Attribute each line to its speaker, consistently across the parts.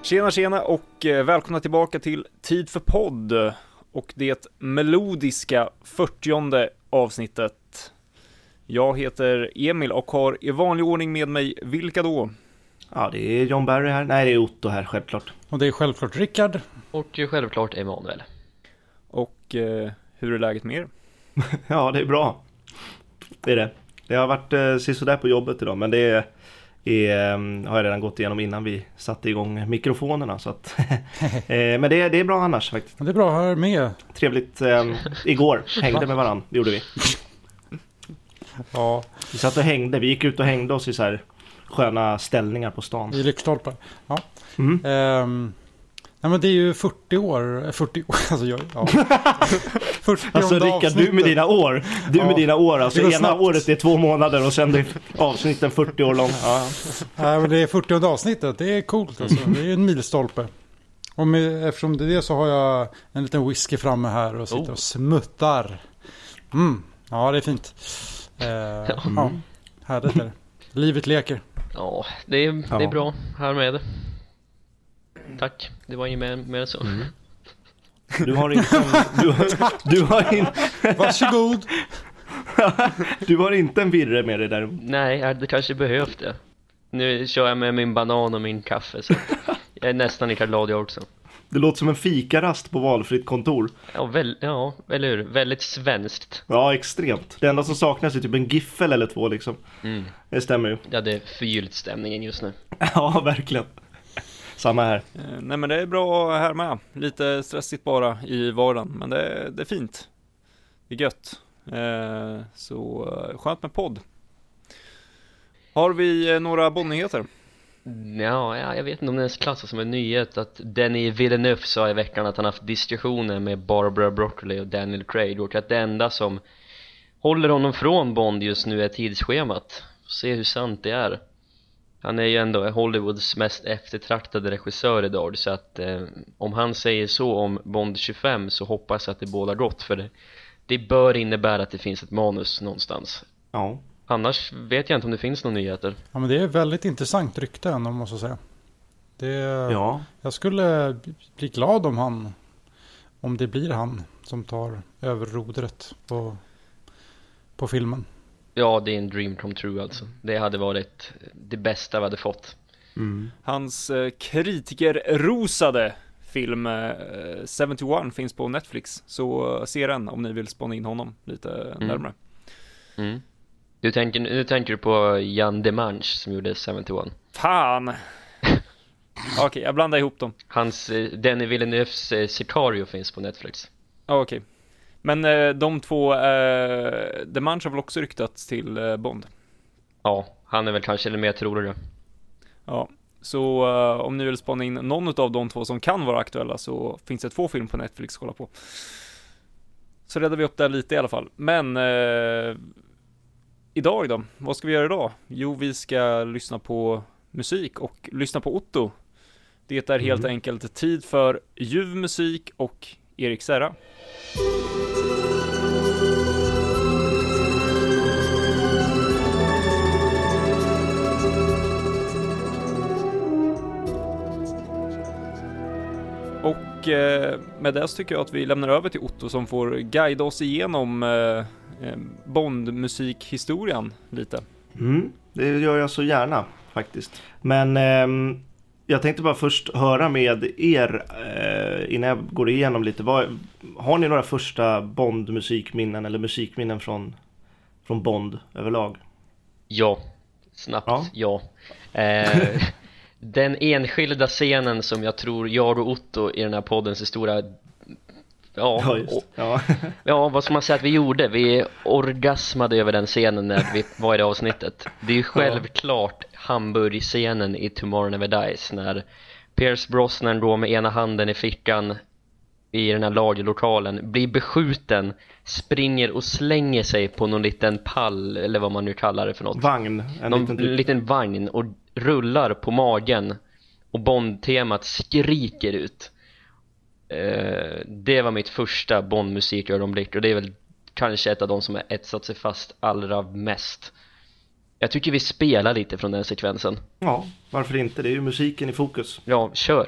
Speaker 1: Tjena och välkomna tillbaka till Tid för podd och det melodiska 40:e avsnittet. Jag heter Emil och har i vanlig ordning med mig vilka då?
Speaker 2: Ja, det är John Barry här. Nej, det är Otto här, självklart.
Speaker 3: Och det är självklart Rickard.
Speaker 4: Och självklart Emanuel.
Speaker 1: Och hur är läget med er?
Speaker 2: Ja, det är bra. Det är det. Det har varit sisådär på jobbet idag, men det har jag redan gått igenom innan vi satte igång mikrofonerna. Så att, men det är bra annars faktiskt.
Speaker 3: Det är bra här med.
Speaker 2: Trevligt. Igår hängde med varandra, det gjorde vi.
Speaker 3: Ja.
Speaker 2: Vi satt och hängde, vi gick ut och hängde oss i så här sköna ställningar på stan.
Speaker 3: I lyktstolpar. Ja. Nej, men det är ju 40 år. Alltså jag, ja. 40
Speaker 2: alltså Rickard, du med dina år. Med dina år. Alltså ena snabbt. Året är 2 månader och sen är avsnitten 40 år lång. Ja.
Speaker 3: Nej, men det är 40 avsnittet. Det är coolt alltså. Det är en milstolpe. Och eftersom det är det så har jag en liten whisky framme här och sitter och smuttar. Ja, det är fint. Ja, härligt är det. Livet leker.
Speaker 4: Ja, det är bra här med det. Tack, det var inget mer än så.
Speaker 2: Du har inte
Speaker 3: Varsågod.
Speaker 2: Du har inte en virre med dig där.
Speaker 4: Nej, det kanske behövt det. Nu kör jag med min banan och min kaffe, så jag är nästan lika glad jag också.
Speaker 2: Det låter som en fikarast på valfritt kontor.
Speaker 4: Ja, eller hur? Väldigt svenskt.
Speaker 2: Ja, extremt. Det enda som saknas är typ en giffel eller 2 liksom. Det stämmer ju.
Speaker 4: Ja, det är förgyllt stämningen just nu.
Speaker 2: Ja, verkligen. Samma här.
Speaker 1: Nej, men det är bra här med. Lite stressigt bara i vardagen, men det är fint. Det är gött. Så skönt med podd. Har vi några Bond-nyheter?
Speaker 4: Ja, jag vet inte om det ens klassas som en nyhet att Denis Villeneuve sa i veckan att han haft diskussioner med Barbara Broccoli och Daniel Craig och att det enda som håller honom från Bond just nu är tidsschemat. Se hur sant det är. Han är ju ändå Hollywoods mest eftertraktade regissör idag, så att om han säger så om Bond 25 så hoppas jag att det bådar gott, för det bör innebära att det finns ett manus någonstans.
Speaker 2: Ja.
Speaker 4: Annars vet jag inte om det finns några nyheter.
Speaker 3: Ja, men det är väldigt intressant rykte ändå, måste jag säga.
Speaker 2: Ja.
Speaker 3: Jag skulle bli glad om det blir han som tar över rodret på filmen.
Speaker 4: Ja, det är en dream come true alltså. Det hade varit det bästa vi hade fått.
Speaker 1: Hans kritikerrosade film 71 finns på Netflix. Så se den om ni vill spana in honom lite närmare.
Speaker 4: Nu tänker du på Jan Demange som gjorde 71.
Speaker 1: Fan! Okej, jag blandar ihop dem.
Speaker 4: Hans Denis Villeneuves Sicario finns på Netflix.
Speaker 1: Okej. Men de två Demange har väl också ryktats till Bond?
Speaker 4: Ja, han är väl kanske mer troligare.
Speaker 1: Ja, så om ni vill spana in någon av de två som kan vara aktuella så finns det 2 film på Netflix att kolla på. Så räddar vi upp där lite i alla fall. Men idag då? Vad ska vi göra idag? Jo, vi ska lyssna på musik och lyssna på Otto. Det är helt enkelt tid för ljuv musik och Erik Serra. Och med det så tycker jag att vi lämnar över till Otto som får guida oss igenom Bond-musikhistorien lite.
Speaker 2: Det gör jag så gärna faktiskt. Men jag tänkte bara först höra med er innan jag går igenom lite. Har ni några första Bond-musikminnen eller musikminnen från Bond överlag?
Speaker 4: Ja, snabbt ja. Den enskilda scenen som jag tror jag och Otto i den här poddens historia vad ska man säga att vi gjorde? Vi orgasmade över den scenen när vi var i det avsnittet. Det är ju självklart Hamburg-scenen i Tomorrow Never Dies när Pierce Brosnan då med ena handen i fickan i den här lagerlokalen blir beskjuten, springer och slänger sig på någon liten pall eller vad man nu kallar det för något.
Speaker 2: Vagn.
Speaker 4: En liten vagn och rullar på magen och Bond-temat skriker ut. Det var mitt första Bond-musikögonblick och det är väl kanske ett av de som har etsat sig fast allra mest. Jag tycker vi spelar lite från den sekvensen.
Speaker 2: Ja, varför inte? Det är ju musiken i fokus.
Speaker 4: Ja, kör.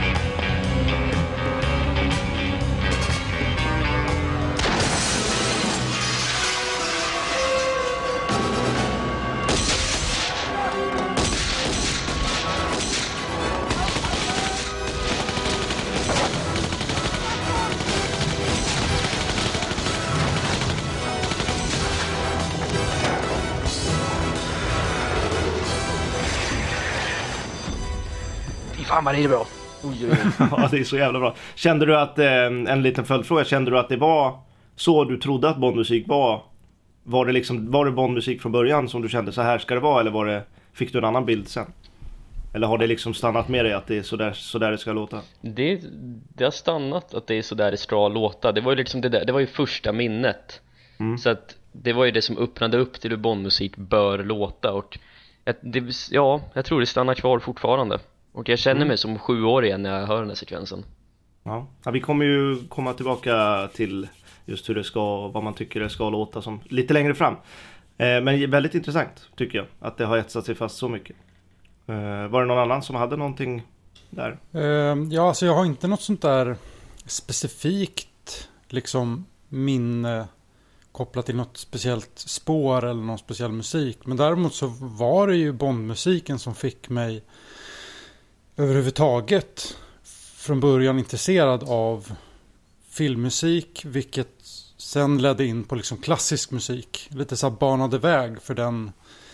Speaker 4: Fan vad det är bra. Oj, oj, oj.
Speaker 2: Ja, det är så jävla bra. Kände du att, en liten följdfråga, kände du att det var så du trodde att Bondmusik var? Var det Bondmusik från början som du kände så här ska det vara, eller fick du en annan bild sen? Eller har det liksom stannat med dig att det är så där det ska låta?
Speaker 4: Det har stannat att det är så där det ska låta. Det var ju liksom det var ju första minnet. Så att det var ju det som öppnade upp till hur Bondmusik bör låta. Och jag tror det stannar kvar fortfarande. Och jag känner mig som 7 år igen när jag hör den här sekvensen.
Speaker 2: Ja, vi kommer ju komma tillbaka till just hur det ska, vad man tycker det ska låta som lite längre fram. Men väldigt intressant tycker jag att det har etsat sig fast så mycket. Var det någon annan som hade någonting där?
Speaker 3: Ja, alltså jag har inte något sånt där specifikt liksom minne kopplat till något speciellt spår eller någon speciell musik. Men däremot så var det ju Bondmusiken som fick mig överhuvudtaget från början intresserad av filmmusik, vilket sen ledde in på liksom klassisk musik. Lite så här banade väg för den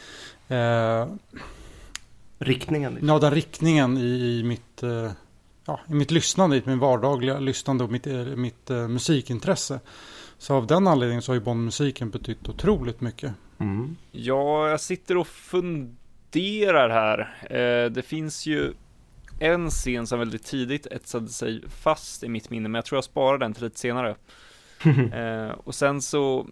Speaker 2: riktningen. Liksom.
Speaker 3: Ja, den riktningen i mitt lyssnande, i min vardagliga lyssnande och mitt musikintresse. Så av den anledningen så har ju Bondmusiken betytt otroligt mycket.
Speaker 2: Mm.
Speaker 1: Ja, jag sitter och funderar här. Det finns ju en scen som väldigt tidigt etsade sig fast i mitt minne, men jag tror jag sparar den till lite senare. Och sen så,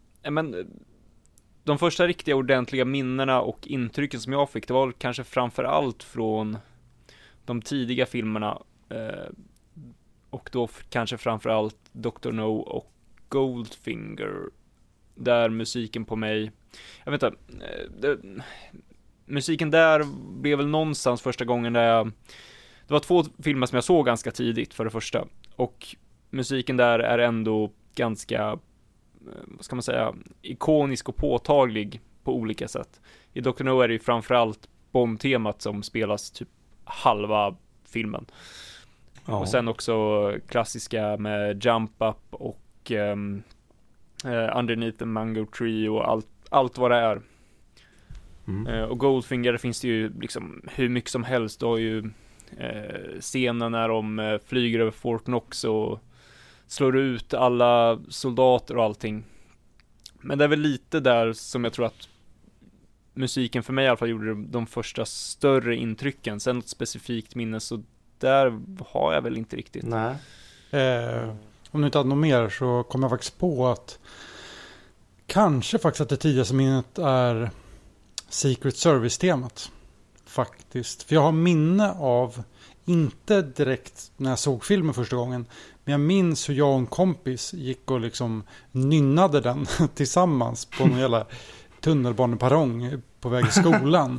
Speaker 1: de första riktiga ordentliga minnena och intrycken som jag fick, det var kanske framför allt från de tidiga filmerna, och då kanske framför allt Dr. No och Goldfinger, där musiken på mig, jag vet inte, musiken där blev väl någonstans första gången där det var 2 filmer som jag såg ganska tidigt för det första, och musiken där är ändå ganska, vad ska man säga, ikonisk och påtaglig på olika sätt. I Dr. No är det ju framförallt Bond-temat som spelas typ halva filmen. Ja. Och sen också klassiska med Jump Up och Underneath the Mango Tree och allt vad det är. Och Goldfinger finns det ju liksom hur mycket som helst. Du har ju scenen när de flyger över Fort Knox och slår ut alla soldater och allting. Men det är väl lite där som jag tror att musiken för mig i alla fall gjorde de första större intrycken. Sen något specifikt minne, så där har jag väl inte riktigt.
Speaker 2: Nej.
Speaker 3: Om du inte hade något mer så kommer jag faktiskt på att kanske faktiskt att det tidigaste minnet är Secret Service-temat. Faktiskt. För jag har minne av, inte direkt när jag såg filmen första gången, men jag minns hur jag och en kompis gick och liksom nynnade den tillsammans på någon jävla tunnelbaneparong på väg till skolan.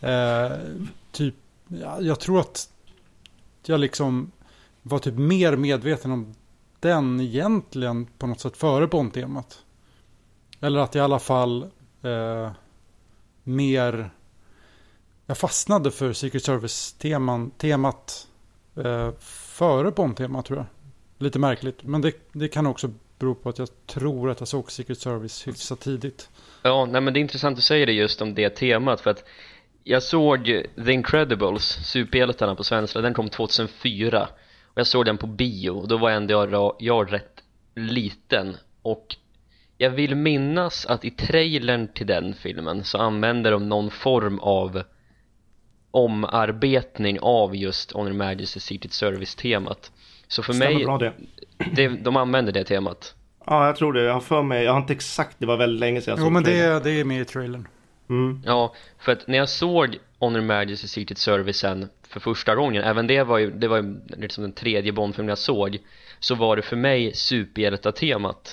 Speaker 3: Jag tror att jag liksom var typ mer medveten om den egentligen på något sätt före Bond-temat. Eller att jag i alla fall mer, jag fastnade för Secret Service-temat före Bond-temat, tror jag. Lite märkligt, men det kan också bero på att jag tror att jag såg Secret Service hyfsat tidigt.
Speaker 4: Ja, nej, men det är intressant att säga det just om det temat, för att jag såg The Incredibles, superhjältarna på svenska, den kom 2004 och jag såg den på bio, och då var ändå jag rätt liten, och jag vill minnas att i trailern till den filmen så använder de någon form av omarbetning av just On Her Majesty's Secret Service-temat. Så för mig, de använder det temat.
Speaker 2: Ja, jag tror det. Jag har för mig, jag har inte exakt, det var väldigt länge sedan jag såg.
Speaker 3: Jo, men det är med i trailern.
Speaker 4: Ja, för att när jag såg On Her Majesty's Secret Service för första gången, även det var ju liksom den tredje Bondfilmen jag såg, så var det för mig superhjältar-temat.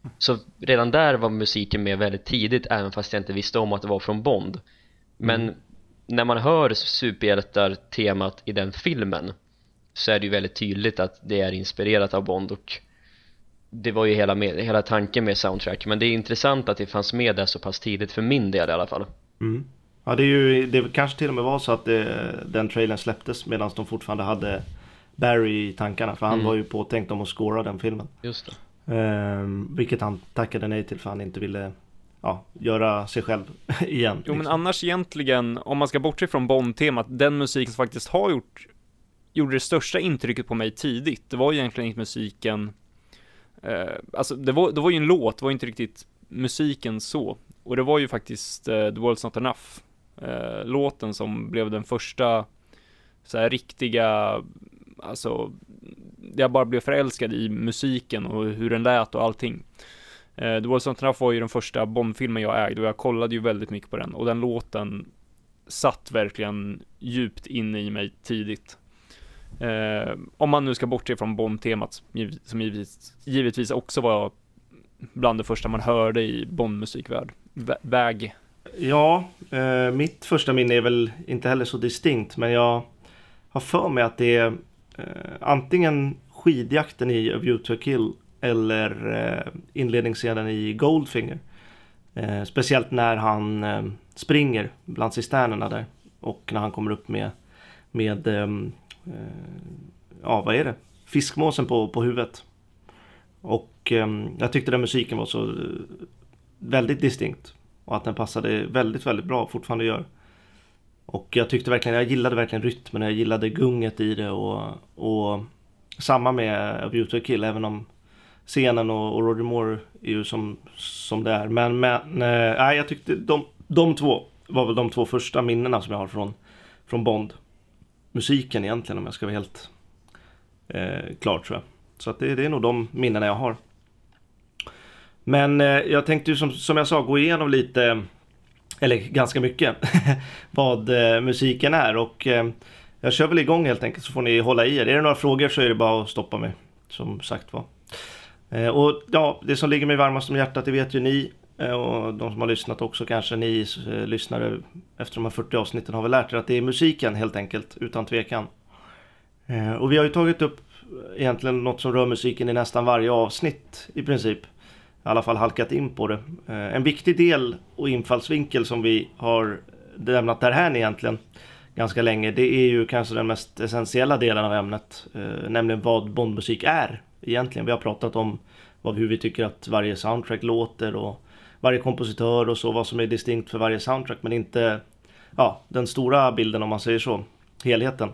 Speaker 4: Så redan där var musiken med väldigt tidigt, även fast jag inte visste om att det var från Bond. Men när man hör superhjältar-temat i den filmen så är det ju väldigt tydligt att det är inspirerat av Bond, och det var ju hela tanken med soundtrack. Men det är intressant att det fanns med där så pass tidigt för min del i alla fall.
Speaker 2: Ja, det kanske till och med var så att den trailern släpptes medan de fortfarande hade Barry i tankarna, för han var ju påtänkt om att scora den filmen.
Speaker 4: Just det.
Speaker 2: Vilket han tackade nej till, för han inte ville göra sig själv igen.
Speaker 1: Jo, men annars egentligen, om man ska bortse från Bond-temat, den musik som faktiskt gjorde det största intrycket på mig tidigt, det var egentligen inte musiken. Alltså det var ju en låt, det var inte riktigt musiken så. Och det var ju faktiskt The World's Not Enough, låten som blev den första så här riktiga, alltså jag bara blev förälskad i musiken och hur den lät och allting. The World's Not Enough var ju den första Bond-filmen jag ägde, och jag kollade ju väldigt mycket på den, och den låten satt verkligen djupt in i mig tidigt. Om man nu ska bortse från Bond-temat, som givetvis också var bland det första man hörde i Bond-musikvärld. Väg.
Speaker 2: Ja, mitt första minne är väl inte heller så distinkt, men jag har för mig att det är antingen skidjakten i A View to a Kill eller inledningsscenen i Goldfinger. Speciellt när han springer bland cisternerna där, och när han kommer upp med vad är det? Fiskmåsen på huvudet. Och jag tyckte den musiken var så väldigt distinkt, och att den passade väldigt, väldigt bra, fortfarande gör. Och jag gillade verkligen rytmen, jag gillade gunget i det, och samma med A View to a Kill, även om scenen och Roger Moore är ju som det är. Men jag tyckte de två var väl de två första minnena som jag har från Bond. Musiken egentligen, om jag ska vara helt klar, tror jag. Så att det är nog de minnena jag har. Men jag tänkte ju som jag sa gå igenom lite, eller ganska mycket, vad musiken är. Och jag kör väl igång helt enkelt, så får ni hålla i er. Är det några frågor så är det bara att stoppa mig, som sagt var. Och ja, det som ligger mig varmast om hjärtat, det vet ju ni. Och de som har lyssnat också, kanske ni lyssnare efter de här 40 avsnitten har väl lärt er att det är musiken helt enkelt, utan tvekan. Och vi har ju tagit upp egentligen något som rör musiken i nästan varje avsnitt i princip. I alla fall halkat in på det. En viktig del och infallsvinkel som vi har lämnat därhän egentligen ganska länge, det är ju kanske den mest essentiella delen av ämnet. Nämligen vad Bondmusik är egentligen. Vi har pratat om hur vi tycker att varje soundtrack låter, och varje kompositör och så, vad som är distinkt för varje soundtrack, men inte den stora bilden, om man säger så, helheten.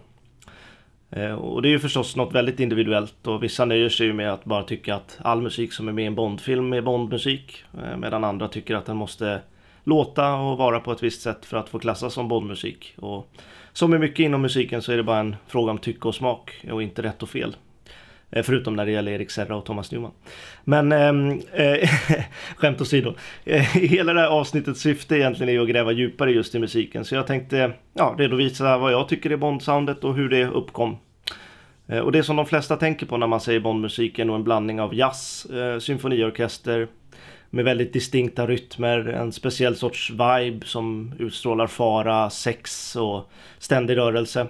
Speaker 2: Och det är ju förstås något väldigt individuellt, och vissa nöjer sig med att bara tycka att all musik som är med i en Bondfilm är Bondmusik, medan andra tycker att den måste låta och vara på ett visst sätt för att få klassas som Bondmusik. Och som är mycket inom musiken så är det bara en fråga om tycke och smak, och inte rätt och fel. Förutom när det gäller Erik Serra och Thomas Newman. Men skämt åsido. Hela det här avsnittets syfte egentligen är att gräva djupare just i musiken. Så jag tänkte redovisa vad jag tycker är Bond-soundet och hur det uppkom. Och det som de flesta tänker på när man säger Bond-musik är nog en blandning av jazz, symfoniorkester med väldigt distinkta rytmer, en speciell sorts vibe som utstrålar fara, sex och ständig rörelse.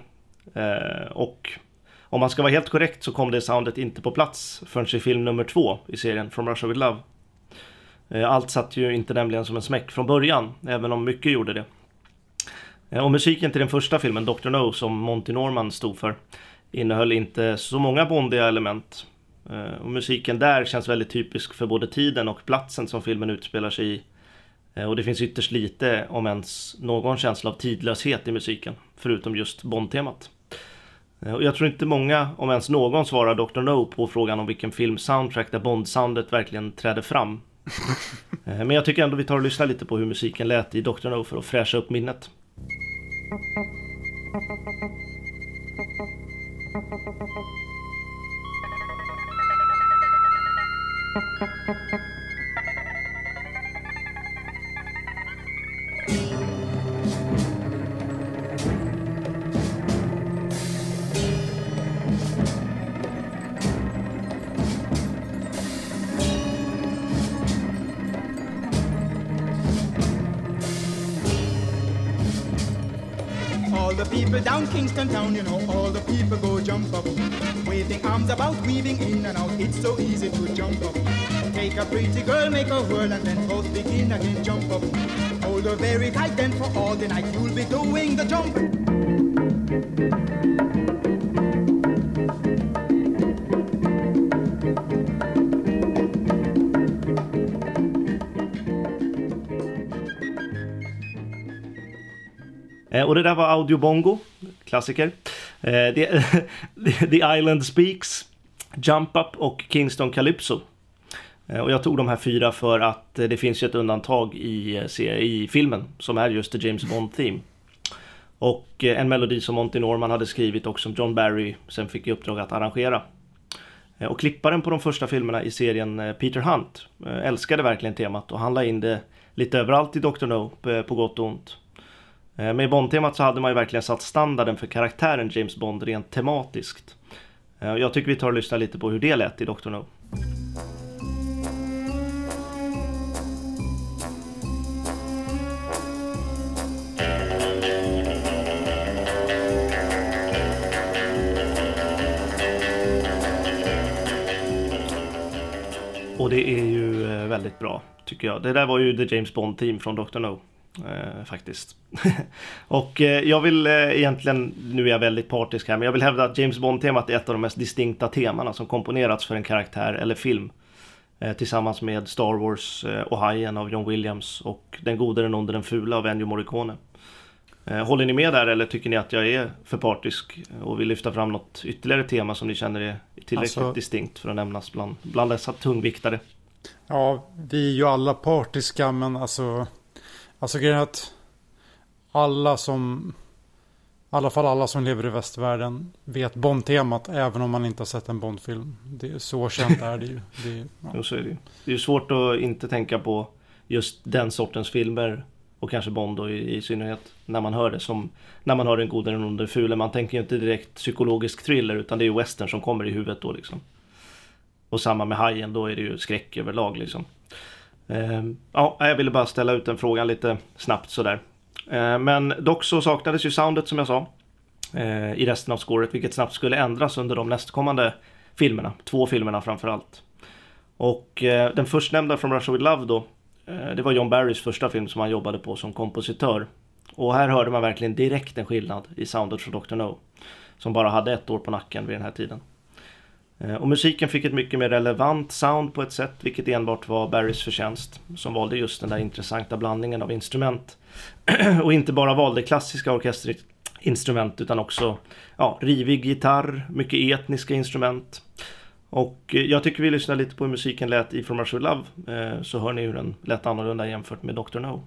Speaker 2: Och om man ska vara helt korrekt så kom det soundet inte på plats förrän i film nummer 2 i serien From Russia With Love. Allt satt ju inte nämligen som en smäck från början, även om mycket gjorde det. Och musiken till den första filmen, Dr. No, som Monty Norman stod för, innehöll inte så många bondiga element. Och musiken där känns väldigt typisk för både tiden och platsen som filmen utspelar sig i. Och det finns ytterst lite, om ens någon känsla av tidlöshet i musiken, förutom just Bond-temat. Och jag tror inte många, om ens någon, svarar Dr. No på frågan om vilken film soundtrack där Bond-soundet verkligen trädde fram. Men jag tycker ändå vi tar och lyssnar lite på hur musiken lät i Dr. No för att fräscha upp minnet.
Speaker 5: the people down Kingston town, you know, all the people go jump up. Waving arms about, weaving in and out, it's so easy to jump up. Take a pretty girl, make a whirl, and then both begin again, jump up. Hold her very tight, then for all the night you'll be doing the jump.
Speaker 2: Och det där var Audio Bongo, klassiker. The Island Speaks, Jump Up och Kingston Calypso. Och jag tog de här 4 för att det finns ju ett undantag i filmen som är just The James Bond Theme. Och en melodi som Monty Norman hade skrivit och som John Barry sen fick i uppdrag att arrangera. Och klipparen på de första filmerna i serien, Peter Hunt, älskade verkligen temat och han la in det lite överallt i Dr. No, på gott och ont. Med Bond-temat så hade man ju verkligen satt standarden för karaktären James Bond rent tematiskt. Jag tycker vi tar och lyssnar lite på hur det lät i Dr. No. Och det är ju väldigt bra tycker jag. Det där var ju The James Bond Theme från Dr. No. Faktiskt. Och jag vill egentligen, nu är jag väldigt partisk här, men jag vill hävda att James Bond-temat är ett av de mest distinkta temana som komponerats för en karaktär eller film. Tillsammans med Star Wars och Hajen av John Williams och Den gode, den onde, den fula av Ennio Morricone. Håller ni med där eller tycker ni att jag är för partisk och vill lyfta fram något ytterligare tema som ni känner är tillräckligt distinkt för att nämnas bland dessa tungviktare?
Speaker 3: Ja, vi är ju alla partiska, men alltså grejen är att alla som lever i västvärlden vet Bond-temat även om man inte har sett en Bond-film. Det är så känt är det ju.
Speaker 2: Jo, så är det ju. Det är ju svårt att inte tänka på just den sortens filmer och kanske Bond då i synnerhet när man hör det, som när man hör Den gode, den onde, den fula. Man tänker ju inte direkt psykologisk thriller utan det är ju western som kommer i huvudet då liksom. Och samma med Hajen, då är det ju skräck överlag liksom. Ja, jag ville bara ställa ut den frågan lite snabbt sådär. Men dock så saknades ju soundet som jag sa i resten av scoret, vilket snabbt skulle ändras under de nästkommande filmerna, 2 filmerna framförallt. Och den förstnämnda From Russia With Love då, det var John Barrys första film som han jobbade på som kompositör. Och här hörde man verkligen direkt en skillnad i soundet från Dr. No, som bara hade 1 år på nacken vid den här tiden. Och musiken fick ett mycket mer relevant sound på ett sätt, vilket enbart var Barrys förtjänst, som valde just den där intressanta blandningen av instrument. Och inte bara valde klassiska orkesterinstrument utan också rivig gitarr, mycket etniska instrument. Och jag tycker vi lyssnar lite på hur musiken lät i From Russia With Love, så hör ni hur den lät annorlunda jämfört med Dr. No.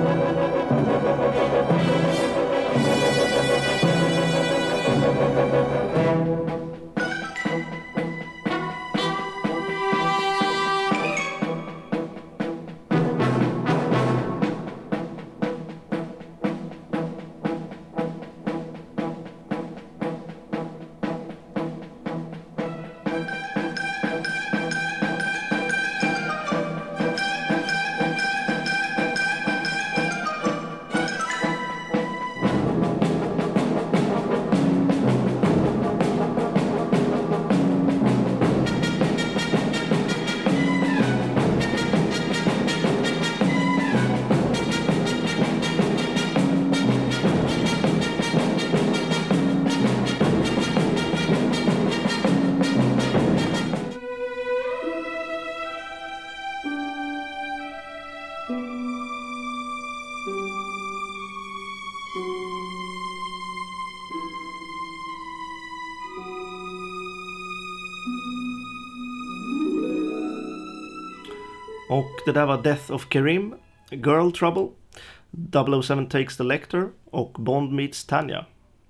Speaker 2: Och det där var Death of Karim, Girl Trouble, 007 Takes the Lecter och Bond Meets Tanya.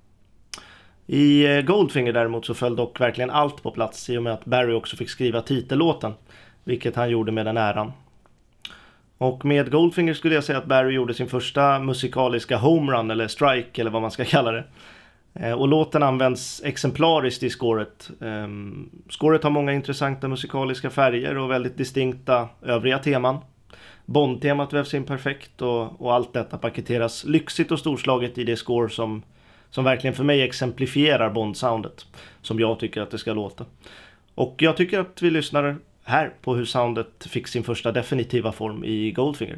Speaker 2: I Goldfinger däremot så föll dock verkligen allt på plats i och med att Barry också fick skriva titellåten, vilket han gjorde med den äran. Och med Goldfinger skulle jag säga att Barry gjorde sin första musikaliska homerun eller strike eller vad man ska kalla det. Och låten används exemplariskt i scoret. Scoret har många intressanta musikaliska färger och väldigt distinkta övriga teman. Bond-temat vävs in perfekt och allt detta paketeras lyxigt och storslaget i det score som som verkligen för mig exemplifierar Bond-soundet som jag tycker att det ska låta. Och jag tycker att vi lyssnar här på hur soundet fick sin första definitiva form i Goldfinger.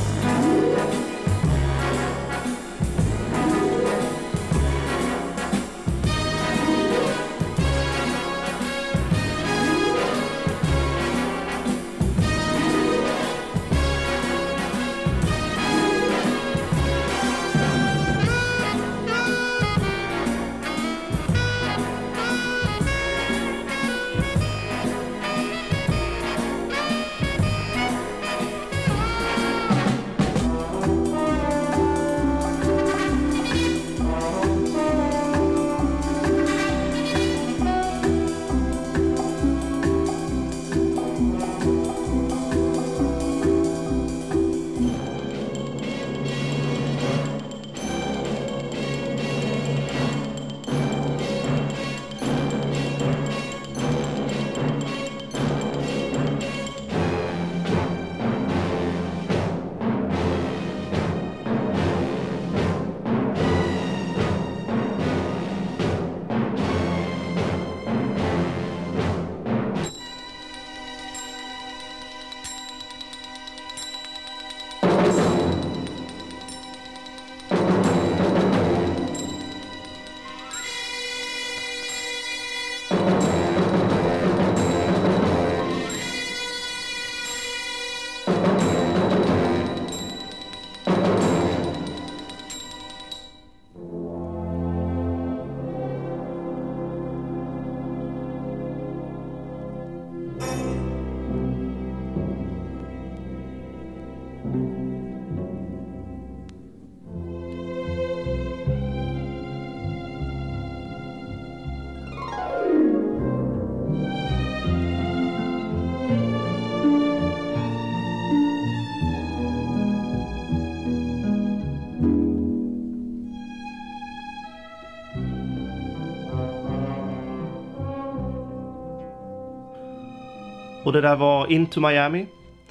Speaker 2: Och det där var Into Miami.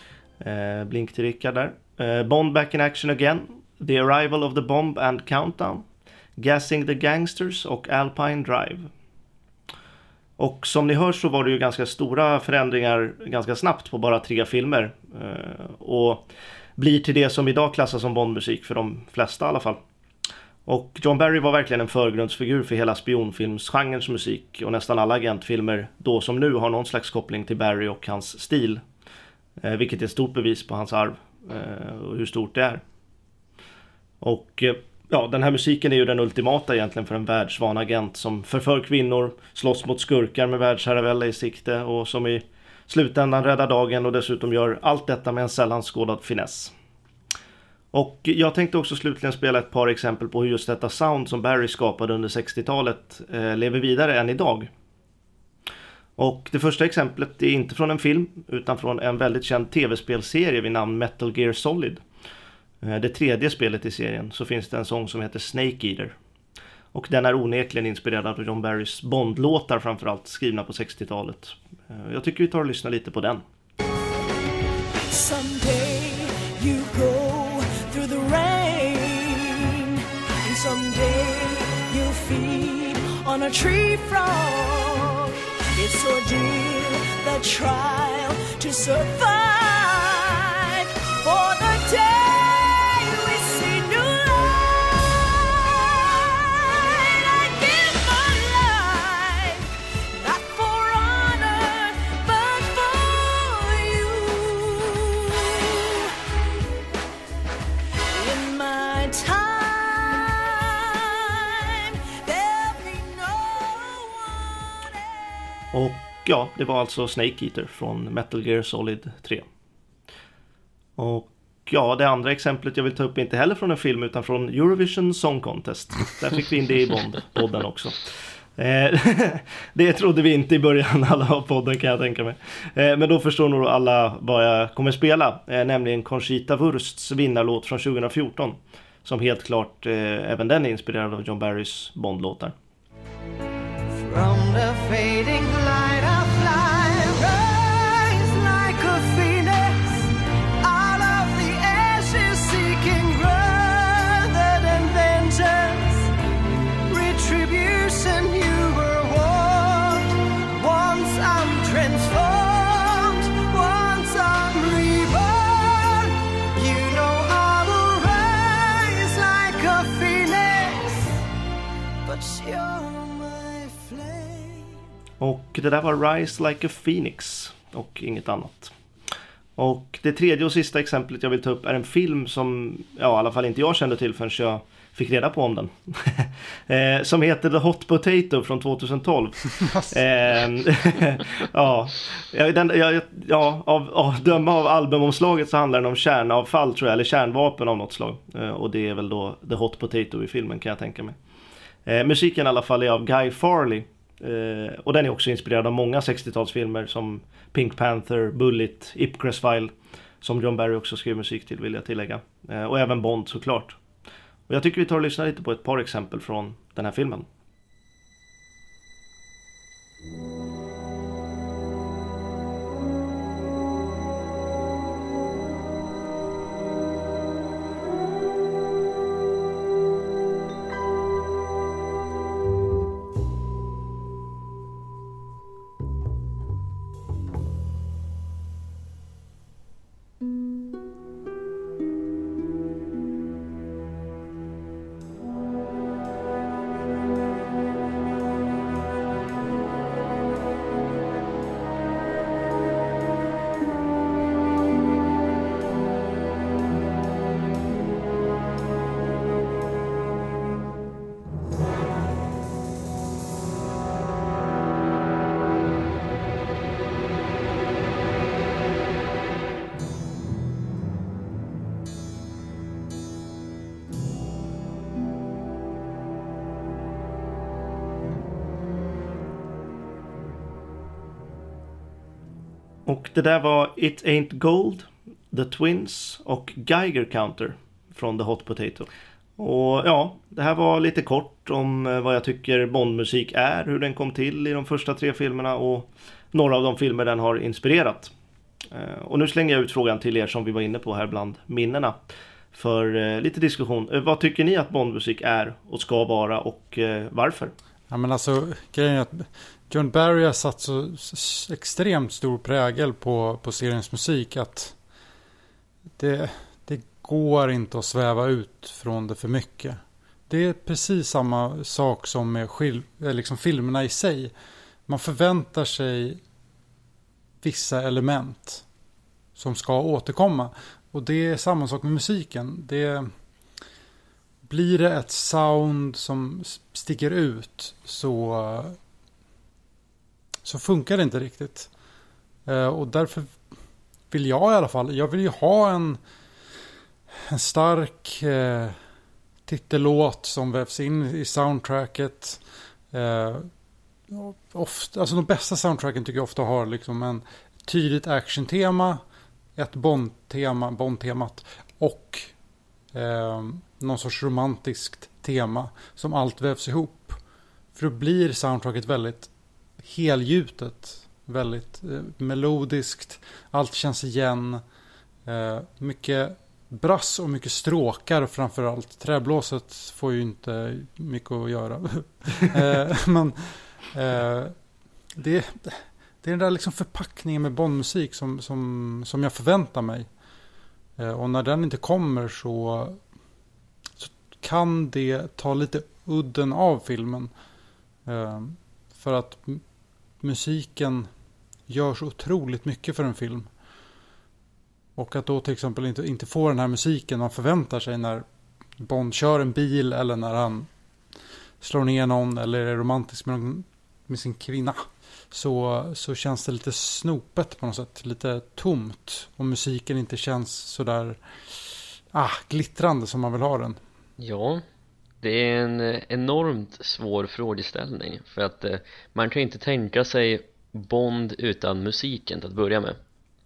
Speaker 2: Blink till Rickard där. Bond Back in Action Again. The Arrival of the Bomb and Countdown. Gassing the Gangsters och Alpine Drive. Och som ni hör så var det ju ganska stora förändringar ganska snabbt på bara 3 filmer. Och blir till det som idag klassas som Bondmusik för de flesta i alla fall. Och John Barry var verkligen en förgrundsfigur för hela spionfilmsgenrens musik, och nästan alla agentfilmer då som nu har någon slags koppling till Barry och hans stil, vilket är ett stort bevis på hans arv och hur stort det är. Och ja, den här musiken är ju den ultimata egentligen för en världsvan agent som förför kvinnor, slåss mot skurkar med världsherravälde i sikte och som i slutändan räddar dagen och dessutom gör allt detta med en sällan skådad finess. Och jag tänkte också slutligen spela ett par exempel på hur just detta sound som Barry skapade under 60-talet lever vidare än idag. Och det första exemplet är inte från en film utan från en väldigt känd tv-spelserie vid namn Metal Gear Solid. Det tredje spelet i serien så finns det en sång som heter Snake Eater. Och den är onekligen inspirerad av John Barrys Bond-låtar framförallt skrivna på 60-talet. Jag tycker vi tar och lyssnar lite på den.
Speaker 6: Someday you go through the rain, and someday you'll feed on a tree frog. It's ordeal, the trial to survive for the day we see new light. I give my life not for honor but for you. In my time there'll be no one else.
Speaker 2: Och ja, det var alltså Snake Eater från Metal Gear Solid 3. Och ja, det andra exemplet jag vill ta upp är inte heller från en film utan från Eurovision Song Contest. Där fick vi in det i Bond-podden också. Det trodde vi inte i början alla av podden, kan jag tänka mig. Men då förstår nog alla vad jag kommer spela. Nämligen Conchita Wursts vinnarlåt från 2014. Som helt klart även den är inspirerad av John Barrys Bond-låtar.
Speaker 6: From the fading light I fly, rise like a phoenix, out of the ashes seeking rather than vengeance. transformed once I'm reborn. You know I will rise like a phoenix, but you're my flame.
Speaker 2: Och det där var Rise Like a Phoenix och inget annat. Och det tredje och sista exemplet jag vill ta upp är en film som i alla fall inte jag kände till förrän jag fick reda på om den. Som heter The Hot Potato från 2012. Av döma av albumomslaget så handlar den om kärnavfall tror jag, eller kärnvapen av något slag. Och det är väl då The Hot Potato i filmen kan jag tänka mig. Musiken i alla fall är av Guy Farley. Och den är också inspirerad av många 60-talsfilmer som Pink Panther, Bullitt, Ipcress File, som John Barry också skrev musik till vill jag tillägga. Och även Bond såklart. Och jag tycker vi tar och lyssnar lite på ett par exempel från den här filmen. Och det där var It Ain't Gold, The Twins och Geiger Counter från The Hot Potato. Och ja, det här var lite kort om vad jag tycker Bondmusik är, hur den kom till i de första 3 filmerna och några av de filmer den har inspirerat. Och nu slänger jag ut frågan till er som vi var inne på här bland minnena för lite diskussion. Vad tycker ni att Bondmusik är och ska vara och varför?
Speaker 3: Ja, men alltså grejen är att John Barry har satt så extremt stor prägel på seriens musik att det går inte att sväva ut från det för mycket. Det är precis samma sak som med liksom filmerna i sig. Man förväntar sig vissa element som ska återkomma. Och det är samma sak med musiken. Blir det ett sound som sticker ut så funkar det inte riktigt. Och därför vill jag i alla fall, jag vill ju ha en stark titellåt som vävs in i soundtracket. Ofta, alltså de bästa soundtracken tycker jag ofta har liksom en tydligt actiontema, ett Bond-temat och någon sorts romantiskt tema som allt vävs ihop. För då blir soundtracket väldigt helgjutet, väldigt melodiskt, allt känns igen, mycket brass och mycket stråkar framförallt. Träblåset får ju inte mycket att göra. Men det är den där liksom förpackningen med Bondmusik som jag förväntar mig. Och när den inte kommer så kan det ta lite udden av filmen. För att musiken gör så otroligt mycket för en film. Och att då till exempel inte få den här musiken man förväntar sig när Bond kör en bil eller när han slår ner någon eller är romantisk med sin kvinna. Så känns det lite snopet på något sätt. Lite tomt. Och musiken inte känns så där glittrande som man vill ha den.
Speaker 4: Ja, det är en enormt svår frågeställning. För att man kan inte tänka sig Bond utan musiken till att börja med.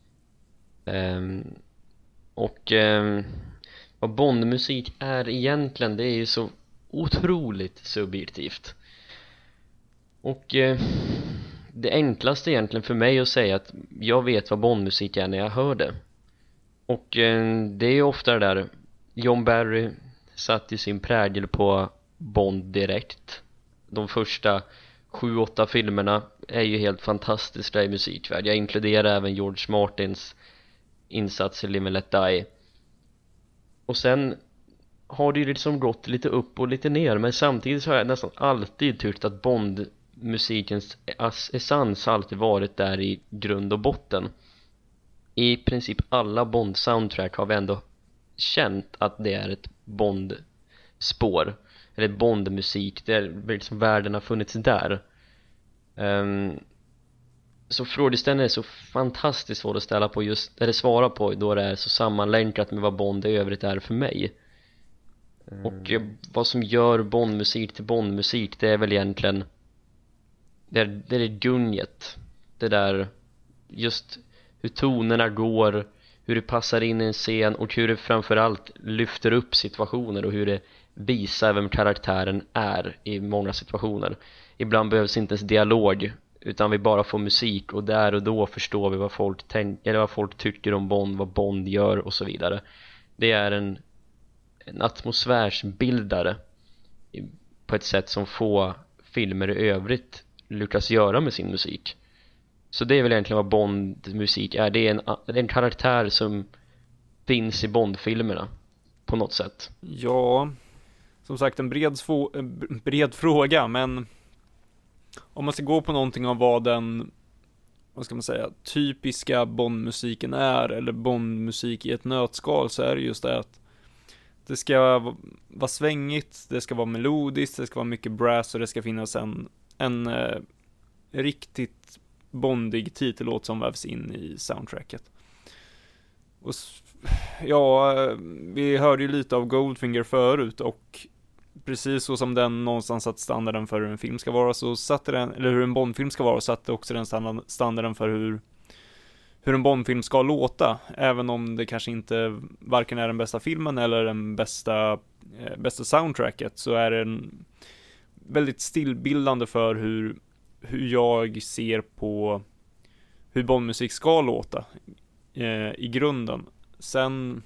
Speaker 4: Vad Bondmusik är egentligen, det är ju så otroligt subjektivt. Och det enklaste egentligen för mig att säga att jag vet vad Bondmusik är när jag hör det. Och det är ju ofta det där John Barry satte sin prägel på Bond direkt. De första 7-8 filmerna är ju helt fantastiskt där i musikvärld. Jag inkluderar även George Martins insats i Live and Let Die. Och sen har det ju liksom gått lite upp och lite ner, men samtidigt så har jag nästan alltid tyckt att Bond-musikens essens alltid varit där i grund och botten. I princip alla Bond-soundtrack har vi ändå känt att det är ett Bond-spår eller Bond-musik, där liksom världen har funnits där. Så frågeställningen är så fantastiskt svår att ställa på just, eller svara på, då det är så sammanlänkat med vad Bond i övrigt är för mig. Och vad som gör Bondmusik till Bondmusik, det är väl egentligen det är gunget. Det där, just hur tonerna går, hur det passar in i en scen och hur det framförallt lyfter upp situationer och hur det visar vem karaktären är i många situationer. Ibland behövs inte ens dialog, utan vi bara får musik, och där och då förstår vi vad folk tänker eller vad folk tycker om Bond, vad Bond gör och så vidare. Det är en atmosfärsbildare på ett sätt som få filmer i övrigt lyckas göra med sin musik. Så det är väl egentligen vad Bond-musik är. Det är en karaktär som finns i Bond-filmerna på något sätt.
Speaker 1: Ja, som sagt en bred fråga, men om man ska gå på någonting av vad den, vad ska man säga, typiska Bond-musiken är, eller Bond-musik i ett nötskal, så är det just det att det ska vara svängigt, det ska vara melodiskt, det ska vara mycket brass och det ska finnas en riktigt bondig titellåt som vävs in i soundtracket. Och ja, vi hörde ju lite av Goldfinger förut, och precis så som den någonstans satt standarden för hur en film ska vara, så satte den, eller hur en Bondfilm ska vara, satte också den standarden för hur en Bondfilm ska låta, även om det kanske inte varken är den bästa filmen eller den bästa soundtracket, så är den väldigt stillbildande för hur jag ser på hur Bondmusik ska låta i grunden. Sen,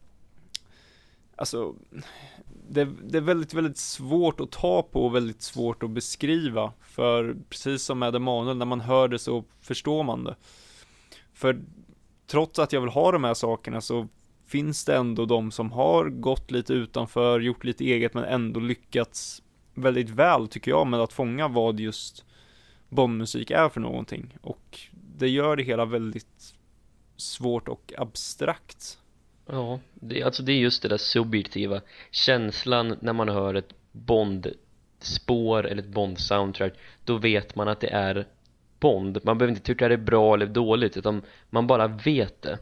Speaker 1: alltså, det är väldigt, väldigt svårt att ta på och väldigt svårt att beskriva, för precis som med Emanuel, när man hör det så förstår man det. För trots att jag vill ha de här sakerna, så finns det ändå de som har gått lite utanför, gjort lite eget, men ändå lyckats väldigt väl, tycker jag, med att fånga vad just Bondmusik är för någonting. Och det gör det hela väldigt svårt och abstrakt.
Speaker 4: Ja, det är just det där subjektiva känslan när man hör ett Bond-spår eller ett Bond-soundtrack. Då vet man att det är Bond. Man behöver inte tycka det är bra eller dåligt, utan man bara vet det.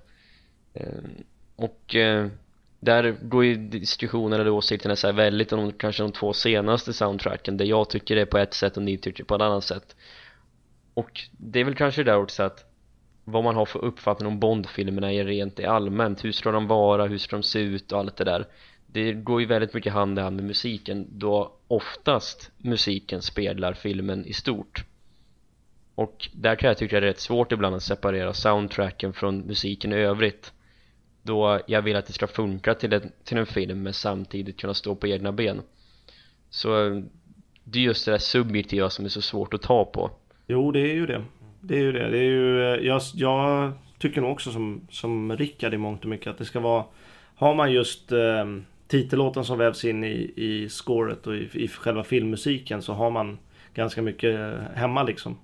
Speaker 4: Och där går ju diskussionen eller åsikterna så här väldigt om kanske de två senaste soundtracken, där jag tycker det är på ett sätt och ni tycker på ett annat sätt. Och det är väl kanske där också att vad man har för uppfattning om Bond-filmerna är rent allmänt. Hur ska de vara, hur ska de se ut och allt det där. Det går ju väldigt mycket hand i hand med musiken, då oftast musiken speglar filmen i stort. Och där kan jag tycka det är rätt svårt ibland att separera soundtracken från musiken i övrigt, då jag vill att det ska funka till en film men samtidigt kunna stå på egna ben. Så det är just det där subjektiva som är så svårt att ta på.
Speaker 2: Jo, det är ju det. Det är ju, jag tycker nog också som Rickard i mångt och mycket att det ska vara, har man just titellåten som vävs in i scoret och i själva filmmusiken, så har man ganska mycket hemma liksom.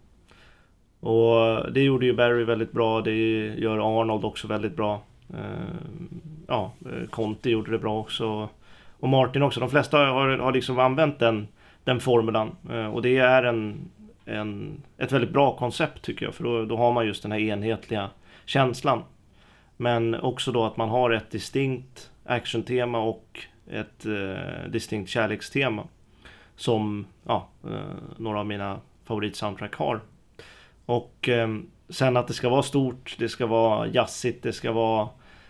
Speaker 2: Och det gjorde ju Barry väldigt bra, det gör Arnold också väldigt bra. Conti gjorde det bra också, och Martin också. De flesta har liksom använt den formulan, och det är ett väldigt bra koncept tycker jag, för då har man just den här enhetliga känslan, men också då att man har ett distinkt actiontema och ett distinkt kärlekstema som några av mina favoritsoundtrack har. Och sen att det ska vara stort, det ska vara jazzigt, det ska vara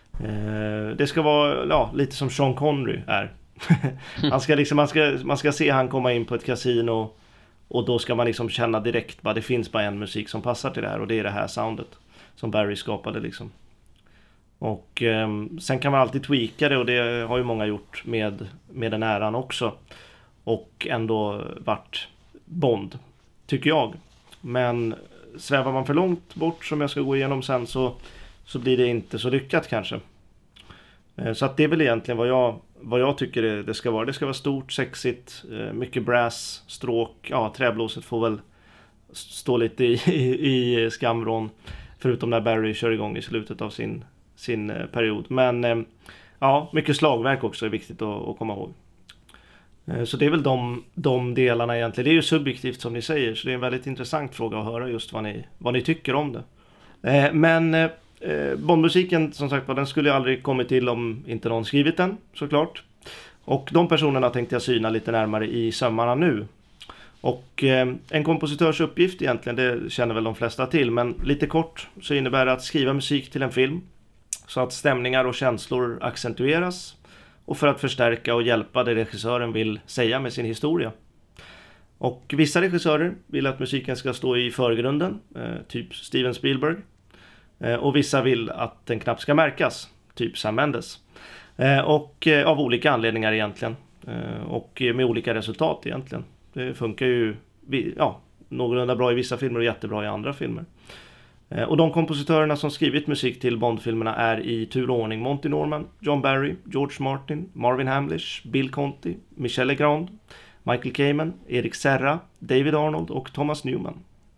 Speaker 2: lite som Sean Connery är. Man ska se han komma in på ett kasino, och då ska man liksom känna direkt det finns bara en musik som passar till det här, och det är det här soundet som Barry skapade liksom. Och sen kan man alltid tweaka det, och det har ju många gjort med den äran också, och ändå vart Bond, tycker jag. Men svävar man för långt bort som jag ska gå igenom sen så blir det inte så lyckat kanske. Så att det är väl egentligen vad jag tycker det ska vara. Det ska vara stort, sexigt, mycket brass, stråk. Ja, träblåset får väl stå lite i skamvrån. Förutom när Barry kör igång i slutet av sin period. Men ja, mycket slagverk också är viktigt att komma ihåg. Så det är väl de delarna egentligen. Det är ju subjektivt som ni säger. Så det är en väldigt intressant fråga att höra just vad ni tycker om det. Men Bondmusiken som sagt den skulle aldrig kommit till om inte någon skrivit den såklart. Och de personerna tänkte jag syna lite närmare i sömmarna nu. Och en kompositörs uppgift egentligen, det känner väl de flesta till. Men lite kort så innebär det att skriva musik till en film. Så att stämningar och känslor accentueras. Och för att förstärka och hjälpa det regissören vill säga med sin historia. Och vissa regissörer vill att musiken ska stå i förgrunden, typ Steven Spielberg. Och vissa vill att den knappt ska märkas, typ Sam Mendes. Och av olika anledningar egentligen. Och med olika resultat egentligen. Det funkar ju någorlunda bra i vissa filmer och jättebra i andra filmer. Och de kompositörerna som skrivit musik till Bondfilmerna är i tur och ordning Monty Norman, John Barry, George Martin, Marvin Hamlish, Bill Conti, Michel Legrand, Michael Kamen, Eric Serra, David Arnold och Thomas Newman.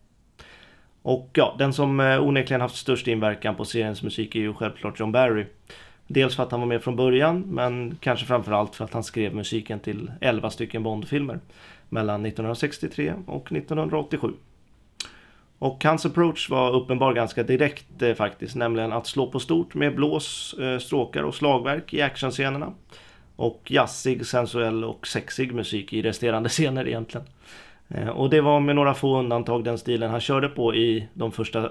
Speaker 2: Och ja, den som onekligen haft störst inverkan på seriens musik är ju självklart John Barry. Dels för att han var med från början, men kanske framförallt för att han skrev musiken till 11 stycken Bondfilmer mellan 1963 och 1987. Och hans approach var uppenbar ganska direkt faktiskt, nämligen att slå på stort med blås, stråkar och slagverk i actionscenerna. Och jazzig, sensuell och sexig musik i resterande scener egentligen. Och det var med några få undantag den stilen han körde på i de första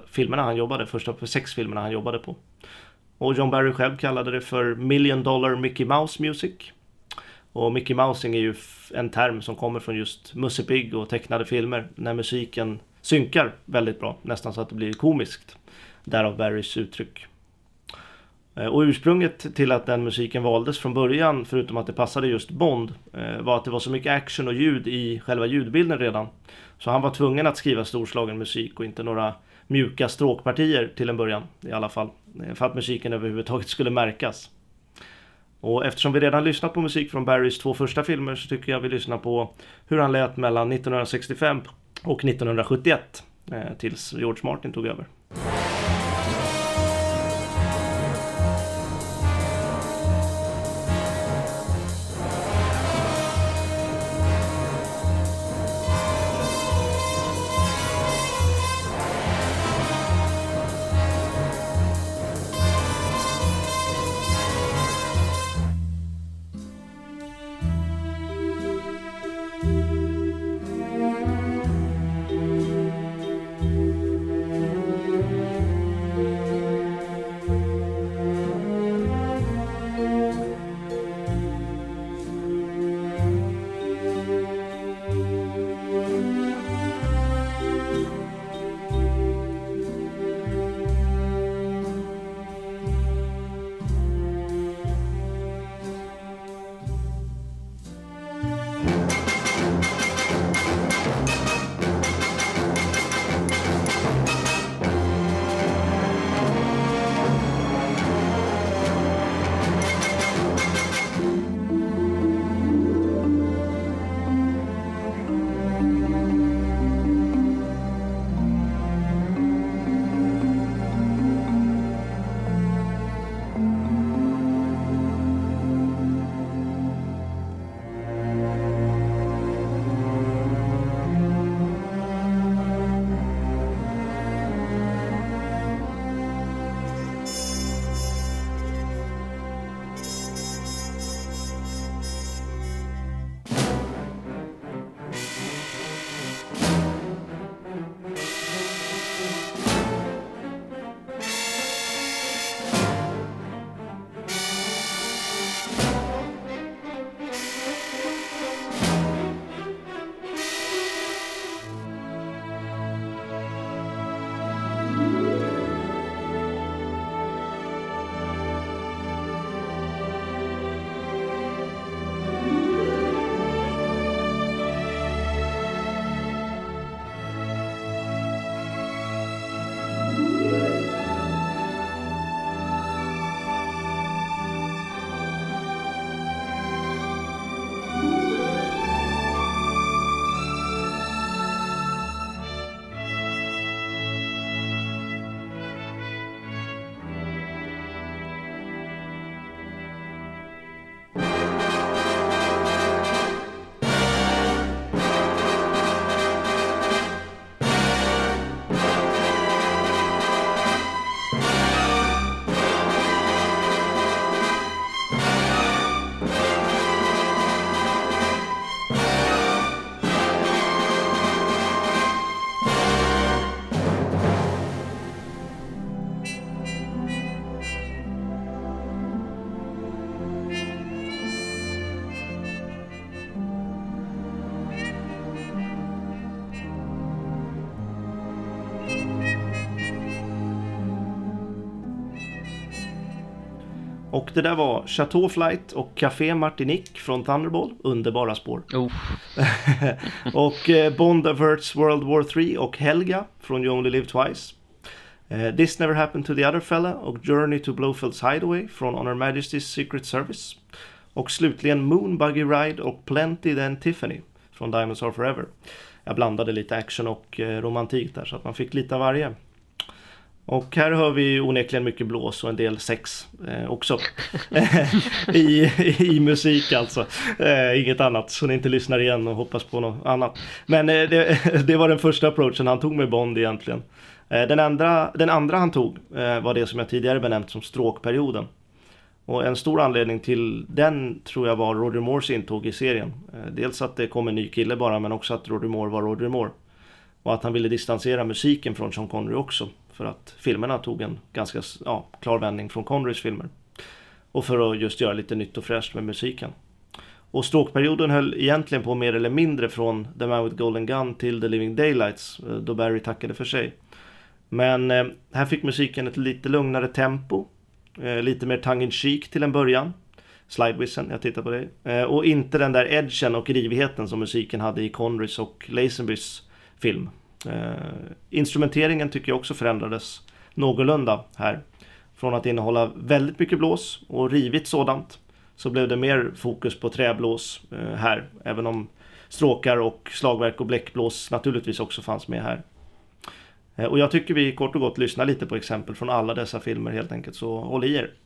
Speaker 2: 6 filmerna han jobbade på. Och John Barry själv kallade det för $1 million Mickey Mouse Music. Och Mickey Mousing är ju en term som kommer från just Musse Pigg och tecknade filmer. När musiken synkar väldigt bra, nästan så att det blir komiskt. Därav Barrys uttryck. Och ursprunget till att den musiken valdes från början, förutom att det passade just Bond, var att det var så mycket action och ljud i själva ljudbilden redan. Så han var tvungen att skriva storslagen musik och inte några mjuka stråkpartier till en början i alla fall. För att musiken överhuvudtaget skulle märkas. Och eftersom vi redan lyssnat på musik från Barrys 2 första filmer så tycker jag vi lyssnar på hur han lät mellan 1965 och 1971 tills George Martin tog över. Och det där var Chateau Flight och Café Martinique från Thunderball, underbara spår. Och Bond Averts World War 3 och Helga från You Only Live Twice. This Never Happened to the Other Fella och Journey to Blofeld's Hideaway från On Her Majesty's Secret Service. Och slutligen Moon Buggy Ride och Plenty Then Tiffany från Diamonds Are Forever. Jag blandade lite action och romantik där så att man fick lite av varje. Och här hör vi onekligen mycket blås och en del sex också i musik alltså. Inget annat, så ni inte lyssnar igen och hoppas på något annat. Men det var den första approachen han tog med Bond egentligen. Den andra han tog var det som jag tidigare benämnt som stråkperioden. Och en stor anledning till den tror jag var Roger Moores intåg i serien. Dels att det kom en ny kille bara, men också att Roger Moore var Roger Moore. Och att han ville distansera musiken från Sean Connery också. För att filmerna tog en ganska klar vändning från Connerys filmer. Och för att just göra lite nytt och fräscht med musiken. Och stråkperioden höll egentligen på mer eller mindre från The Man with Golden Gun till The Living Daylights, då Barry tackade för sig. Men här fick musiken ett lite lugnare tempo. Lite mer tongue-in-cheek till en början. Slidewhistle, jag tittar på det. Och inte den där edgen och rivigheten som musiken hade i Connerys och Lazenbys film. Instrumenteringen tycker jag också förändrades någorlunda här. Från att innehålla väldigt mycket blås och rivigt sådant, så blev det mer fokus på träblås här. Även om stråkar och slagverk och bläckblås naturligtvis också fanns med här. Och jag tycker vi kort och gott lyssnar lite på exempel från alla dessa filmer helt enkelt, så håll i er.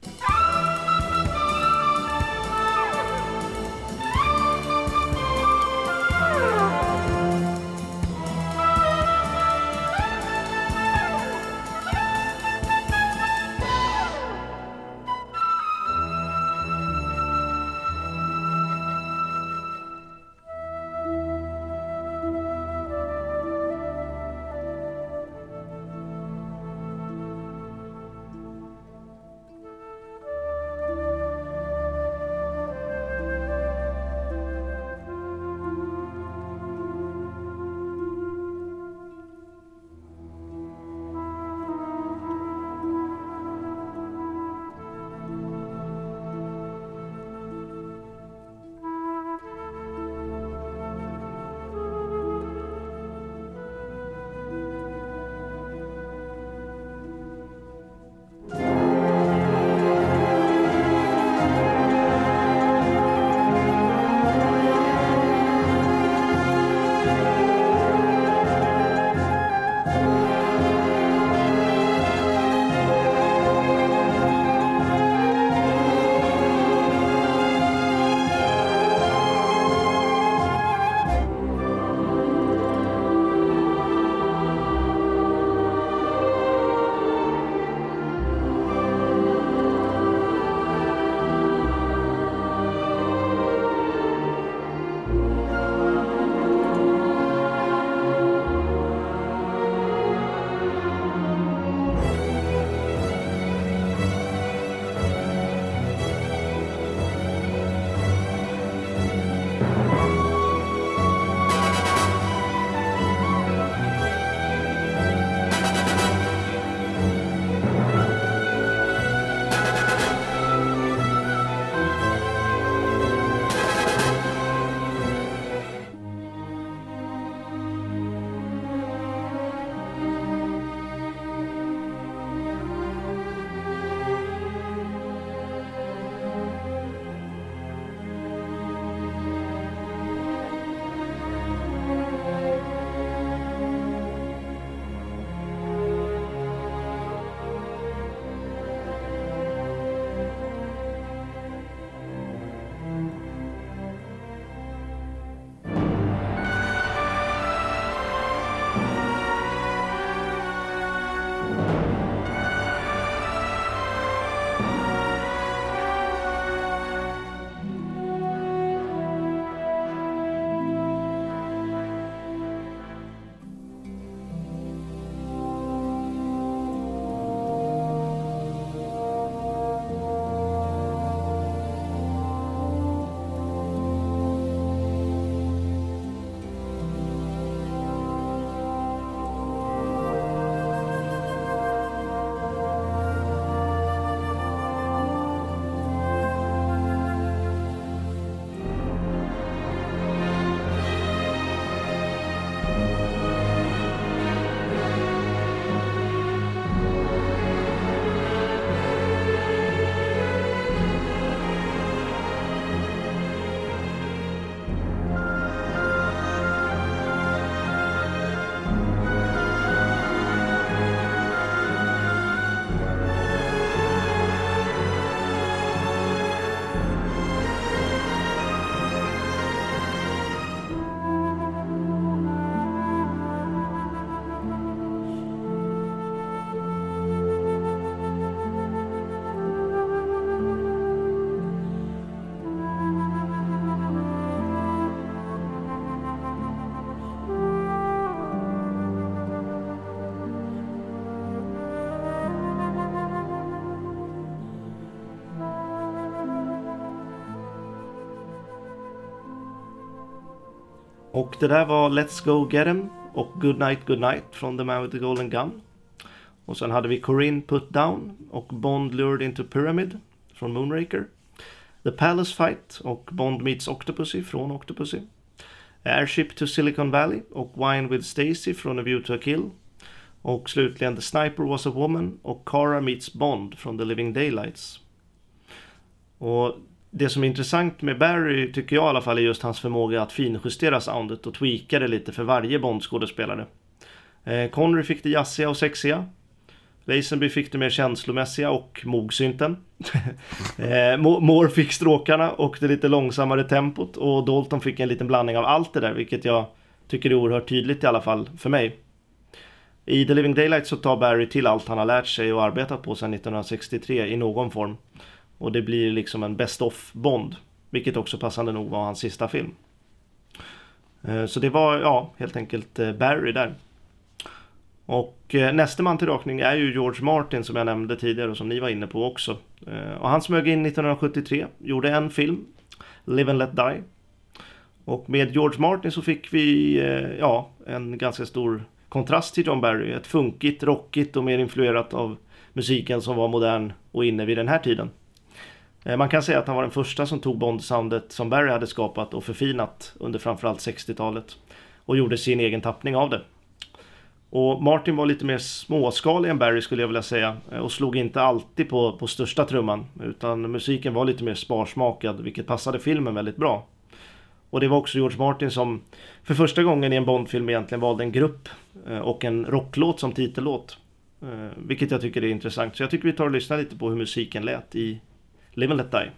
Speaker 2: Och det där var Let's Go Get 'Em och Good Night från The Man with the Golden Gun. Och sen hade vi Corinne Put Down och Bond Lured into Pyramid från Moonraker. The Palace Fight och Bond Meets Octopussy från Octopussy. Airship to Silicon Valley och Wine with Stacy från A View to a Kill. Och slutligen The Sniper Was a Woman och Cara Meets Bond från The Living Daylights. Och det som är intressant med Barry tycker jag i alla fall är just hans förmåga att finjustera soundet och tweaka det lite för varje Bond-skådespelare. Connery fick det jazziga och sexiga. Lazenby fick det mer känslomässiga och mogsynten. Moore fick stråkarna och det lite långsammare tempot. Och Dalton fick en liten blandning av allt det där, vilket jag tycker är oerhört tydligt i alla fall för mig. I The Living Daylights så tar Barry till allt han har lärt sig och arbetat på sedan 1963 i någon form. Och det blir liksom en best of Bond, vilket också passande nog var hans sista film. Så det var helt enkelt Barry där. Och nästa man till rakning är ju George Martin som jag nämnde tidigare och som ni var inne på också. Och han smög in 1973, gjorde en film, Live and Let Die. Och med George Martin så fick vi en ganska stor kontrast till John Barry. Ett funkigt, rockigt och mer influerat av musiken som var modern och inne vid den här tiden. Man kan säga att han var den första som tog Bond-soundet som Barry hade skapat och förfinat under framförallt 60-talet och gjorde sin egen tappning av det. Och Martin var lite mer småskalig än Barry skulle jag vilja säga och slog inte alltid på största trumman utan musiken var lite mer sparsmakad vilket passade filmen väldigt bra. Och det var också George Martin som för första gången i en Bond-film egentligen valde en grupp och en rocklåt som titellåt. Vilket jag tycker är intressant. Så jag tycker vi tar och lyssnar lite på hur musiken lät i Live and Let Die.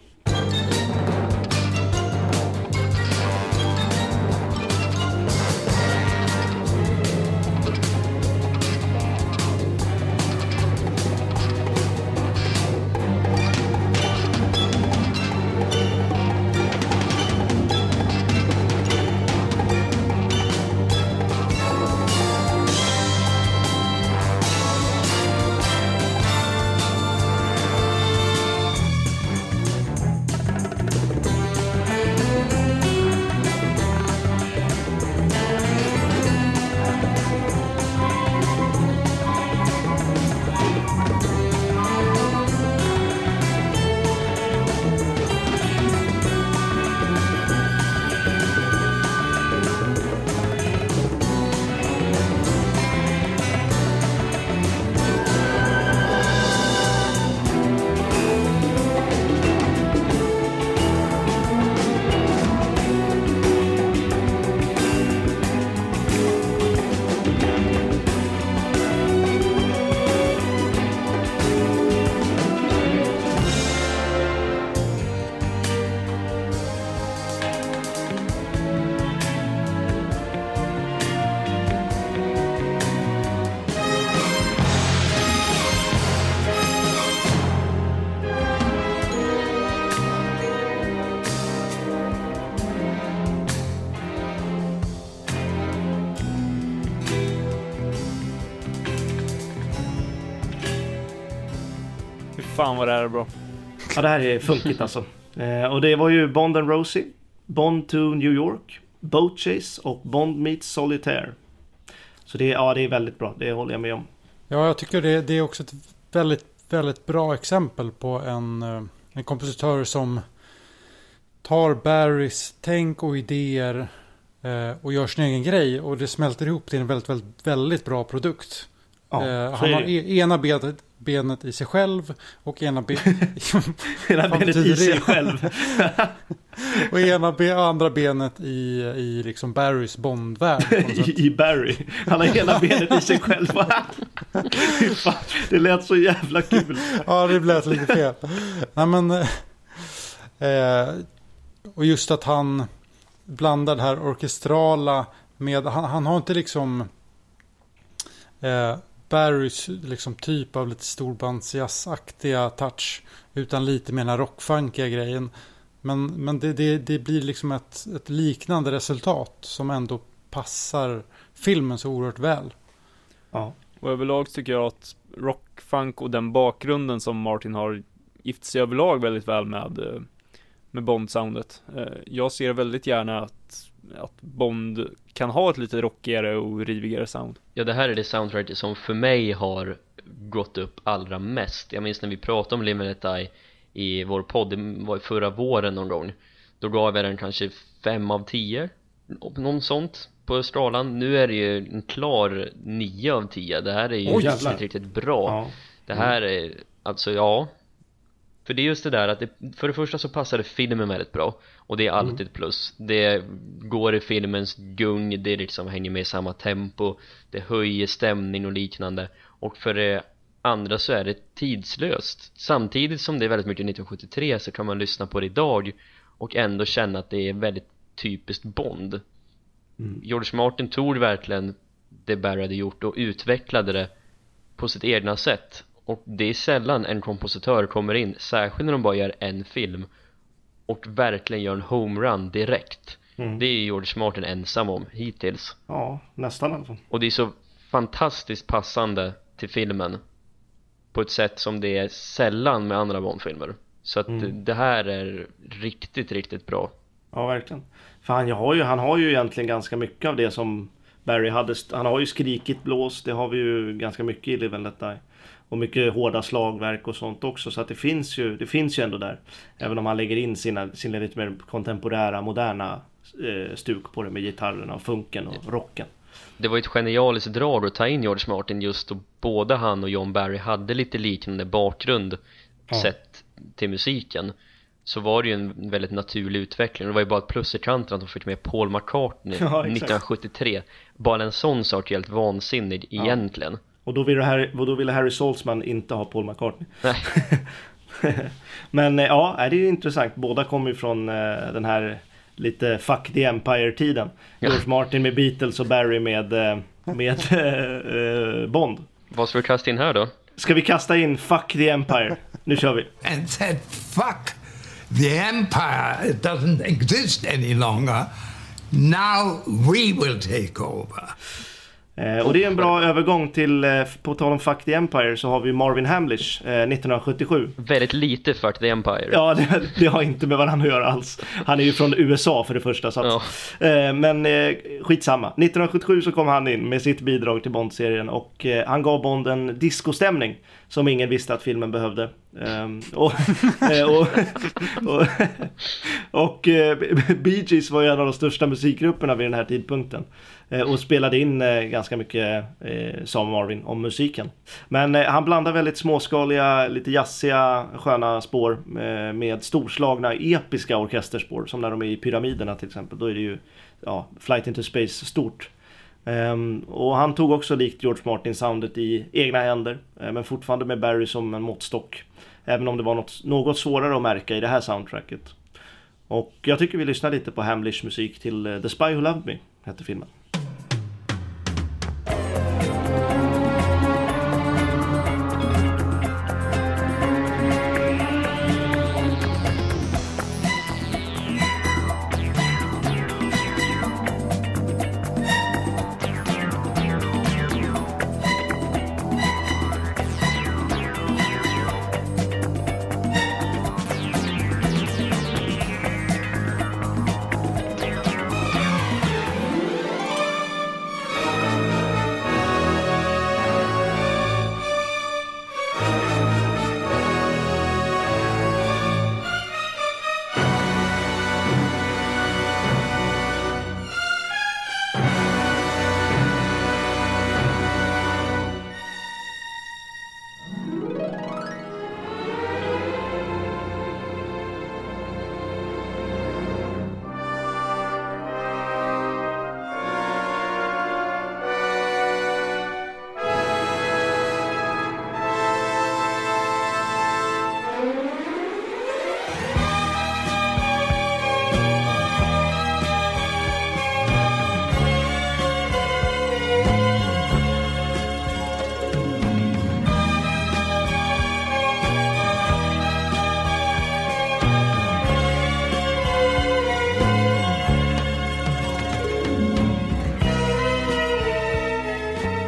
Speaker 1: Fan vad det här är bra.
Speaker 2: Ja, det här är funkigt alltså. Och det var ju Bond and Rosie, Bond to New York, Boat Chase och Bond Meets Solitaire. Så det är väldigt bra, det håller jag med om.
Speaker 3: Ja, jag tycker det är också ett väldigt, väldigt bra exempel på en kompositör som tar Barrys tänk och idéer och gör sin egen grej och det smälter ihop till en väldigt, väldigt, väldigt bra produkt.
Speaker 2: Ja,
Speaker 3: han har ena benet i sig själv och ena
Speaker 2: benet i sig själv.
Speaker 3: Och andra benet i liksom Barrys Bond-värld.
Speaker 2: I Barry. Han har ena benet i sig själv. Det lät så jävla kul.
Speaker 3: Ja, det lät lite fel. Nej, men och just att han blandar det här orkestrala med, han har inte liksom Barrys liksom typ av lite storbandsjazzaktiga touch utan lite mer den här rockfunkiga grejen. Men det blir liksom ett liknande resultat som ändå passar filmen så oerhört väl.
Speaker 2: Ja.
Speaker 1: Och överlag tycker jag att rock, funk och den bakgrunden som Martin har gift sig överlag väldigt väl med med Bond-soundet. Jag ser väldigt gärna att Bond kan ha ett lite rockigare och rivigare sound.
Speaker 4: Ja, det här är det soundtracket som för mig har gått upp allra mest. Jag minns när vi pratade om Live and Let Die i vår podd, det var förra våren någon gång. Då gav jag den kanske 5 av 10, någon sånt på skalan. Nu är det ju en klar 9 av 10. Det här är ju riktigt bra.
Speaker 2: Ja.
Speaker 4: Det här är, alltså ja. För det är just det där att för det första så passar det filmen väldigt bra. Och det är alltid ett plus. Det går i filmens gung, det liksom hänger med i samma tempo. Det höjer stämning och liknande. Och för det andra så är det tidslöst. Samtidigt som det är väldigt mycket 1973 så kan man lyssna på det idag och ändå känna att det är väldigt typiskt Bond. George Martin tog verkligen det Barry hade gjort och utvecklade det på sitt egna sätt. Och det är sällan en kompositör kommer in, särskilt när de bara gör en film, och verkligen gör en homerun direkt. Det är George Martin ensam om hittills.
Speaker 2: Ja, nästan i alla fall.
Speaker 4: Och det är så fantastiskt passande till filmen på ett sätt som det är sällan med andra Bond-filmer. Så att det här är riktigt, riktigt bra.
Speaker 2: Ja, verkligen. För han har ju egentligen ganska mycket av det som Barry hade. Han har ju skrikit blås, det har vi ju ganska mycket i Live and Let Die. Och mycket hårda slagverk och sånt också. Så att det finns ju ändå där. Även om han lägger in sina lite mer kontemporära, moderna stuk på det med gitarrerna och funken och rocken.
Speaker 4: Det var ett genialiskt drag att ta in George Martin just då både han och John Barry hade lite liknande bakgrund sett till musiken. Så var det ju en väldigt naturlig utveckling. Det var ju bara ett plus i kanten att de fick med Paul McCartney 1973. Bara en sån sak är helt vansinnig egentligen.
Speaker 2: Och då ville Harry Saltzman inte ha Paul McCartney.
Speaker 4: Nej.
Speaker 2: Men ja, det är ju intressant. Båda kommer ju från den här lite Fuck the Empire-tiden. George Martin med Beatles och Barry med Bond.
Speaker 4: Vad ska vi kasta in här då?
Speaker 2: Ska vi kasta in Fuck the Empire? Nu kör vi.
Speaker 7: And said, fuck, the empire, it doesn't exist any longer. Now we will take over.
Speaker 2: Och det är en bra övergång till, på tal om Fuck the Empire, så har vi Marvin Hamlish 1977.
Speaker 4: Väldigt lite Fuck the Empire.
Speaker 2: Ja, det har inte med varandra att göra alls. Han är ju från USA för det första. Så att, men skitsamma. 1977 så kom han in med sitt bidrag till Bond-serien. Och han gav Bond en discostämning som ingen visste att filmen behövde. Och Bee Gees var ju en av de största musikgrupperna vid den här tidpunkten. Och spelade in ganska mycket, sa Marvin, om musiken. Men han blandar väldigt småskaliga, lite jazziga, sköna spår med storslagna, episka orkesterspår. Som när de är i pyramiderna till exempel. Då är det ju Flight into Space stort. Och han tog också likt George Martin soundet i egna händer. Men fortfarande med Barry som en måttstock. Även om det var något svårare att märka i det här soundtracket. Och jag tycker vi lyssnar lite på Hamlish musik till The Spy Who Loved Me, heter filmen.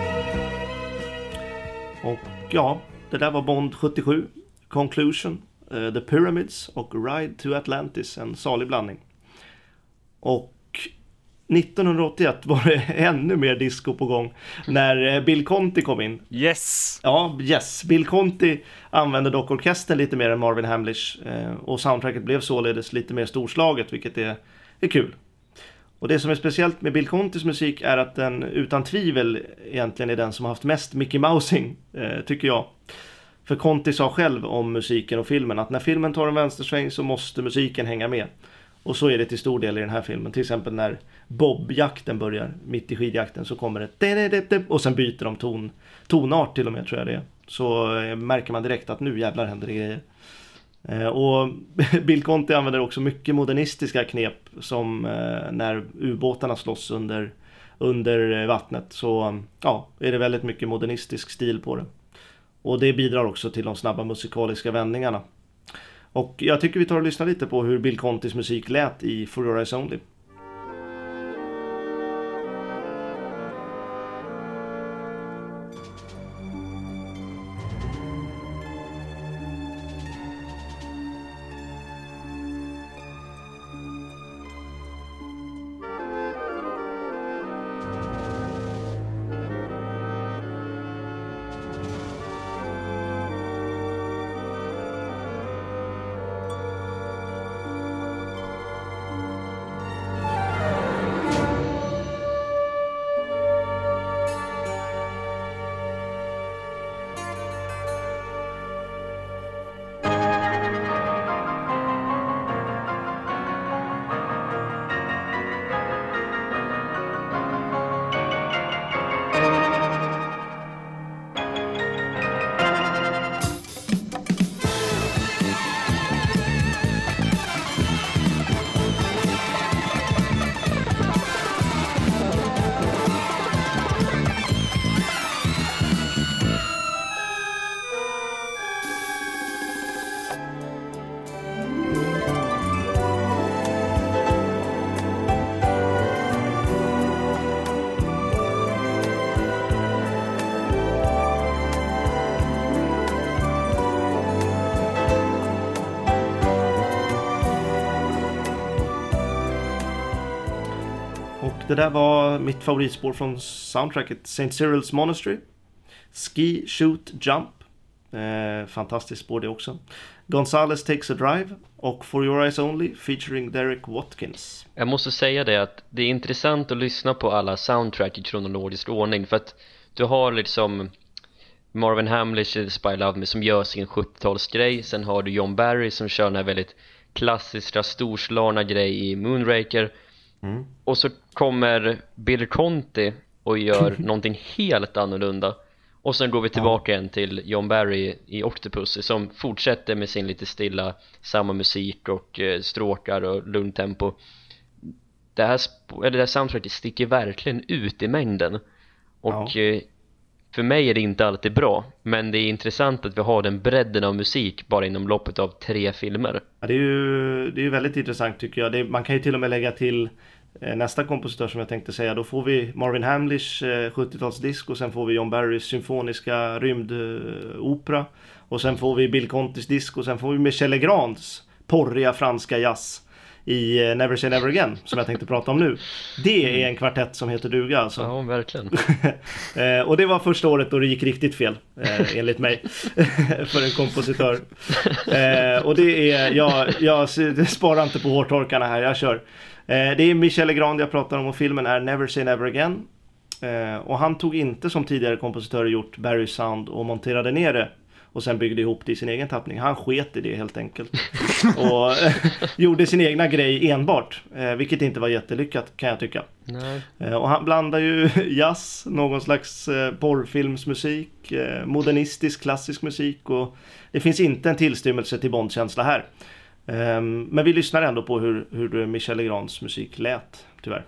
Speaker 2: Ja, det där var Bond 77, Conclusion. The Pyramids och Ride to Atlantis, en salig blandning. Och 1981 var det ännu mer disco på gång när Bill Conti kom in.
Speaker 1: Yes!
Speaker 2: Ja, yes. Bill Conti använde dock orkestern lite mer än Marvin Hamlish och soundtracket blev således lite mer storslaget, vilket är kul. Och det som är speciellt med Bill Contis musik är att den utan tvivel egentligen är den som har haft mest Mickey Mousing, tycker jag. För Conti sa själv om musiken och filmen att när filmen tar en vänstersväng så måste musiken hänga med. Och så är det till stor del i den här filmen. Till exempel när Bob-jakten börjar, mitt i skidjakten, så kommer det och sen byter de tonart till och med, tror jag det är. Så märker man direkt att nu jävlar händer det grejer. Och Bill Conti använder också mycket modernistiska knep, som när ubåtarna slåss under vattnet, så ja, är det väldigt mycket modernistisk stil på det. Och det bidrar också till de snabba musikaliska vändningarna. Och jag tycker vi tar och lyssnar lite på hur Bill Contis musik lät i For Your Eyes Only. Det där var mitt favoritspår från soundtracket, St. Cyril's Monastery. Ski, Shoot, Jump. Fantastiskt spår det också. Gonzales Takes a Drive och For Your Eyes Only featuring Derek Watkins.
Speaker 4: Jag måste säga det att det är intressant att lyssna på alla soundtrack i kronologisk ordning, för att du har liksom Marvin Hamlish, Spy Love Me, som gör sin 70-talsgrej. Sen har du John Barry som kör den här väldigt klassiska, storslagna grej i Moonraker. Och så kommer Bill Conti och gör någonting helt annorlunda. Och sen går vi tillbaka igen till John Barry i Octopussy, som fortsätter med sin lite stilla, samma musik och stråkar och lugnt tempo. Det här soundtracket sticker verkligen ut i mängden. Och för mig är det inte alltid bra, men det är intressant att vi har den bredden av musik bara inom loppet av 3 filmer.
Speaker 2: Ja, det är ju väldigt intressant, tycker jag. Man kan ju till och med lägga till nästa kompositör som jag tänkte säga. Då får vi Marvin Hamlish 70-talsdisk, och sen får vi John Barrys symfoniska rymdopera, och sen får vi Bill Contis disk, och sen får vi Michel Legrands porriga franska jazz i Never Say Never Again, som jag tänkte prata om nu. Det är en kvartett som heter duga alltså.
Speaker 4: Ja, verkligen.
Speaker 2: Och det var första året då det gick riktigt fel, enligt mig, för en kompositör. Och det är, jag sparar inte på hårtorkarna här, jag kör. Det är Michel Legrand jag pratar om, och filmen är Never Say Never Again. Och han tog inte, som tidigare kompositörer gjort, Barrys sound och monterade ner det och sen byggde ihop det i sin egen tappning. Han sket i det helt enkelt. Och gjorde sin egna grej enbart. Vilket inte var jättelyckat, kan jag tycka.
Speaker 4: Nej.
Speaker 2: Och han blandar ju jazz, någon slags porrfilmsmusik, modernistisk, klassisk musik. Och det finns inte en tillstymmelse till Bondkänsla här. Men vi lyssnar ändå på hur Michel Legrands musik lät, tyvärr.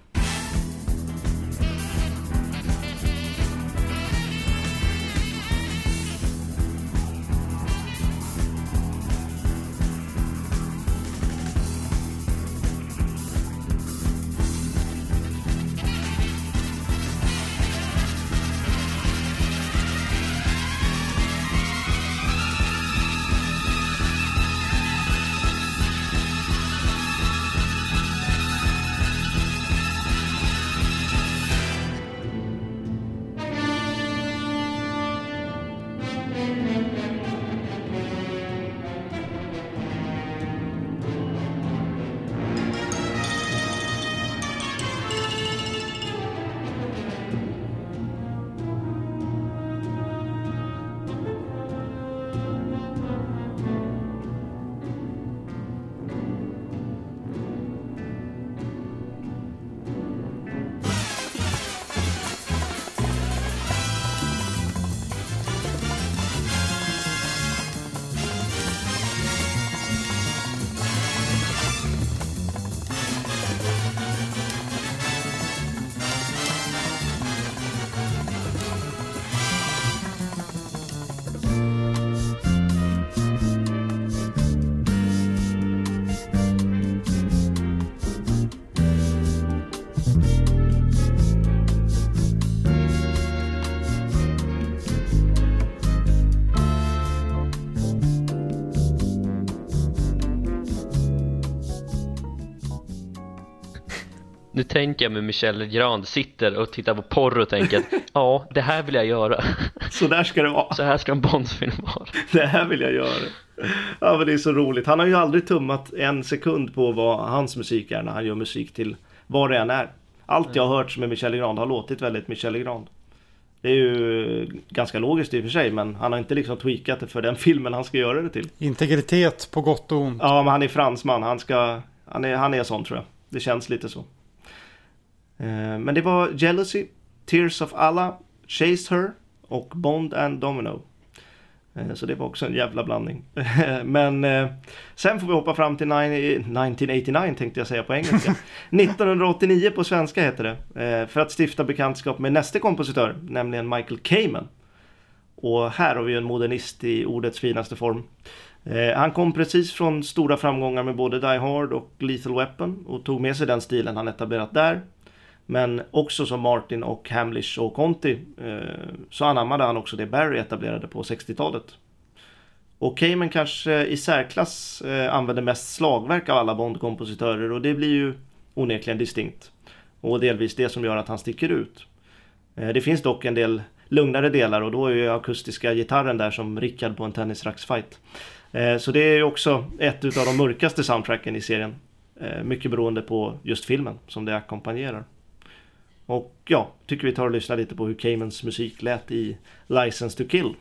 Speaker 4: Nu tänker jag med Michel Legrand sitter och tittar på porr och tänker att ja, det här vill jag göra.
Speaker 2: Så där ska det vara.
Speaker 4: Så här ska en Bondsfilm vara.
Speaker 2: Det här vill jag göra. Ja, men det är så roligt. Han har ju aldrig tummat en sekund på vad hans musik är när han gör musik till vad det än är. Allt jag har hört med Michel Legrand har låtit väldigt Michel Legrand. Det är ju ganska logiskt i och för sig, men han har inte liksom tweakat det för den filmen han ska göra det till.
Speaker 3: Integritet på gott och ont.
Speaker 2: Ja, men han är fransman. Han är sån, tror jag. Det känns lite så. Men det var Jealousy, Tears of Allah, Chase Her och Bond and Domino. Så det var också en jävla blandning. Men sen får vi hoppa fram till 1989 tänkte jag säga på engelska. 1989 på svenska heter det. För att stifta bekantskap med nästa kompositör, nämligen Michael Kamen. Och här har vi en modernist i ordets finaste form. Han kom precis från stora framgångar med både Die Hard och Lethal Weapon och tog med sig den stilen han etablerat där. Men också som Martin och Hamlish och Conti så anammade han också det Barry etablerade på 60-talet. Och Kamen kanske i särklass använde mest slagverk av alla Bond-kompositörer, och det blir ju onekligen distinkt. Och delvis det som gör att han sticker ut. Det finns dock en del lugnare delar, och då är ju akustiska gitarren där som Rickard på en tennisracksfight. Så det är ju också ett utav de mörkaste soundtracken i serien. Mycket beroende på just filmen som det ackompanjerar. Och ja, tycker vi tar och lyssnar lite på hur Kamens musik lät i License to Kill.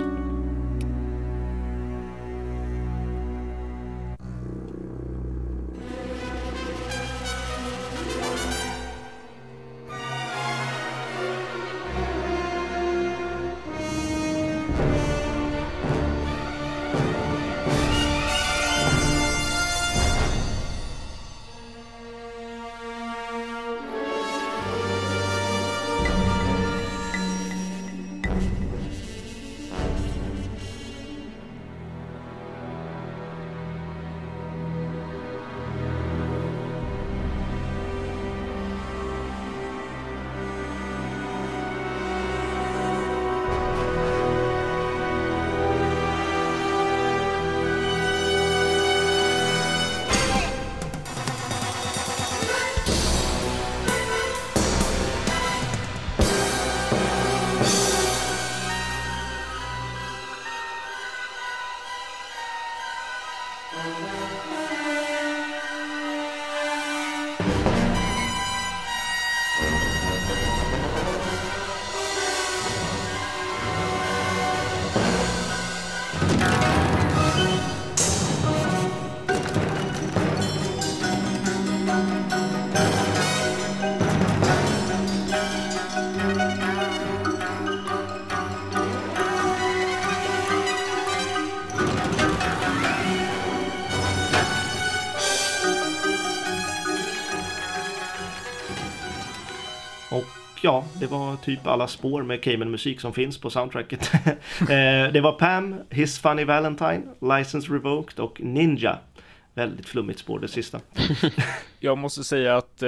Speaker 2: Ja, det var typ alla spår med Kamen-musik som finns på soundtracket. Det var Pam, His Funny Valentine, License Revoked och Ninja. Väldigt flummigt spår det sista.
Speaker 1: Jag måste säga att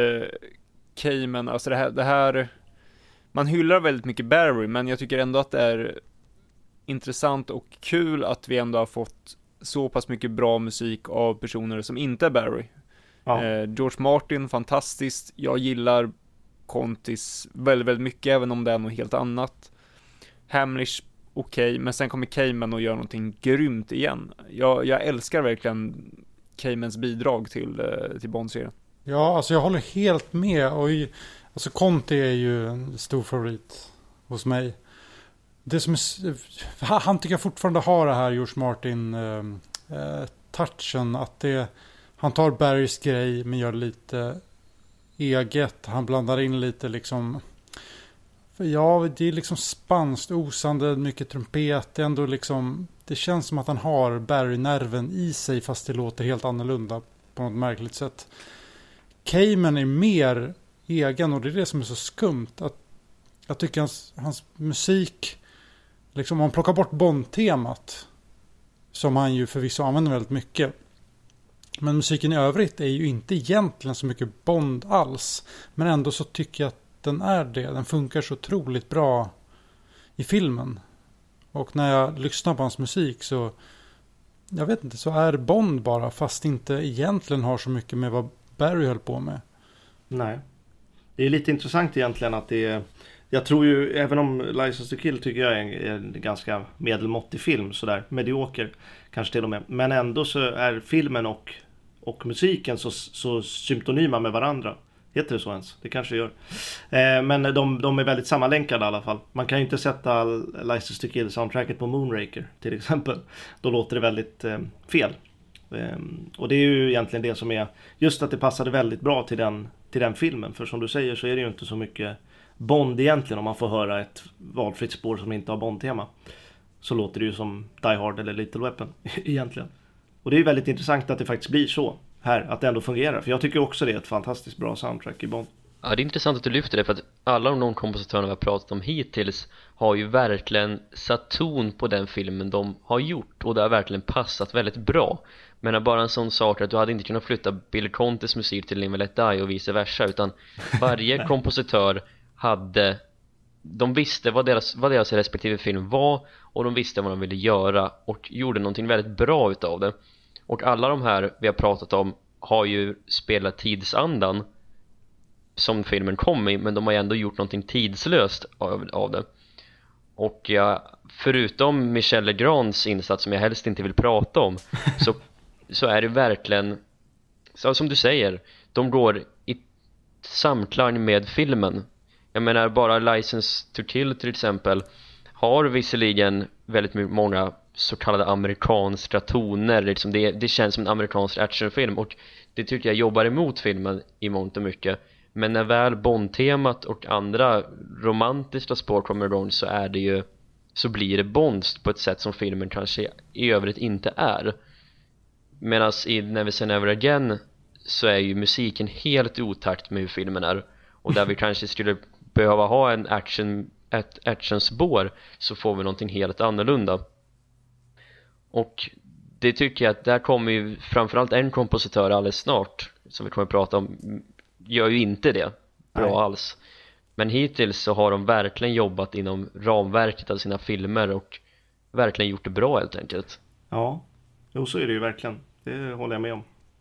Speaker 1: Kamen, alltså det här man hyllar väldigt mycket Barry, men jag tycker ändå att det är intressant och kul att vi ändå har fått så pass mycket bra musik av personer som inte är Barry. Ja. George Martin, fantastiskt. Jag gillar Contis väldigt, väldigt mycket, även om det är något helt annat. Hamlish, okej, men sen kommer Kamen och gör någonting grymt igen. Jag älskar verkligen Kamens bidrag till Bond-serien.
Speaker 3: Ja, alltså jag håller helt med. Och alltså Conti är ju en stor favorit hos mig. Det som är, han tycker jag fortfarande har det här George Martin touchen, att han tar Barrys grej men gör lite eget. Han blandar in lite liksom, ja, det är liksom spanskt osande, mycket trumpet. Det är ändå liksom, det känns som att han har Barry-nerven i sig, fast det låter helt annorlunda på något märkligt sätt. Kamen är mer egen, och det är det som är så skumt, att jag tycker hans musik, liksom om man plockar bort Bond-temat, som han ju förvisso använder väldigt mycket, men musiken i övrigt är ju inte egentligen så mycket Bond alls, men ändå så tycker jag att den är det. Den funkar så otroligt bra i filmen. Och när jag lyssnar på hans musik så, jag vet inte, så är Bond bara, fast inte egentligen har så mycket med vad Barry höll på med.
Speaker 2: Nej. Det är lite intressant egentligen att det är, jag tror ju, även om License to Kill tycker jag är en ganska medelmåttig film, sådär medioker kanske till och med, men ändå så är filmen och musiken så symptonyma med varandra. Heter det så ens? Det kanske gör. Men de är väldigt sammanlänkade i alla fall. Man kan ju inte sätta License to Kill soundtracket på Moonraker till exempel. Då låter det väldigt fel. Och det är ju egentligen det som är, just att det passade väldigt bra till den filmen. För som du säger så är det ju inte så mycket Bond egentligen om man får höra ett valfritt spår som inte har Bond-tema. Så låter det ju som Die Hard eller Little Weapon egentligen. Och det är ju väldigt intressant att det faktiskt blir så här, att det ändå fungerar. För jag tycker också det är ett fantastiskt bra soundtrack i Bond.
Speaker 4: Ja, det är intressant att du lyfter det, för att alla de kompositörerna vi har pratat om hittills har ju verkligen satt ton på den filmen de har gjort, och det har verkligen passat väldigt bra. Men bara en sån sak att du hade inte kunnat flytta Bill Contis musik till Live and Let Die och vice versa, utan varje kompositör hade, de visste vad deras respektive film var, och de visste vad de ville göra och gjorde någonting väldigt bra utav det. Och alla de här vi har pratat om har ju spelat tidsandan som filmen kom i, men de har ju ändå gjort någonting tidslöst av det. Och förutom Michel Legrands insats som jag helst inte vill prata om, så är det verkligen, så som du säger, de går i samklang med filmen. Jag menar, bara License to Kill till exempel har visserligen väldigt många så kallade amerikanska toner, liksom det känns som en amerikansk actionfilm, och det tycker jag jobbar emot filmen i mångt och mycket. Men när väl Bond-temat och andra romantiska spår kommer igång, så blir det Bondst på ett sätt som filmen kanske i övrigt inte är. Medan i Never Say Never Again så är ju musiken helt i otakt med hur filmen är, och där vi kanske skulle behöva ha ett actionspår, så får vi någonting helt annorlunda. Och det tycker jag att där kommer ju framförallt en kompositör alldeles snart, som vi kommer att prata om, gör ju inte det bra alls. Men hittills så har de verkligen jobbat inom ramverket av sina filmer och verkligen gjort det bra helt enkelt.
Speaker 2: Ja, jo, så är det ju verkligen. Det håller jag med om.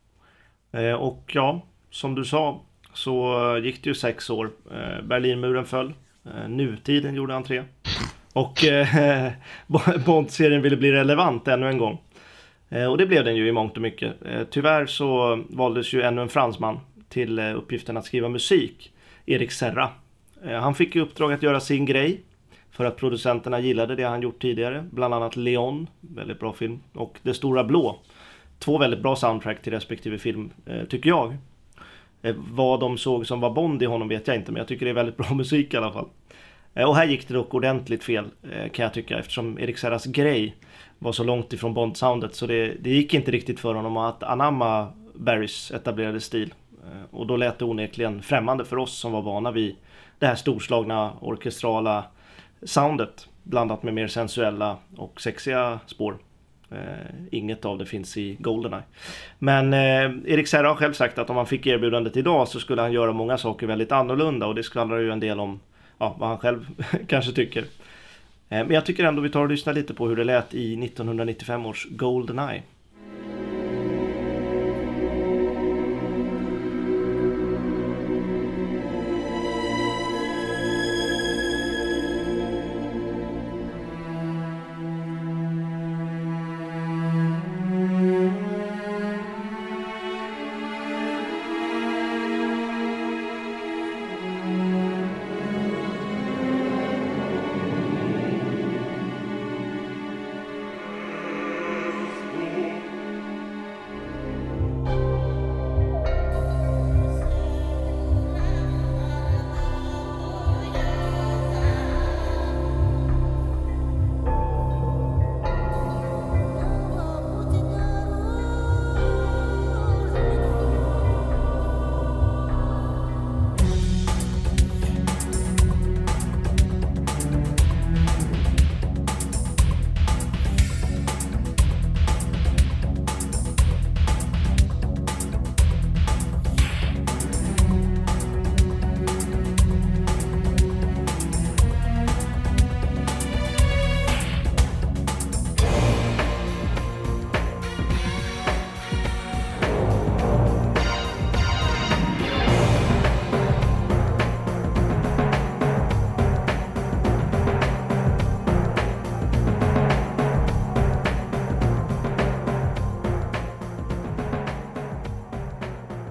Speaker 2: Och ja, som du sa så gick det ju 6 år. Berlinmuren föll. Nutiden gjorde entré. Och Bond-serien ville bli relevant ännu en gång. Och det blev den ju i mångt och mycket. Tyvärr så valdes ju ännu en fransman till uppgiften att skriva musik. Erik Serra. Han fick ju uppdrag att göra sin grej, för att producenterna gillade det han gjort tidigare. Bland annat Leon, väldigt bra film. Och Det Stora Blå. 2 väldigt bra soundtrack till respektive film, tycker jag. Vad de såg som var Bond i honom vet jag inte, men jag tycker det är väldigt bra musik i alla fall. Och här gick det dock ordentligt fel, kan jag tycka, eftersom Erik Serras grej var så långt ifrån Bond-soundet, så det gick inte riktigt för honom att anamma Barrys etablerade stil. Och då lät det onekligen främmande för oss som var vana vid det här storslagna orkestrala soundet, blandat med mer sensuella och sexiga spår. Inget av det finns i GoldenEye. Men Erik Serra har själv sagt att om han fick erbjudandet idag så skulle han göra många saker väldigt annorlunda, och det skvallrar ju en del om vad han själv kanske tycker. Men jag tycker ändå vi tar och lyssnar lite på hur det lät i 1995 års GoldenEye.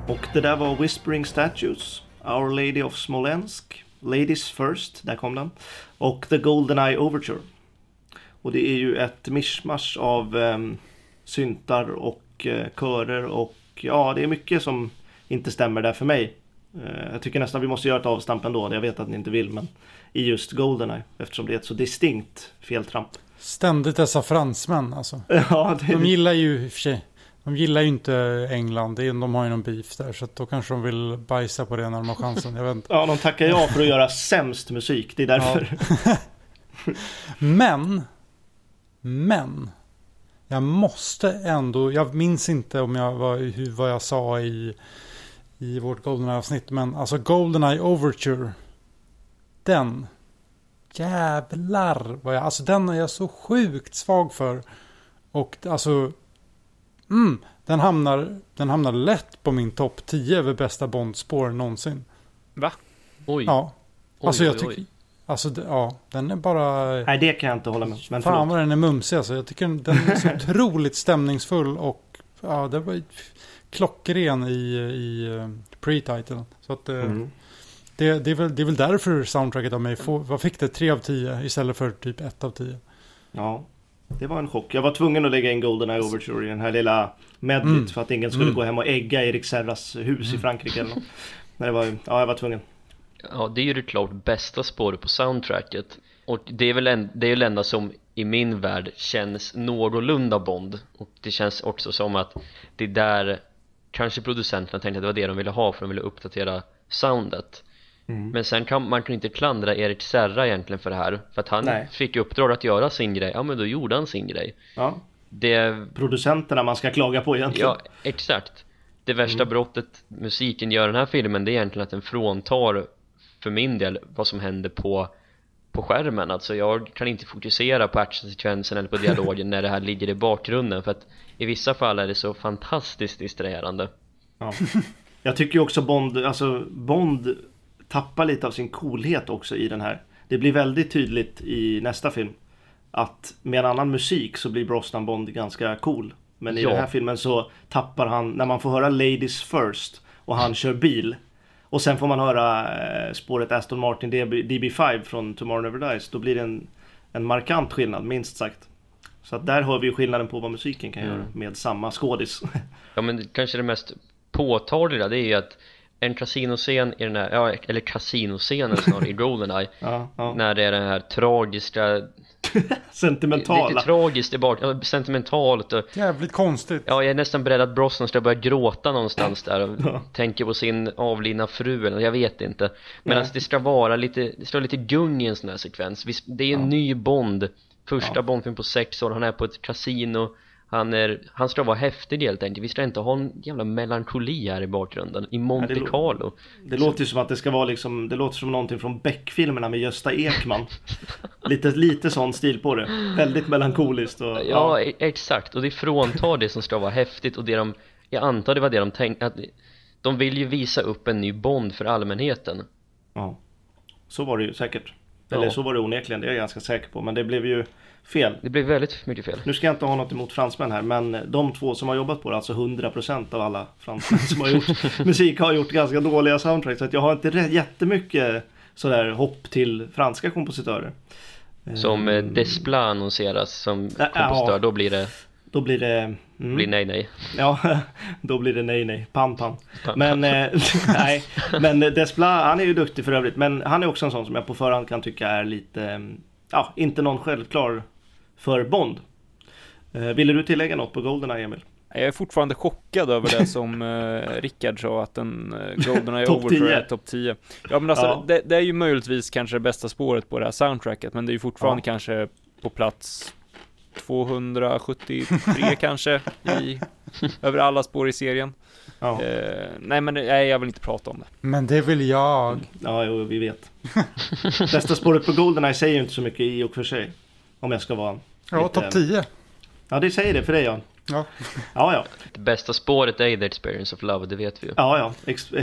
Speaker 2: Och det där var Whispering Statues, Our Lady of Smolensk, Ladies First, där kom den. Och The GoldenEye Overture. Och det är ju ett mischmasch av syntar och körer och ja, det är mycket som inte stämmer där för mig. Jag tycker nästan vi måste göra ett avstamp ändå, jag vet att ni inte vill, men i just GoldenEye, eftersom det är ett så distinkt feltramp.
Speaker 3: Ständigt dessa fransmän alltså.
Speaker 2: Ja,
Speaker 3: De gillar ju i och för sig. De gillar ju inte England, de har ju någon beef där, så att då kanske de vill bajsa på det när de har chansen, jag vet inte.
Speaker 2: Ja, de tackar ja för att göra sämst musik, det är därför.
Speaker 3: Ja. Men jag måste ändå, jag minns inte om vad jag sa i vårt GoldenEye-avsnitt, men alltså GoldenEye Overture, den jävlar vad alltså den är jag så sjukt svag för, och alltså den hamnar lätt på min topp 10 över bästa Bondspår någonsin.
Speaker 1: Va?
Speaker 4: Oj.
Speaker 3: Ja. Alltså jag
Speaker 4: oj.
Speaker 3: tycker alltså ja, den är bara...
Speaker 2: Nej, det kan jag inte hålla med. Men
Speaker 3: fan vad den är mumsig alltså. Jag tycker den är så otroligt stämningsfull, och ja, det var klockren i pre-titeln. Så att det är väl därför soundtracket av mig vad fick det? 3 av 10 istället för typ 1 av 10.
Speaker 2: Ja, det var en chock. Jag var tvungen att lägga in GoldenEye Overture i den här lilla medlet för att ingen skulle gå hem och ägga Erik Serras hus i Frankrike eller något. Men det var ja, jag var tvungen.
Speaker 4: Ja, det är ju det klart bästa spåret på soundtracket. Och det är väl det enda som i min värld känns någorlunda Bond. Och det känns också som att det där kanske producenterna tänkte att det var det de ville ha, för de ville uppdatera soundet. Men sen kan man inte klandra Erik Serra egentligen för det här, för att han fick uppdrag att göra sin grej. Ja, men då gjorde han sin grej.
Speaker 2: Ja.
Speaker 4: Det
Speaker 2: producenterna man ska klaga på egentligen.
Speaker 4: Ja, exakt. Det värsta brottet musiken gör i den här filmen, det är egentligen att den fråntar för min del vad som händer på skärmen. Alltså jag kan inte fokusera på actionsekvensen eller på dialogen när det här ligger i bakgrunden, för att i vissa fall är det så fantastiskt distraherande.
Speaker 2: Ja. Jag tycker ju också Bond tappar lite av sin coolhet också i den här. Det blir väldigt tydligt i nästa film att med en annan musik så blir Brosnan Bond ganska cool. Men i den här filmen så tappar han, när man får höra Ladies First och han kör bil, och sen får man höra spåret Aston Martin DB5 från Tomorrow Never Dies, då blir det en markant skillnad, minst sagt. Så att där hör vi ju skillnaden på vad musiken kan göra med samma skådis.
Speaker 4: Ja, men kanske det mest påtagliga, det är ju att en kasinoscen i den här, eller kasinoscenen snarare i GoldenEye, när det är den här tragiska
Speaker 2: sentimentala.
Speaker 4: Lite tragiskt sentimentalt och
Speaker 3: jävligt konstigt.
Speaker 4: Ja, jag är nästan beredd att Brosnan ska börja gråta någonstans där och tänker på sin avlidna fru eller jag vet inte. Men alltså det ska vara lite gung i en sån här sekvens. Det är en ny Bond. Första Bondfilm på 6 år. Han är på ett kasino. Han ska vara häftig helt enkelt. Vi ska inte ha en jävla melankoli här i bakgrunden i Monte Carlo.
Speaker 2: Det låter ju som att det ska vara liksom, det låter som någonting från Beck-filmerna med Gösta Ekman. lite sån stil på det. Väldigt melankoliskt och,
Speaker 4: ja, exakt. Och det fråntar det som ska vara häftigt, och jag antar det var det de tänkte, att de vill ju visa upp en ny Bond för allmänheten.
Speaker 2: Ja. Så var det ju säkert. Eller så var det onekligen, det är jag ganska säker på. Men det blev ju fel.
Speaker 4: Det blev väldigt mycket fel.
Speaker 2: Nu ska jag inte ha något emot fransmän här, men de två som har jobbat på det, alltså 100% av alla fransmän som har gjort musik har gjort ganska dåliga soundtracks. Så att jag har inte jättemycket sådär hopp till franska kompositörer.
Speaker 4: Som Desplat annonseras som kompositör, då blir det blir nej.
Speaker 2: Ja, då blir det nej. Pan. Men nej, men Desplat, han är ju duktig för övrigt, men han är också en sån som jag på förhand kan tycka är lite inte någon självklar för Bond. Ville du tillägga något på GoldenEye, Emil?
Speaker 1: Jag är fortfarande chockad över det som Rickard sa, att en GoldenEye Overture är topp 10. Ja, men alltså, det är ju möjligtvis kanske det bästa spåret på det här soundtracket, men det är ju fortfarande kanske på plats 273 kanske över alla spår i serien. Nej, jag vill inte prata om det.
Speaker 3: Men det vill jag.
Speaker 2: Ja, jo, vi vet. Bästa spåret på GoldenEye säger ju inte så mycket i och för sig. Om jag ska vara
Speaker 3: topp 10.
Speaker 2: Ja, det säger det för dig, Jan. Ja.
Speaker 4: Det bästa spåret är The Experience of Love, det vet vi ju.
Speaker 2: Ja.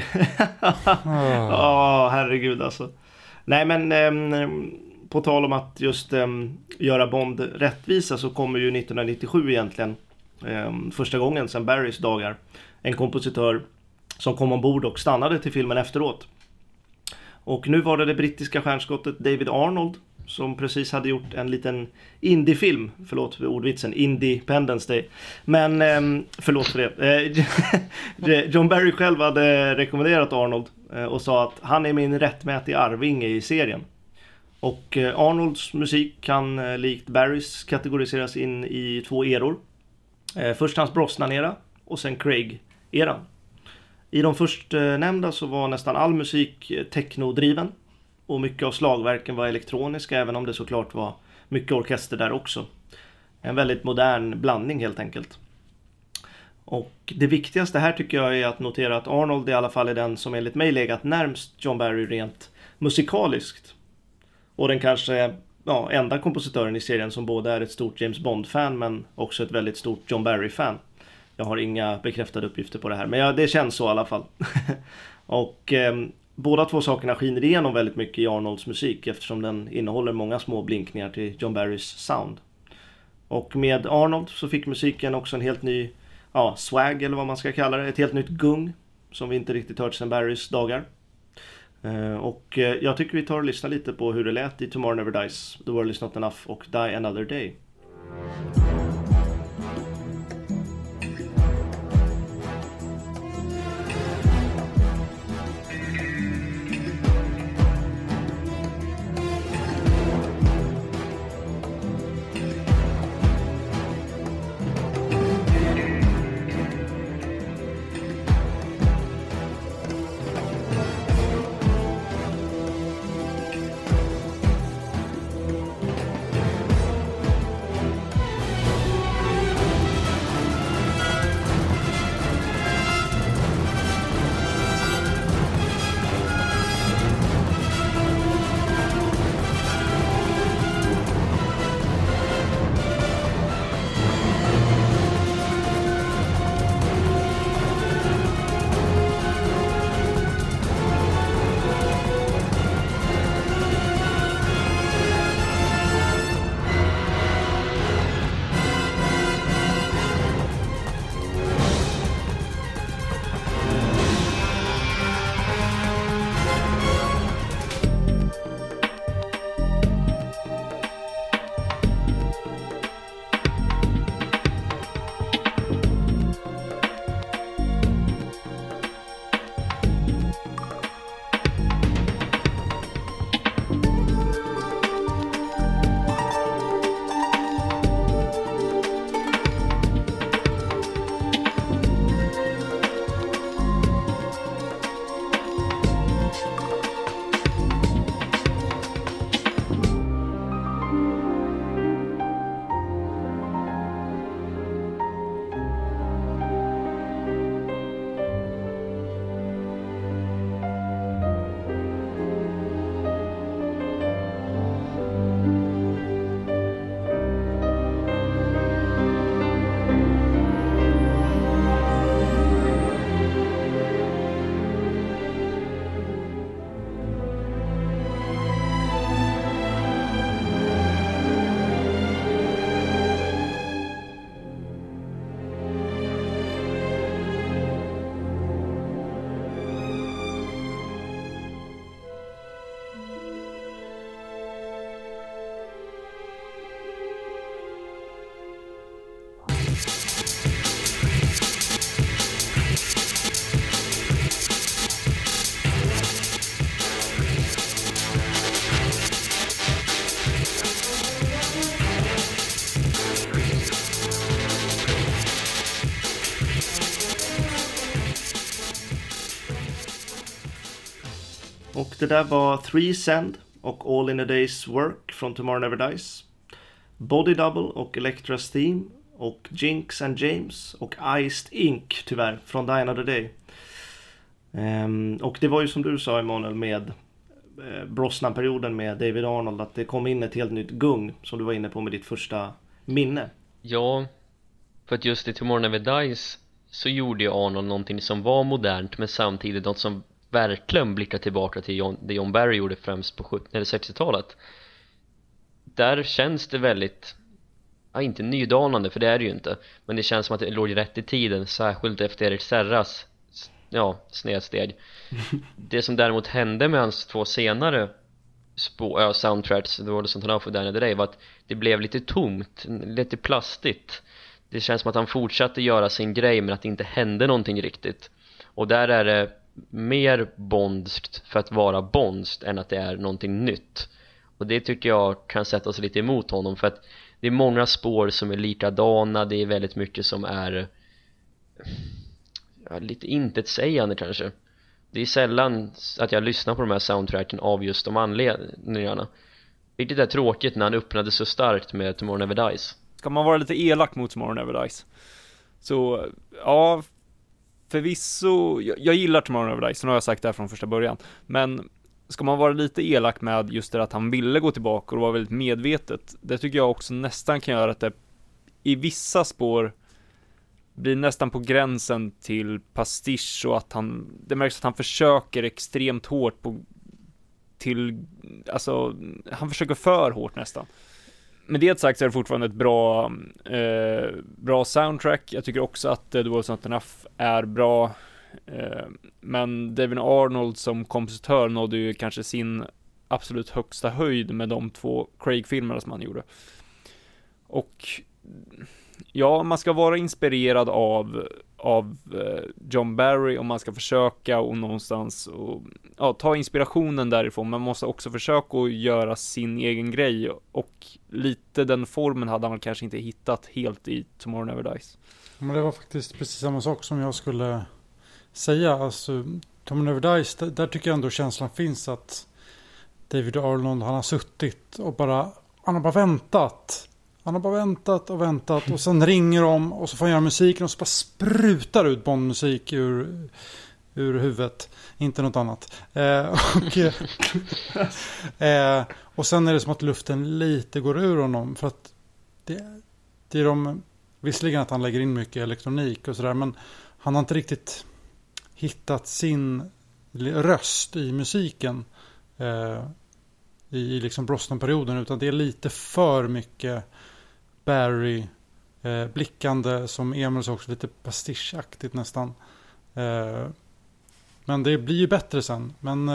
Speaker 2: Herregud alltså. Nej, men på tal om att just göra Bond rättvisa, så kommer ju 1997 egentligen första gången sedan Barrys dagar en kompositör som kom ombord och stannade till filmen efteråt. Och nu var det brittiska stjärnskottet David Arnold som precis hade gjort en liten indiefilm, förlåt för ordvitsen, Independence Day. Men förlåt för det. John Barry själv hade rekommenderat Arnold och sa att han är min rättmätiga arvinge i serien. Och Arnolds musik kan likt Barrys kategoriseras in i 2 eror. Först hans Brosnan-era och sen Craig-eran. I de först nämnda så var nästan all musik technodriven. Och mycket av slagverken var elektroniska, även om det såklart var mycket orkester där också. En väldigt modern blandning helt enkelt. Och det viktigaste här tycker jag är att notera att Arnold i alla fall är den som enligt mig legat närmst John Barry rent musikaliskt. Och den kanske enda kompositören i serien som både är ett stort James Bond-fan men också ett väldigt stort John Barry-fan. Jag har inga bekräftade uppgifter på det här, men det känns så i alla fall. Och båda 2 sakerna skiner igenom väldigt mycket i Arnolds musik eftersom den innehåller många små blinkningar till John Barrys sound. Och med Arnold så fick musiken också en helt ny swag eller vad man ska kalla det. Ett helt nytt gung som vi inte riktigt hört sedan Barrys dagar. Och jag tycker vi tar och lyssnar lite på hur det lät i Tomorrow Never Dies, The World Is Not Enough och Die Another Day. Och det där var Three Send och All in a Day's Work från Tomorrow Never Dies. Body Double och Electra's Theme och Jinx and James och Iced Ink tyvärr från Die Another Day. Och det var ju som du sa, Emanuel, med Brosnan-perioden med David Arnold, att det kom in ett helt nytt gung som du var inne på med ditt första minne.
Speaker 4: Ja, för att just i Tomorrow Never Dies så gjorde ju Arnold någonting som var modernt men samtidigt något som verkligen blickar tillbaka till det John Barry gjorde främst på 70- eller 60-talet. Där känns det väldigt, inte nydanande för det är det ju inte, men det känns som att det låg rätt i tiden, särskilt efter Eric Serras snedsteg. Det som däremot hände med hans 2 senare soundtracks, The World of St. och Daniel Day, var att det blev lite tomt, lite plastigt. Det känns som att han fortsatte göra sin grej men att det inte hände någonting riktigt. Och där är det mer bondskt för att vara bondskt än att det är någonting nytt. Och det tycker jag kan sätta oss lite emot honom, för att det är många spår som är likadana. Det är väldigt mycket som är lite intetsägande kanske. Det är sällan att jag lyssnar på de här soundtracken av just de anledningarna. Vilket är tråkigt när han öppnade så starkt med Tomorrow Never Dies.
Speaker 1: Ska man vara lite elak mot Tomorrow Never Dies, så ja, förvisso, jag gillar Tomorrow Never Dies, så nu har jag sagt det här från första början. Men ska man vara lite elak med just det att han ville gå tillbaka och var väldigt medvetet, det tycker jag också nästan kan göra att det i vissa spår blir nästan på gränsen till pastisch, och att det märks att han försöker extremt hårt han försöker för hårt nästan. Med det sagt så är det fortfarande ett bra soundtrack. Jag tycker också att The Was Not Enough är bra, men David Arnold som kompositör nådde ju kanske sin absolut högsta höjd med de 2 Craig-filmerna som han gjorde. Och ja, man ska vara inspirerad av John Barry om man ska försöka och någonstans ta inspirationen därifrån. Man måste också försöka att göra sin egen grej, och lite den formen hade han kanske inte hittat helt i Tomorrow Never Dies.
Speaker 3: Men det var faktiskt precis samma sak som jag skulle säga. Alltså, Tomorrow Never Dies, där tycker jag ändå känslan finns att David Arnold, han har suttit och han har bara väntat. Han har bara väntat och sen ringer de och så får han göra musiken och så bara sprutar ut Bondmusik ur huvudet. Inte något annat. Och sen är det som att luften lite går ur honom, för att det är visserligen att han lägger in mycket elektronik och sådär, men han har inte riktigt hittat sin röst i musiken i liksom Brosnan-perioden, utan det är lite för mycket Barry blickande, som Emil sa också, lite pastischaktigt nästan. Men det blir ju bättre sen. Men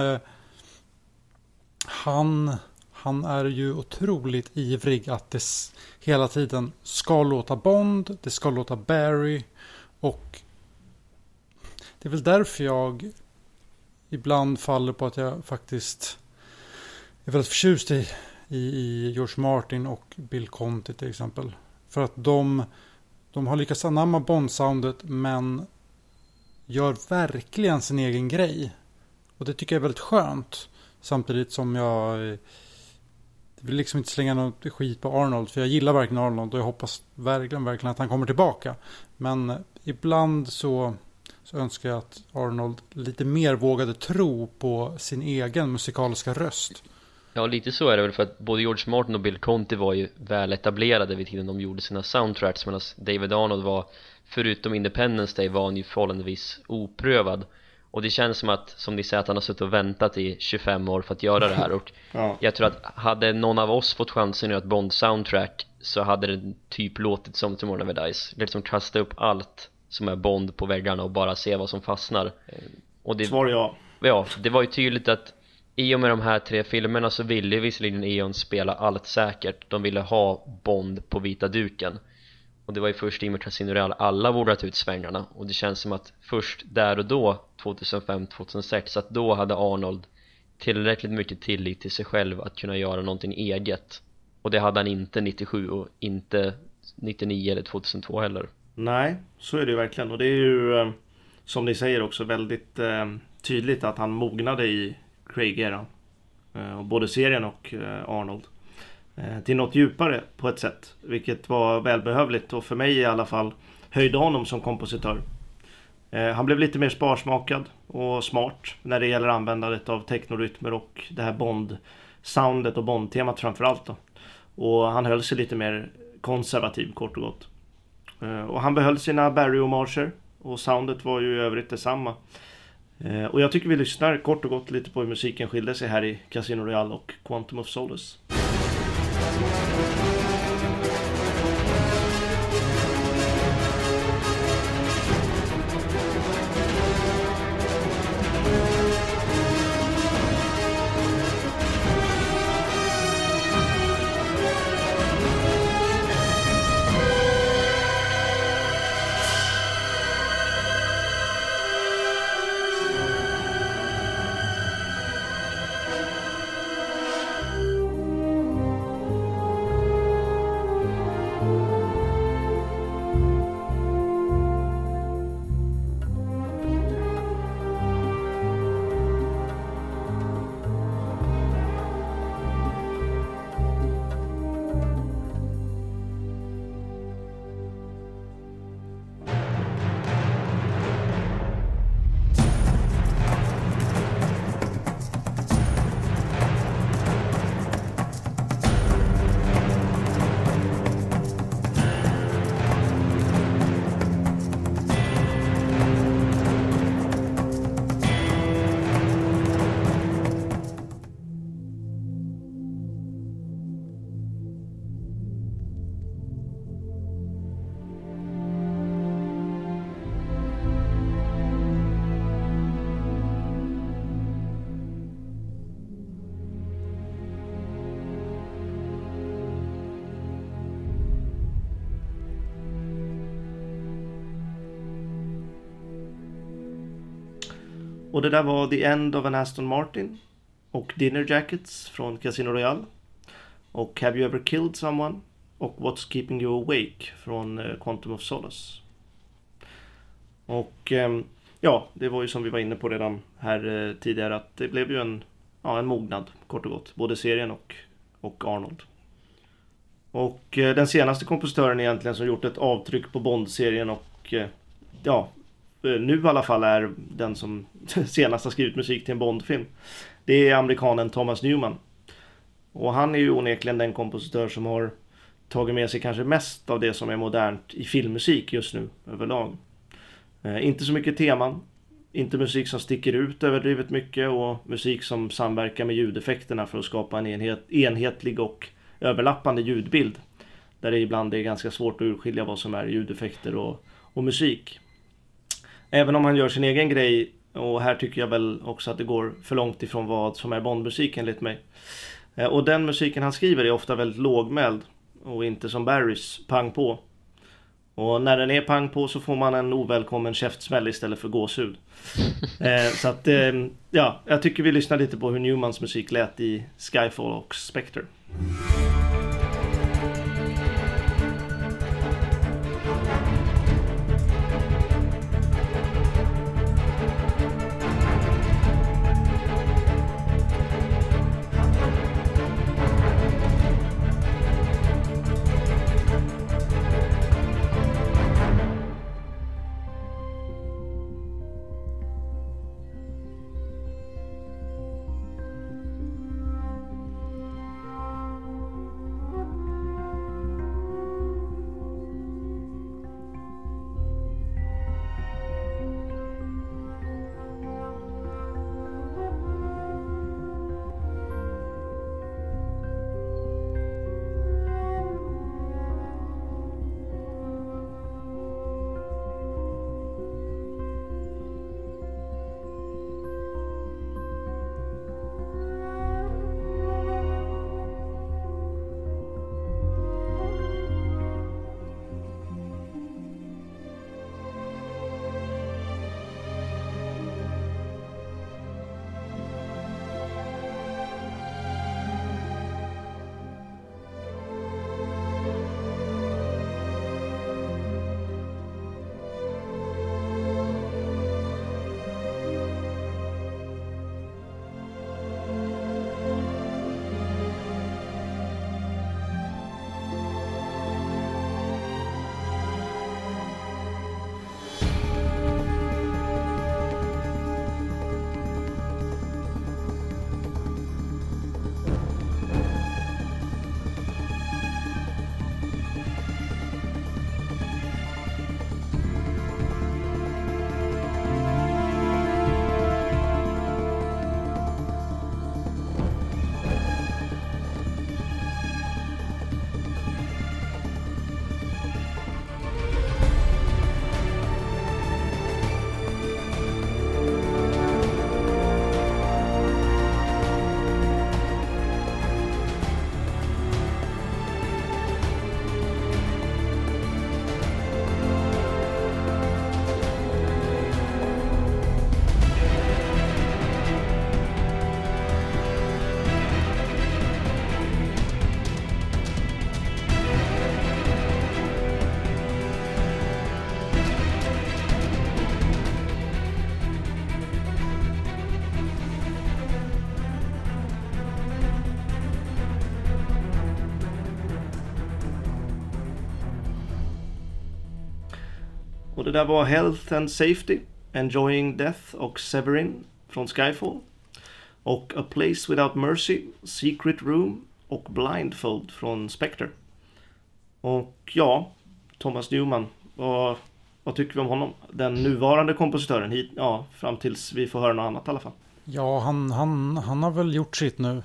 Speaker 3: han är ju otroligt ivrig att det hela tiden ska låta Bond, det ska låta Barry, och det är väl därför jag ibland faller på att jag faktiskt är väldigt förtjust i George Martin och Bill Conti till exempel. För att de har lyckats anamma Bond-soundet, men gör verkligen sin egen grej. Och det tycker jag är väldigt skönt. Samtidigt som jag vill liksom inte slänga något skit på Arnold, för jag gillar verkligen Arnold och jag hoppas verkligen att han kommer tillbaka. Men ibland så önskar jag att Arnold lite mer vågade tro på sin egen musikaliska röst.
Speaker 4: Ja, lite så är det väl, för att både George Martin och Bill Conti var ju väl etablerade vid tiden de gjorde sina soundtracks, medan David Arnold var, förutom Independence Day, var han ju förhållandevis oprövad. Och det känns som att, som ni säger, att han har suttit och väntat i 25 år för att göra det här. Och
Speaker 2: ja.
Speaker 4: Jag tror att hade någon av oss fått chansen att göra ett Bond-soundtrack, så hade det typ låtit som Tomorrow Never Dies. Det är liksom kasta upp allt som är Bond på väggarna och bara se vad som fastnar. Och det,
Speaker 2: svar ja.
Speaker 4: Ja, det var ju tydligt att i och med de här 3 filmerna så ville visserligen Eon spela allt säkert. De ville ha Bond på vita duken. Och det var ju först i och med Casino Royale alla vågat ut svängarna. Och det känns som att först där och då, 2005-2006, att då hade Arnold tillräckligt mycket tillit till sig själv att kunna göra någonting eget. Och det hade han inte 97 och inte 99 eller 2002 heller.
Speaker 2: Nej, så är det ju verkligen. Och det är ju, som ni säger också, väldigt tydligt att han mognade i Craig-eran. Både serien och Arnold. Till något djupare på ett sätt. Vilket var välbehövligt, och för mig i alla fall höjde honom som kompositör. Han blev lite mer sparsmakad och smart när det gäller användandet av teknorytmer och det här Bond-soundet och Bond-temat framförallt då. Och han höll sig lite mer konservativ, kort och gott. Och han behöll sina Barry-homager, och soundet var ju i övrigt detsamma. Och jag tycker vi lyssnar kort och gott lite på hur musiken skilde sig här i Casino Royale och Quantum of Solace. Och det där var The End of an Aston Martin och Dinner Jackets från Casino Royale och Have You Ever Killed Someone och What's Keeping You Awake från Quantum of Solace. Och ja, det var ju som vi var inne på redan här tidigare att det blev ju en mognad kort och gott, både serien och Arnold. Och den senaste kompositören egentligen som gjort ett avtryck på Bond-serien och nu i alla fall är den som senast har skrivit musik till en Bond-film. Det är amerikanen Thomas Newman. Och han är ju onekligen den kompositör som har tagit med sig kanske mest av det som är modernt i filmmusik just nu överlag. Inte så mycket teman, inte musik som sticker ut överdrivet mycket och musik som samverkar med ljudeffekterna för att skapa en enhetlig och överlappande ljudbild. Där det ibland är ganska svårt att urskilja vad som är ljudeffekter och musik. Även om han gör sin egen grej, och här tycker jag väl också att det går för långt ifrån vad som är Bondmusik enligt mig. Och den musiken han skriver är ofta väldigt lågmäld och inte som Barrys pang på. Och när den är pang på så får man en ovälkommen käftsmäll istället för gåshud. Så att jag tycker vi lyssnar lite på hur Newmans musik lät i Skyfall och Spectre. Och det där var Health and Safety, Enjoying Death och Severin från Skyfall. Och A Place Without Mercy, Secret Room och Blindfold från Spectre. Och ja, Thomas Newman, vad tycker vi om honom? Den nuvarande kompositören fram tills vi får höra något annat i alla fall.
Speaker 3: Ja, han har väl gjort sitt nu.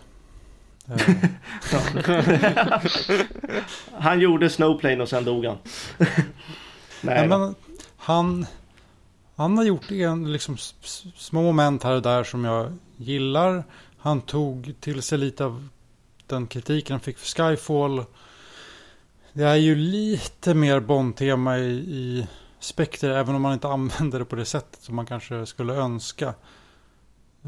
Speaker 2: Han gjorde Snowplane och sen dog han. Nej,
Speaker 3: men han har gjort liksom små moment här och där som jag gillar. Han tog till sig lite av den kritiken han fick för Skyfall. Det är ju lite mer Bond-tema i Spectre, även om man inte använder det på det sättet som man kanske skulle önska.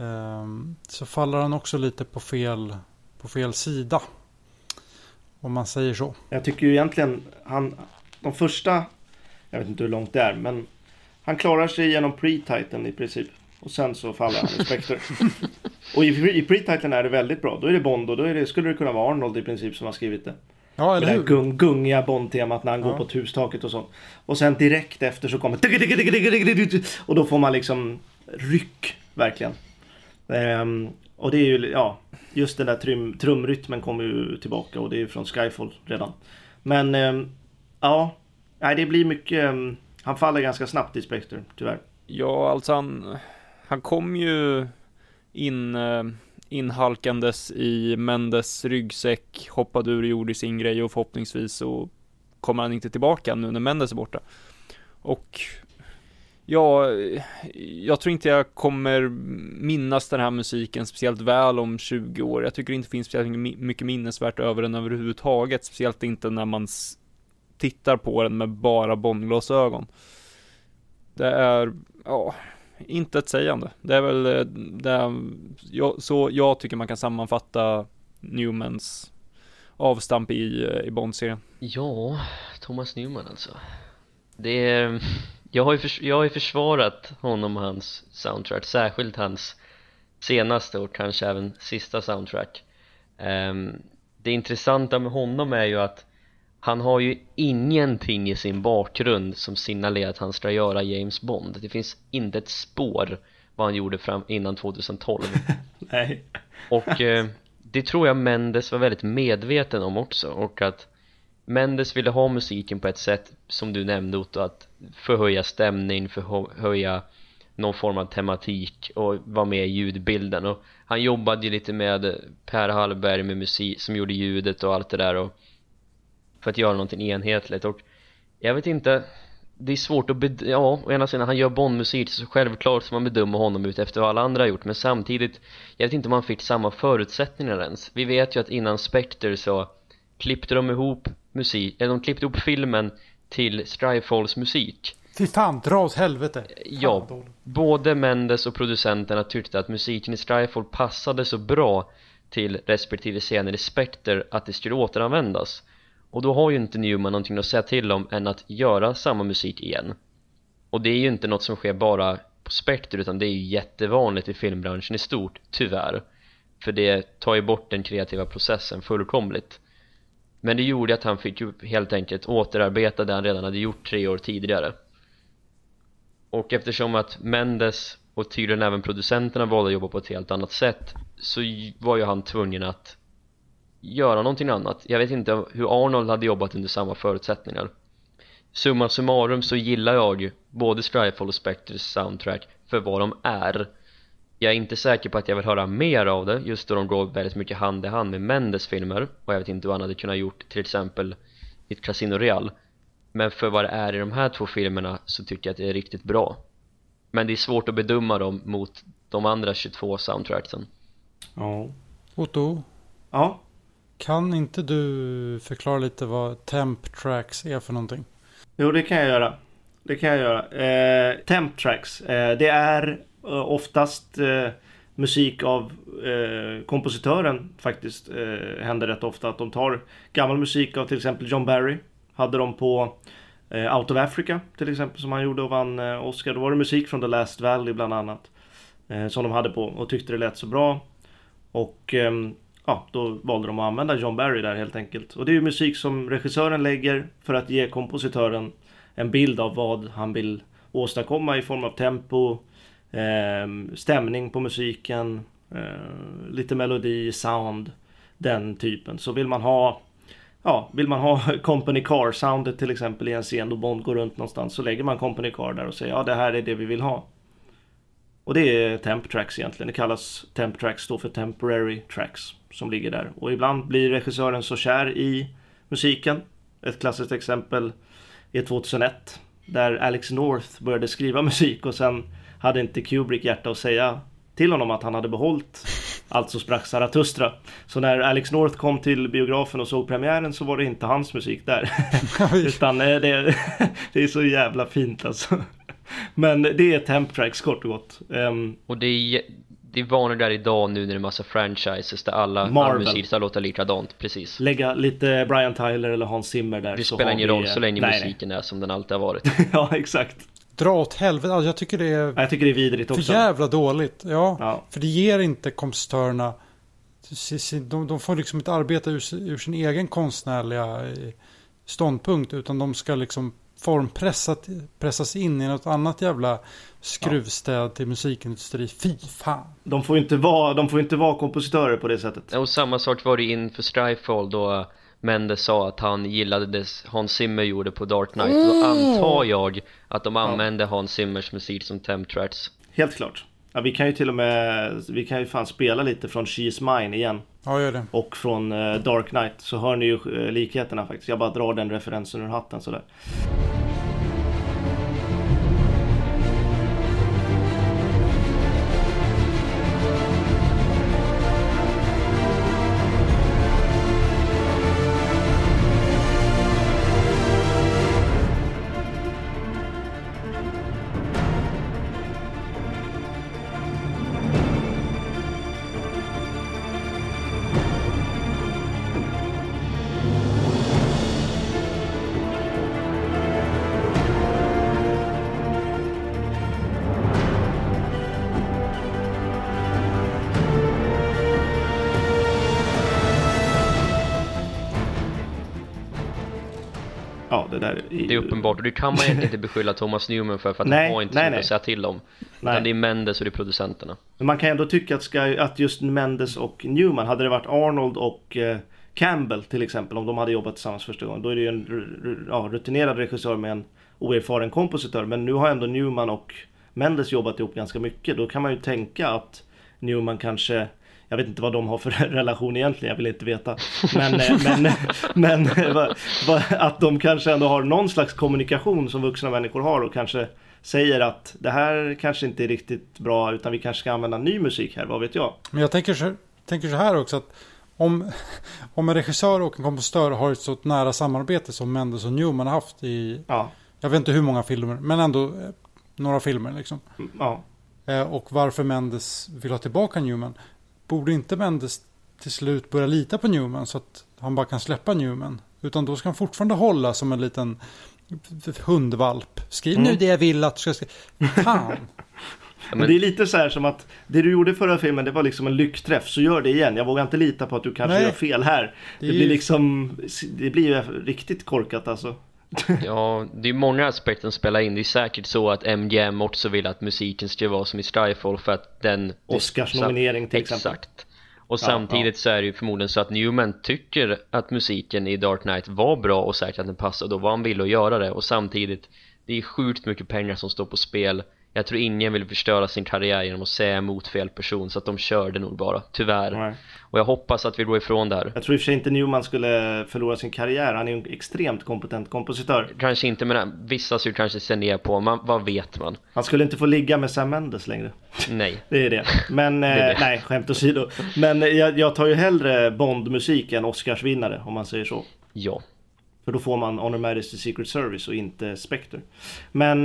Speaker 3: så faller han också lite på fel sida. Om man säger så.
Speaker 2: Jag tycker ju egentligen de första, jag vet inte hur långt det är, men han klarar sig genom pre-titeln i princip. Och sen så faller han i Spectre. Och i pre-titeln är det väldigt bra. Då är det Bond och skulle det kunna vara Arnold i princip som har skrivit det.
Speaker 3: Ja, eller hur?
Speaker 2: Det där gungiga Bond-temat när han går på ett hustaket och sånt. Och sen direkt efter så kommer och då får man liksom ryck, verkligen. Och det är ju, just den där trumrytmen kommer ju tillbaka och det är ju från Skyfall redan. Men det blir mycket, han faller ganska snabbt i Spectre, tyvärr.
Speaker 1: Ja, alltså han kom ju inhalkandes i Mendes ryggsäck, hoppade ur och gjorde sin grej och förhoppningsvis så kommer han inte tillbaka nu när Mendes är borta. Och jag tror inte jag kommer minnas den här musiken speciellt väl om 20 år. Jag tycker det inte finns speciellt mycket minnesvärt över den överhuvudtaget, speciellt inte när man tittar på den med bara Bondglasögon. Det är inte ett sägande. Det är väl så jag tycker man kan sammanfatta Newmans avstamp i Bond-serien.
Speaker 4: Ja, Thomas Newman alltså. Det är, jag har ju försvarat honom och hans soundtrack, särskilt hans senaste och kanske även sista soundtrack. Det intressanta med honom är ju att han har ju ingenting i sin bakgrund som signalerar att han ska göra James Bond. Det finns inte ett spår vad han gjorde fram innan 2012.
Speaker 2: Nej.
Speaker 4: Och det tror jag Mendes var väldigt medveten om också. Och att Mendes ville ha musiken på ett sätt som du nämnde, Otto, att förhöja stämning, förhöja någon form av tematik och vara med i ljudbilden. Och han jobbade ju lite med Per Hallberg med musik som gjorde ljudet och allt det där, och för att göra någonting enhetligt. Och jag vet inte, det är svårt att å ena sidan han gör Bondmusik, så självklart som man bedömer honom ut efter vad alla andra har gjort, men samtidigt, jag vet inte om han fick samma förutsättningar ens. Vi vet ju att innan Spectre så klippte de ihop musik, eller de klippte ihop filmen till Skyfalls musik.
Speaker 3: Fy fan, dra åt helvete.
Speaker 4: Ja, både Mendes och producenterna tyckte att musiken i Skyfall passade så bra till respektive scener i Spectre att det skulle återanvändas. Och då har ju inte Newman någonting att säga till om än att göra samma musik igen. Och det är ju inte något som sker bara på Spectre, utan det är ju jättevanligt i filmbranschen i stort, tyvärr. För det tar ju bort den kreativa processen fullkomligt. Men det gjorde att han fick ju helt enkelt återarbeta det han redan hade gjort 3 år tidigare. Och eftersom att Mendes och tydligen även producenterna valde att jobba på ett helt annat sätt, så var ju han tvungen att göra någonting annat. Jag vet inte hur Arnold hade jobbat under samma förutsättningar. Summa summarum så gillar jag ju både Skyfall och Spectres soundtrack för vad de är. Jag är inte säker på att jag vill höra mer av det, just då de går väldigt mycket hand i hand med Mendes filmer, och jag vet inte hur han hade kunnat gjort till exempel i ett Casino Royale. Men för vad det är i de här 2 filmerna så tycker jag att det är riktigt bra. Men det är svårt att bedöma dem mot de andra 22 soundtracksen.
Speaker 2: Ja.
Speaker 3: Otto?
Speaker 2: Ja?
Speaker 3: Kan inte du förklara lite vad temp tracks är för någonting?
Speaker 2: Jo, det kan jag göra. Temp tracks, det är oftast musik av kompositören faktiskt. Händer rätt ofta att de tar gammal musik av till exempel John Barry. Hade de på Out of Africa till exempel, som han gjorde och vann Oscar. Då var det musik från The Last Valley bland annat som de hade på och tyckte det lät så bra. Och då valde de att använda John Barry där helt enkelt. Och det är ju musik som regissören lägger för att ge kompositören en bild av vad han vill åstadkomma i form av tempo, stämning på musiken, lite melodi, sound, den typen. Så vill man ha Company Car soundet till exempel i en scen då Bond går runt någonstans, så lägger man Company Car där och säger det här är det vi vill ha. Och det är temp tracks egentligen. Det kallas temp tracks, står för temporary tracks, som ligger där. Och ibland blir regissören så kär i musiken. Ett klassiskt exempel är 2001 där Alex North började skriva musik och sen hade inte Kubrick hjärta att säga till honom att han hade behållit Alltså sprack Zarathustra. Så när Alex North kom till biografen och såg premiären så var det inte hans musik där. Utan det är så jävla fint alltså. Men det är temp tracks kort och gott.
Speaker 4: Och det det är vanligare idag nu när det är massa franchises där all musik ska låta likadant, precis.
Speaker 2: Lägga lite Brian Tyler eller Hans Zimmer där.
Speaker 4: Det spelar ingen roll så länge musiken är som den alltid har varit.
Speaker 2: Ja, exakt.
Speaker 3: Dra åt helvete, alltså, jag tycker det är
Speaker 2: vidrigt också.
Speaker 3: För jävla dåligt, ja. För det ger inte kompositörerna, de får liksom inte arbeta ur sin egen konstnärliga ståndpunkt, utan de ska liksom pressas in i något annat jävla skruvstäd till musikindustri. Fy fan.
Speaker 2: De får inte vara kompositörer på det sättet.
Speaker 4: Och samma sak var det inför Skyfall då Mendes sa att han gillade det Hans Zimmer gjorde på Dark Knight. Då antar jag att de använde Hans Zimmers musik som temp tracks.
Speaker 2: Helt klart. Ja, vi kan ju fan spela lite från She's Mine igen.
Speaker 3: Ja, gör det.
Speaker 2: Och från Dark Knight, så hör ni ju likheterna faktiskt. Jag bara drar den referensen ur hatten sådär.
Speaker 4: Det är uppenbart, och det kan man inte beskylla Thomas Newman för att han har inte så mycket att säga till om. Utan det är Mendes och det är producenterna.
Speaker 2: Men man kan ändå tycka att just Mendes och Newman, hade det varit Arnold och Campbell till exempel, om de hade jobbat tillsammans första gången, då är det ju en rutinerad regissör med en oerfaren kompositör. Men nu har ändå Newman och Mendes jobbat ihop ganska mycket. Då kan man ju tänka att Newman kanske... Jag vet inte vad de har för relation egentligen, jag vill inte veta. Men att de kanske ändå har någon slags kommunikation som vuxna människor har och kanske säger att det här kanske inte är riktigt bra, utan vi kanske ska använda ny musik här, vad vet jag.
Speaker 3: Men jag tänker så här också, att om en regissör och en kompositör har ett så nära samarbete som Mendes och Newman har haft i, jag vet inte hur många filmer, men ändå några filmer liksom.
Speaker 2: Ja.
Speaker 3: Och varför Mendes vill ha tillbaka Newman. Borde inte Mendes till slut börja lita på Newman så att han bara kan släppa Newman? Utan då ska han fortfarande hålla som en liten hundvalp. Skriv nu det jag vill att du ska skriva. Fan!
Speaker 2: Men det är lite så här som att det du gjorde förra filmen, det var liksom en lyckträff, så gör det igen. Jag vågar inte lita på att du kanske gör fel här. Det blir ju riktigt korkat alltså.
Speaker 4: Ja, det är många aspekter som spelar in. Det är säkert så att MGM också vill att musiken ska vara som i Skyfall för att den...
Speaker 2: Oscars-nominering till exempel.
Speaker 4: Exakt. Och samtidigt så är det ju förmodligen så att Newman tycker att musiken i Dark Knight var bra och säkert att den passade, då var han vill att göra det. Och samtidigt, det är sjukt mycket pengar som står på spel. Jag tror ingen vill förstöra sin karriär genom att säga emot fel person, så att de körde nog bara, tyvärr. Nej. Och jag hoppas att vi går ifrån det här.
Speaker 2: Jag tror i och för sig inte Newman skulle förlora sin karriär. Han är en extremt kompetent kompositör.
Speaker 4: Kanske inte, men vissa skulle kanske se ner på. Vad vet man?
Speaker 2: Han skulle inte få ligga med Sam Mendes längre.
Speaker 4: Nej.
Speaker 2: Det är det. Men nej, skämt åsido. Men jag tar ju hellre Bond-musik än Oscarsvinnare, om man säger så.
Speaker 4: Ja.
Speaker 2: För då får man Honor Majesty Secret Service och inte Spectre. Men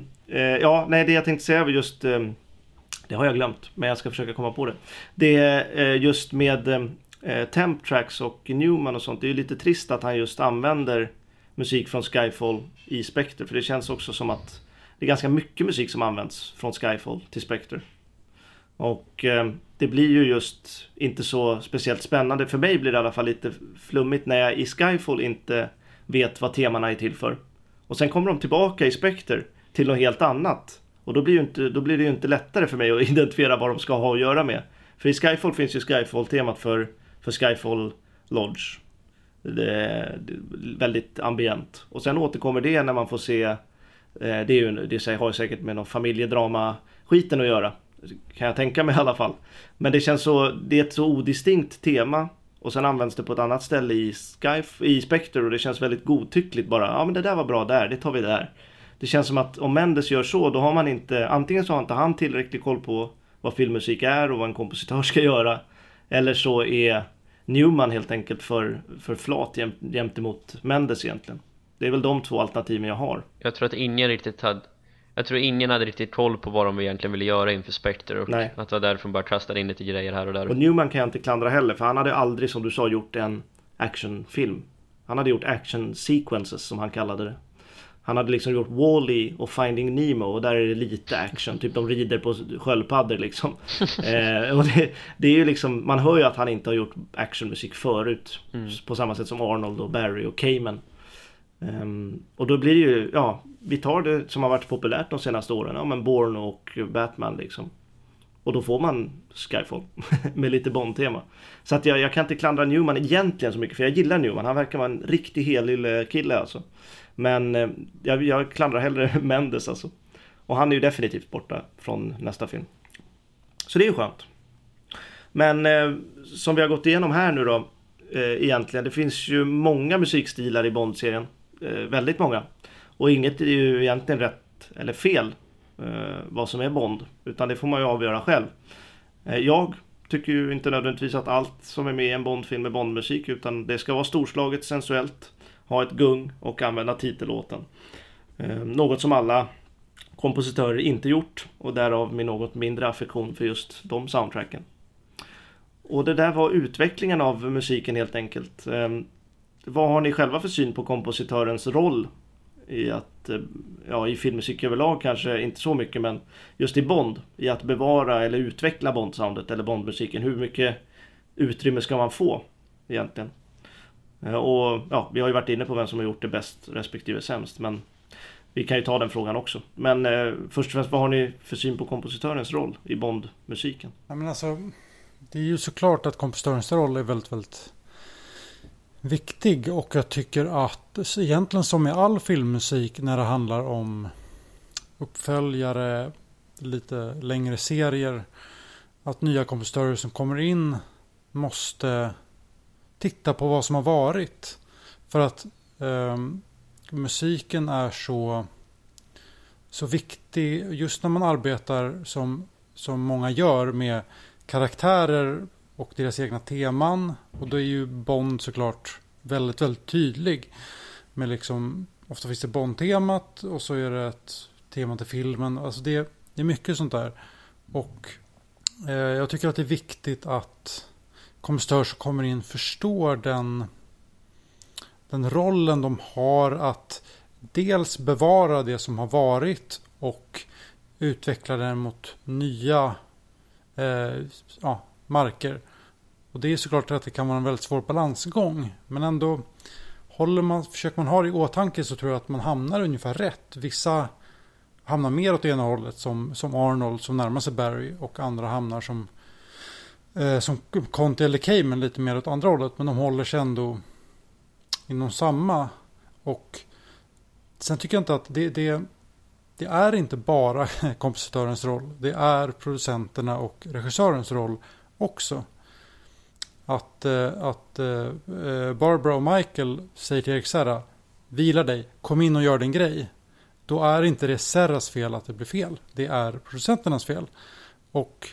Speaker 2: det jag tänkte säga var just... det har jag glömt, men jag ska försöka komma på det. Det är just med temp tracks och Newman och sånt. Det är ju lite trist att han just använder musik från Skyfall i Spectre. För det känns också som att det är ganska mycket musik som används från Skyfall till Spectre. Och det blir ju just inte så speciellt spännande. För mig blir det i alla fall lite flummigt när jag i Skyfall inte vet vad temana är till för. Och sen kommer de tillbaka i Spectre till något helt annat. Och då blir det ju inte lättare för mig att identifiera vad de ska ha att göra med. För i Skyfall finns ju Skyfall-temat för Skyfall Lodge. Det är väldigt ambient. Och sen återkommer det när man får se... Det har ju säkert med någon familjedrama-skiten att göra. Kan jag tänka mig i alla fall. Men det känns så... Det är ett så odistinkt tema. Och sen används det på ett annat ställe i Spectre. Och det känns väldigt godtyckligt bara. Ja, men det där var bra där. Det tar vi där. Det känns som att om Mendes gör så, då har man inte... Antingen så har inte han tillräcklig koll på vad filmmusik är och vad en kompositör ska göra. Eller så är Newman helt enkelt för flat jämt emot Mendes egentligen. Det är väl de två alternativen jag har.
Speaker 4: Jag tror att ingen riktigt hade... Jag tror ingen hade riktigt koll på vad de egentligen ville göra inför Spectre, och
Speaker 2: Nej.
Speaker 4: att det var därför de bara kastade in lite grejer här och där.
Speaker 2: Och Newman kan jag inte klandra heller, för han hade aldrig, som du sa, gjort en actionfilm. Han hade gjort action sequences, som han kallade det. Han hade liksom gjort Wall-E och Finding Nemo, och där är det lite action, typ de rider på sköldpaddor liksom. Och det är ju liksom, man hör ju att han inte har gjort actionmusik förut, på samma sätt som Arnold och Barry och Kamen. Och då blir det ju, ja, vi tar det som har varit populärt de senaste åren, ja, men Bourne och Batman liksom. Och då får man Skyfall med lite Bond-tema. Så att jag kan inte klandra Newman egentligen så mycket, för jag gillar Newman. Han verkar vara en riktig helylle kille alltså. Men jag klandrar hellre Mendes alltså. Och han är ju definitivt borta från nästa film. Så det är ju skönt. Men som vi har gått igenom här nu då, egentligen, det finns ju många musikstilar i Bond-serien. Väldigt många. Och inget är ju egentligen rätt eller fel vad som är Bond, utan det får man ju avgöra själv. Jag tycker ju inte nödvändigtvis att allt som är med i en Bond-film är Bond-musik, utan det ska vara storslaget, sensuellt, ha ett gung och använda titellåten. Något som alla kompositörer inte gjort, och därav med något mindre affektion för just de soundtracken. Och det där var utvecklingen av musiken helt enkelt. Vad har ni själva för syn på kompositörens roll i att, ja, i filmmusik överlag kanske inte så mycket, men just i Bond, i att bevara eller utveckla Bond-soundet eller Bond-musiken? Hur mycket utrymme ska man få egentligen? Och ja, vi har ju varit inne på vem som har gjort det bäst respektive sämst, men vi kan ju ta den frågan också. Men först och främst, vad har ni för syn på kompositörens roll i Bond-musiken?
Speaker 3: Ja, men alltså, det är ju såklart att kompositörens roll är väldigt, väldigt viktig, och jag tycker att egentligen som i all filmmusik, när det handlar om uppföljare, lite längre serier, att nya kompositörer som kommer in måste titta på vad som har varit, för att musiken är så viktig just när man arbetar som många gör med karaktärer och deras egna teman. Och då är ju Bond såklart väldigt, väldigt tydlig med liksom, ofta finns det Bond-temat och så är det ett tema till filmen. Alltså det är mycket sånt där. Och jag tycker att det är viktigt att kompositörer som kommer in förstår den rollen de har att dels bevara det som har varit och utveckla den mot nya marker. Och det är såklart att det kan vara en väldigt svår balansgång, men ändå försöker man ha det i åtanke, så tror jag att man hamnar ungefär rätt. Vissa hamnar mer åt ena hållet som Arnold, som närmar sig Barry, och andra hamnar som Conti eller Kamen lite mer åt andra hållet, men de håller sig ändå inom samma. Och sen tycker jag inte att det är inte bara kompositörens roll. Det är producenterna och regissörens roll också. Att Barbara och Michael säger till Eric Serra, vila dig, kom in och gör din grej. Då är inte det Serras fel att det blir fel. Det är producenternas fel. Och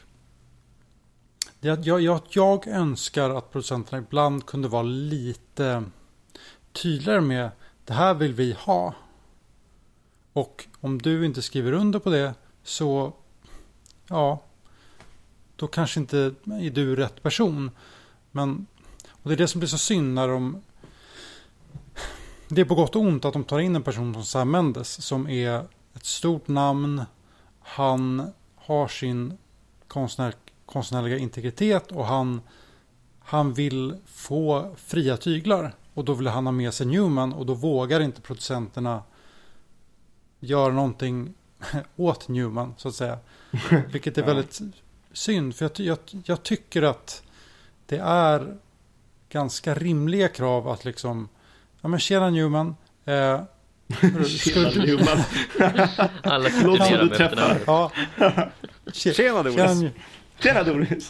Speaker 3: jag önskar att producenterna ibland kunde vara lite tydligare med, det här vill vi ha. Och om du inte skriver under på det, så ja, då kanske inte är du rätt person. Och det är det som blir så synd när det är på gott och ont att de tar in en person som Sam Mendes, som är ett stort namn. Han har sin konstnärliga integritet, och han vill få fria tyglar, och då vill han ha med sig Newman, och då vågar inte producenterna göra någonting åt Newman, så att säga. Vilket är väldigt synd, för jag tycker att det är ganska rimliga krav att liksom, ja men tjena Newman,
Speaker 2: Tjena Newman.
Speaker 4: Alla titulerar med efternamn.
Speaker 3: ja.
Speaker 1: Tjena Doris.
Speaker 2: Tjena Doris.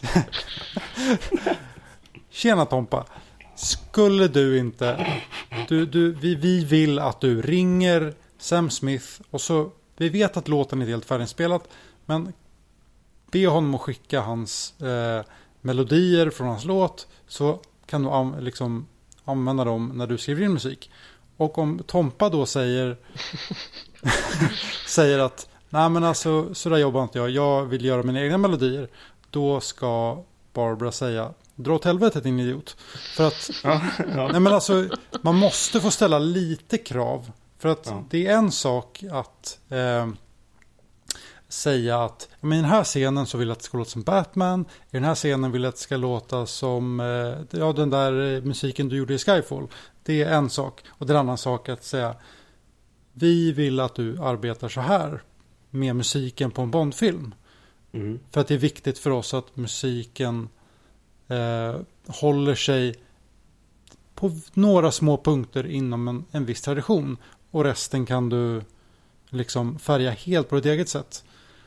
Speaker 3: Tjena Tompa. Skulle du inte vi vill att du ringer Sam Smith, och så, vi vet att låten är helt färdigspelat, men be honom att skicka hans melodier från hans låt, så kan du liksom använda dem när du skriver in musik. Och om Tompa då säger att Nej men alltså, så där jobbar inte jag. Jag vill göra mina egna melodier. Då ska Barbara säga, dra åt helvete din idiot. För att, nej men alltså, man måste få ställa lite krav. För att det är en sak att säga att i den här scenen så vill jag att det ska låta som Batman. I den här scenen vill jag att det ska låta som den där musiken du gjorde i Skyfall. Det är en sak. Och det är en annan sak att säga, vi vill att du arbetar så här med musiken på en Bondfilm. För att det är viktigt för oss att musiken håller sig på några små punkter inom en viss tradition. Och resten kan du liksom färga helt på ditt eget sätt.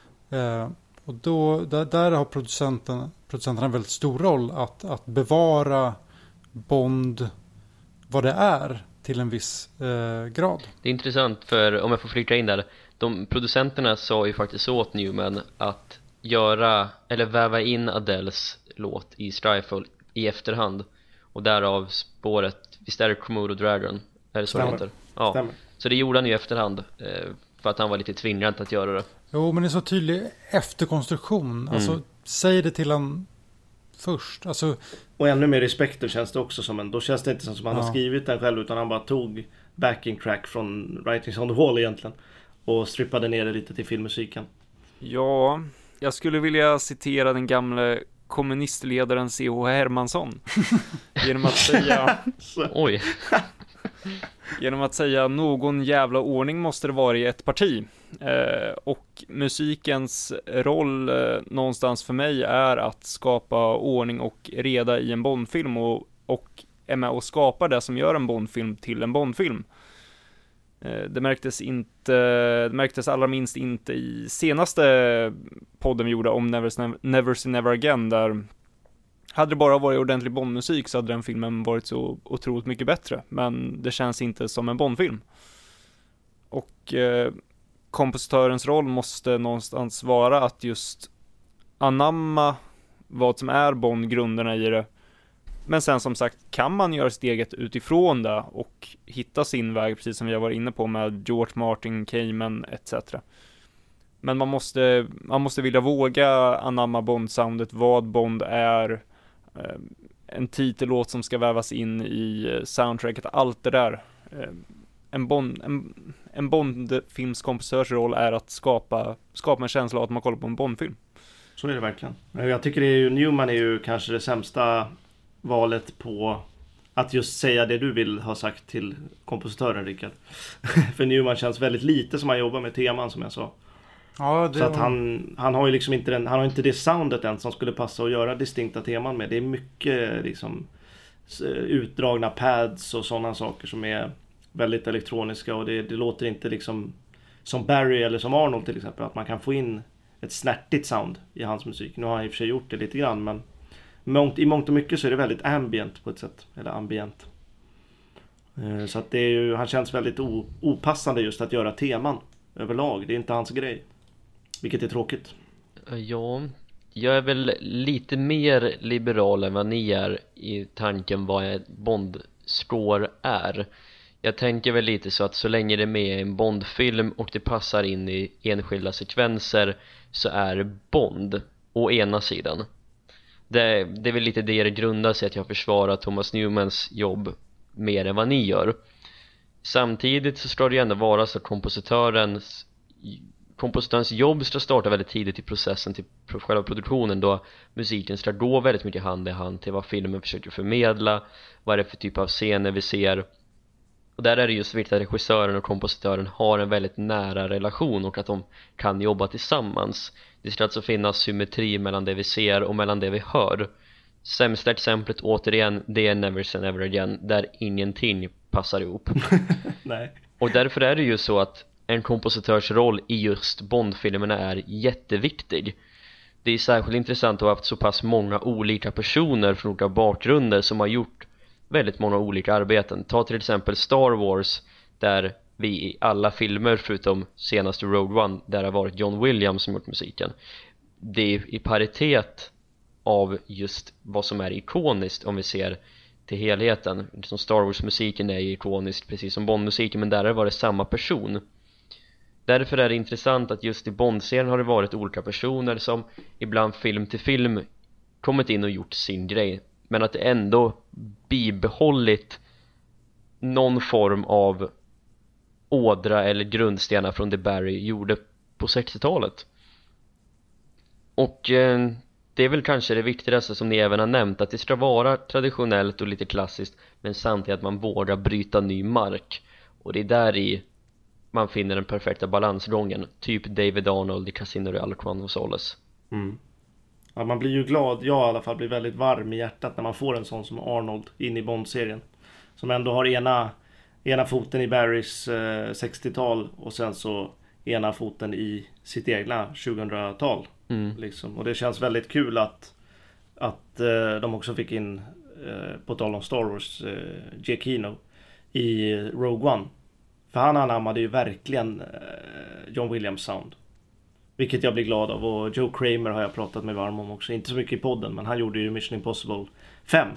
Speaker 3: Och då, där har producenterna en väldigt stor roll att bevara Bond vad det är till en viss grad.
Speaker 4: Det är intressant, för om jag får flika in där, producenterna sa ju faktiskt åt Newman att göra eller väva in Adeles låt i Skyfall i efterhand, och därav spåret, visst är det Komodo Dragon, är det så det heter? Ja. Stämmer. Så det gjorde han ju i efterhand för att han var lite tvingad att göra det.
Speaker 3: Jo, men det är så tydlig efterkonstruktion. Alltså, säg det till han först. Alltså,
Speaker 2: och ännu mer respekter känns det också som då känns det inte som han har skrivit den själv, utan han bara tog backing track från Writings on the Wall egentligen och strippade ner det lite till filmmusiken.
Speaker 1: Ja, jag skulle vilja citera den gamla kommunistledaren C.H. Hermansson genom att säga
Speaker 4: oj.
Speaker 1: Genom att säga, någon jävla ordning måste det vara i ett parti. Och musikens roll någonstans för mig är att skapa ordning och reda i en Bondfilm, och är med och skapa det som gör en Bondfilm till en Bondfilm. Det märktes allra minst inte i senaste podden vi gjorde om Never Say Never Again, där hade det bara varit ordentlig Bondmusik så hade den filmen varit så otroligt mycket bättre, men det känns inte som en Bondfilm. Och kompositörens roll måste någonstans vara att just anamma vad som är Bond-grunderna i det. Men sen som sagt kan man göra steget utifrån det och hitta sin väg, precis som vi har varit inne på med George Martin, Cayman etc. Men man måste vilja våga anamma Bond-soundet, vad Bond är, en titellåt som ska vävas in i soundtracket, allt det där. En Bond-filmskompositors roll är att skapa en känsla av att man kollar på en Bond-film.
Speaker 2: Så är det verkligen. Jag tycker Newman är ju kanske det sämsta valet på att just säga det du vill ha sagt till kompositören, Rickard. För Newman känns väldigt lite som han jobbar med teman, som jag sa.
Speaker 3: Ja,
Speaker 2: så att han har ju liksom inte han har inte det soundet än som skulle passa att göra distinkta teman med. Det är mycket liksom utdragna pads och sådana saker som är väldigt elektroniska, och det låter inte liksom som Barry eller som Arnold till exempel, att man kan få in ett snärtigt sound i hans musik. Nu har han i och för sig gjort det lite grann, men i mångt och mycket så är det väldigt ambient på ett sätt, eller ambient. Så att det är ju, han känns väldigt opassande just att göra teman överlag. Det är inte hans grej, vilket är tråkigt.
Speaker 4: Ja, jag är väl lite mer liberal än vad ni är i tanken vad en Bond-score är. Jag tänker väl lite så att så länge det är med i en Bond-film och det passar in i enskilda sekvenser, så är Bond å ena sidan. Det är väl lite det grundar sig, att jag försvarar Thomas Newmans jobb mer än vad ni gör. Samtidigt så ska det ju ändå vara så att kompositörens jobb ska starta väldigt tidigt i processen till själva produktionen, då musiken ska gå väldigt mycket hand i hand till vad filmen försöker förmedla, vad är det för typ av scener vi ser. Och där är det just viktigt att regissören och kompositören har en väldigt nära relation och att de kan jobba tillsammans. Det ska alltså finnas symmetri mellan det vi ser och mellan det vi hör. Sämsta exemplet återigen, det är Never Say Never Again, där ingenting passar ihop.
Speaker 2: Nej.
Speaker 4: Och därför är det ju så att en kompositörs roll i just Bond-filmerna är jätteviktig. Det är särskilt intressant att ha haft så pass många olika personer från olika bakgrunder som har gjort väldigt många olika arbeten. Ta till exempel Star Wars, där vi i alla filmer förutom senaste Rogue One, där har varit John Williams som gjort musiken. Det är i paritet av just vad som är ikoniskt om vi ser till helheten. Som Star Wars-musiken är ikonisk precis som Bond-musiken, men där har det varit samma person. Därför är det intressant att just i Bond-serien har det varit olika personer som ibland film till film kommit in och gjort sin grej, men att det ändå bibehållit någon form av ådra eller grundstenar från det Barry gjorde på 60-talet. Och det är väl kanske det viktigaste som ni även har nämnt, att det ska vara traditionellt och lite klassiskt, men samtidigt att man vågar bryta ny mark. Och det är där i man finner den perfekta balansgången, typ David Arnold i Casino Royale och Quantum of Solace.
Speaker 2: Ja, man blir ju glad, jag i alla fall blir väldigt varm i hjärtat när man får en sån som Arnold in i Bond-serien. Som ändå har ena foten i Barrys 60-tal och sen så ena foten i sitt egna 2000-tal. Liksom. Och det känns väldigt kul att de också fick in, på tal om Star Wars, Giacchino i Rogue One. För han anammade ju verkligen John Williams sound. Vilket jag blir glad av. Och Joe Kramer har jag pratat med varm om också. Inte så mycket i podden, men han gjorde ju Mission Impossible 5.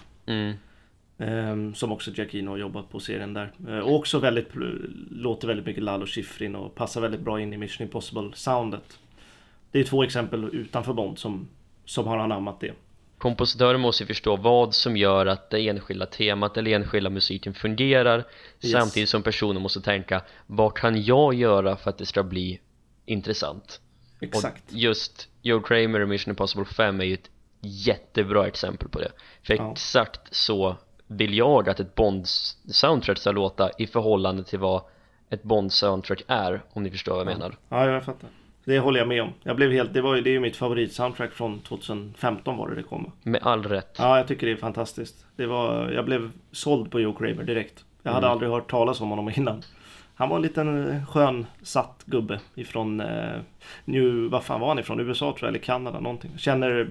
Speaker 2: Som också Giacchino har jobbat på serien där. Och också låter väldigt mycket Lalo Schifrin och passar väldigt bra in i Mission Impossible soundet. Det är 2 exempel utanför Bond som har anammat det.
Speaker 4: Kompositören måste ju förstå vad som gör att det enskilda temat eller enskilda musiken fungerar, samtidigt som personen måste tänka, vad kan jag göra för att det ska bli intressant?
Speaker 2: Exakt.
Speaker 4: Och just Joe Kramer och Mission Impossible 5 är ju ett jättebra exempel på det. För exakt så vill jag att ett Bond-soundtrack ska låta i förhållande till vad ett Bond-soundtrack är, om ni förstår vad jag menar.
Speaker 2: Ja, jag fattar. Det håller jag med om. Det är ju mitt favoritsoundtrack från 2015 var det kom.
Speaker 4: Med all rätt.
Speaker 2: Ja, jag tycker det är fantastiskt. Jag blev såld på Joe Kramer direkt. Jag hade aldrig hört talas om honom innan. Han var en liten skön satt gubbe ifrån vad fan var han ifrån? USA tror jag, eller Kanada någonting. Känner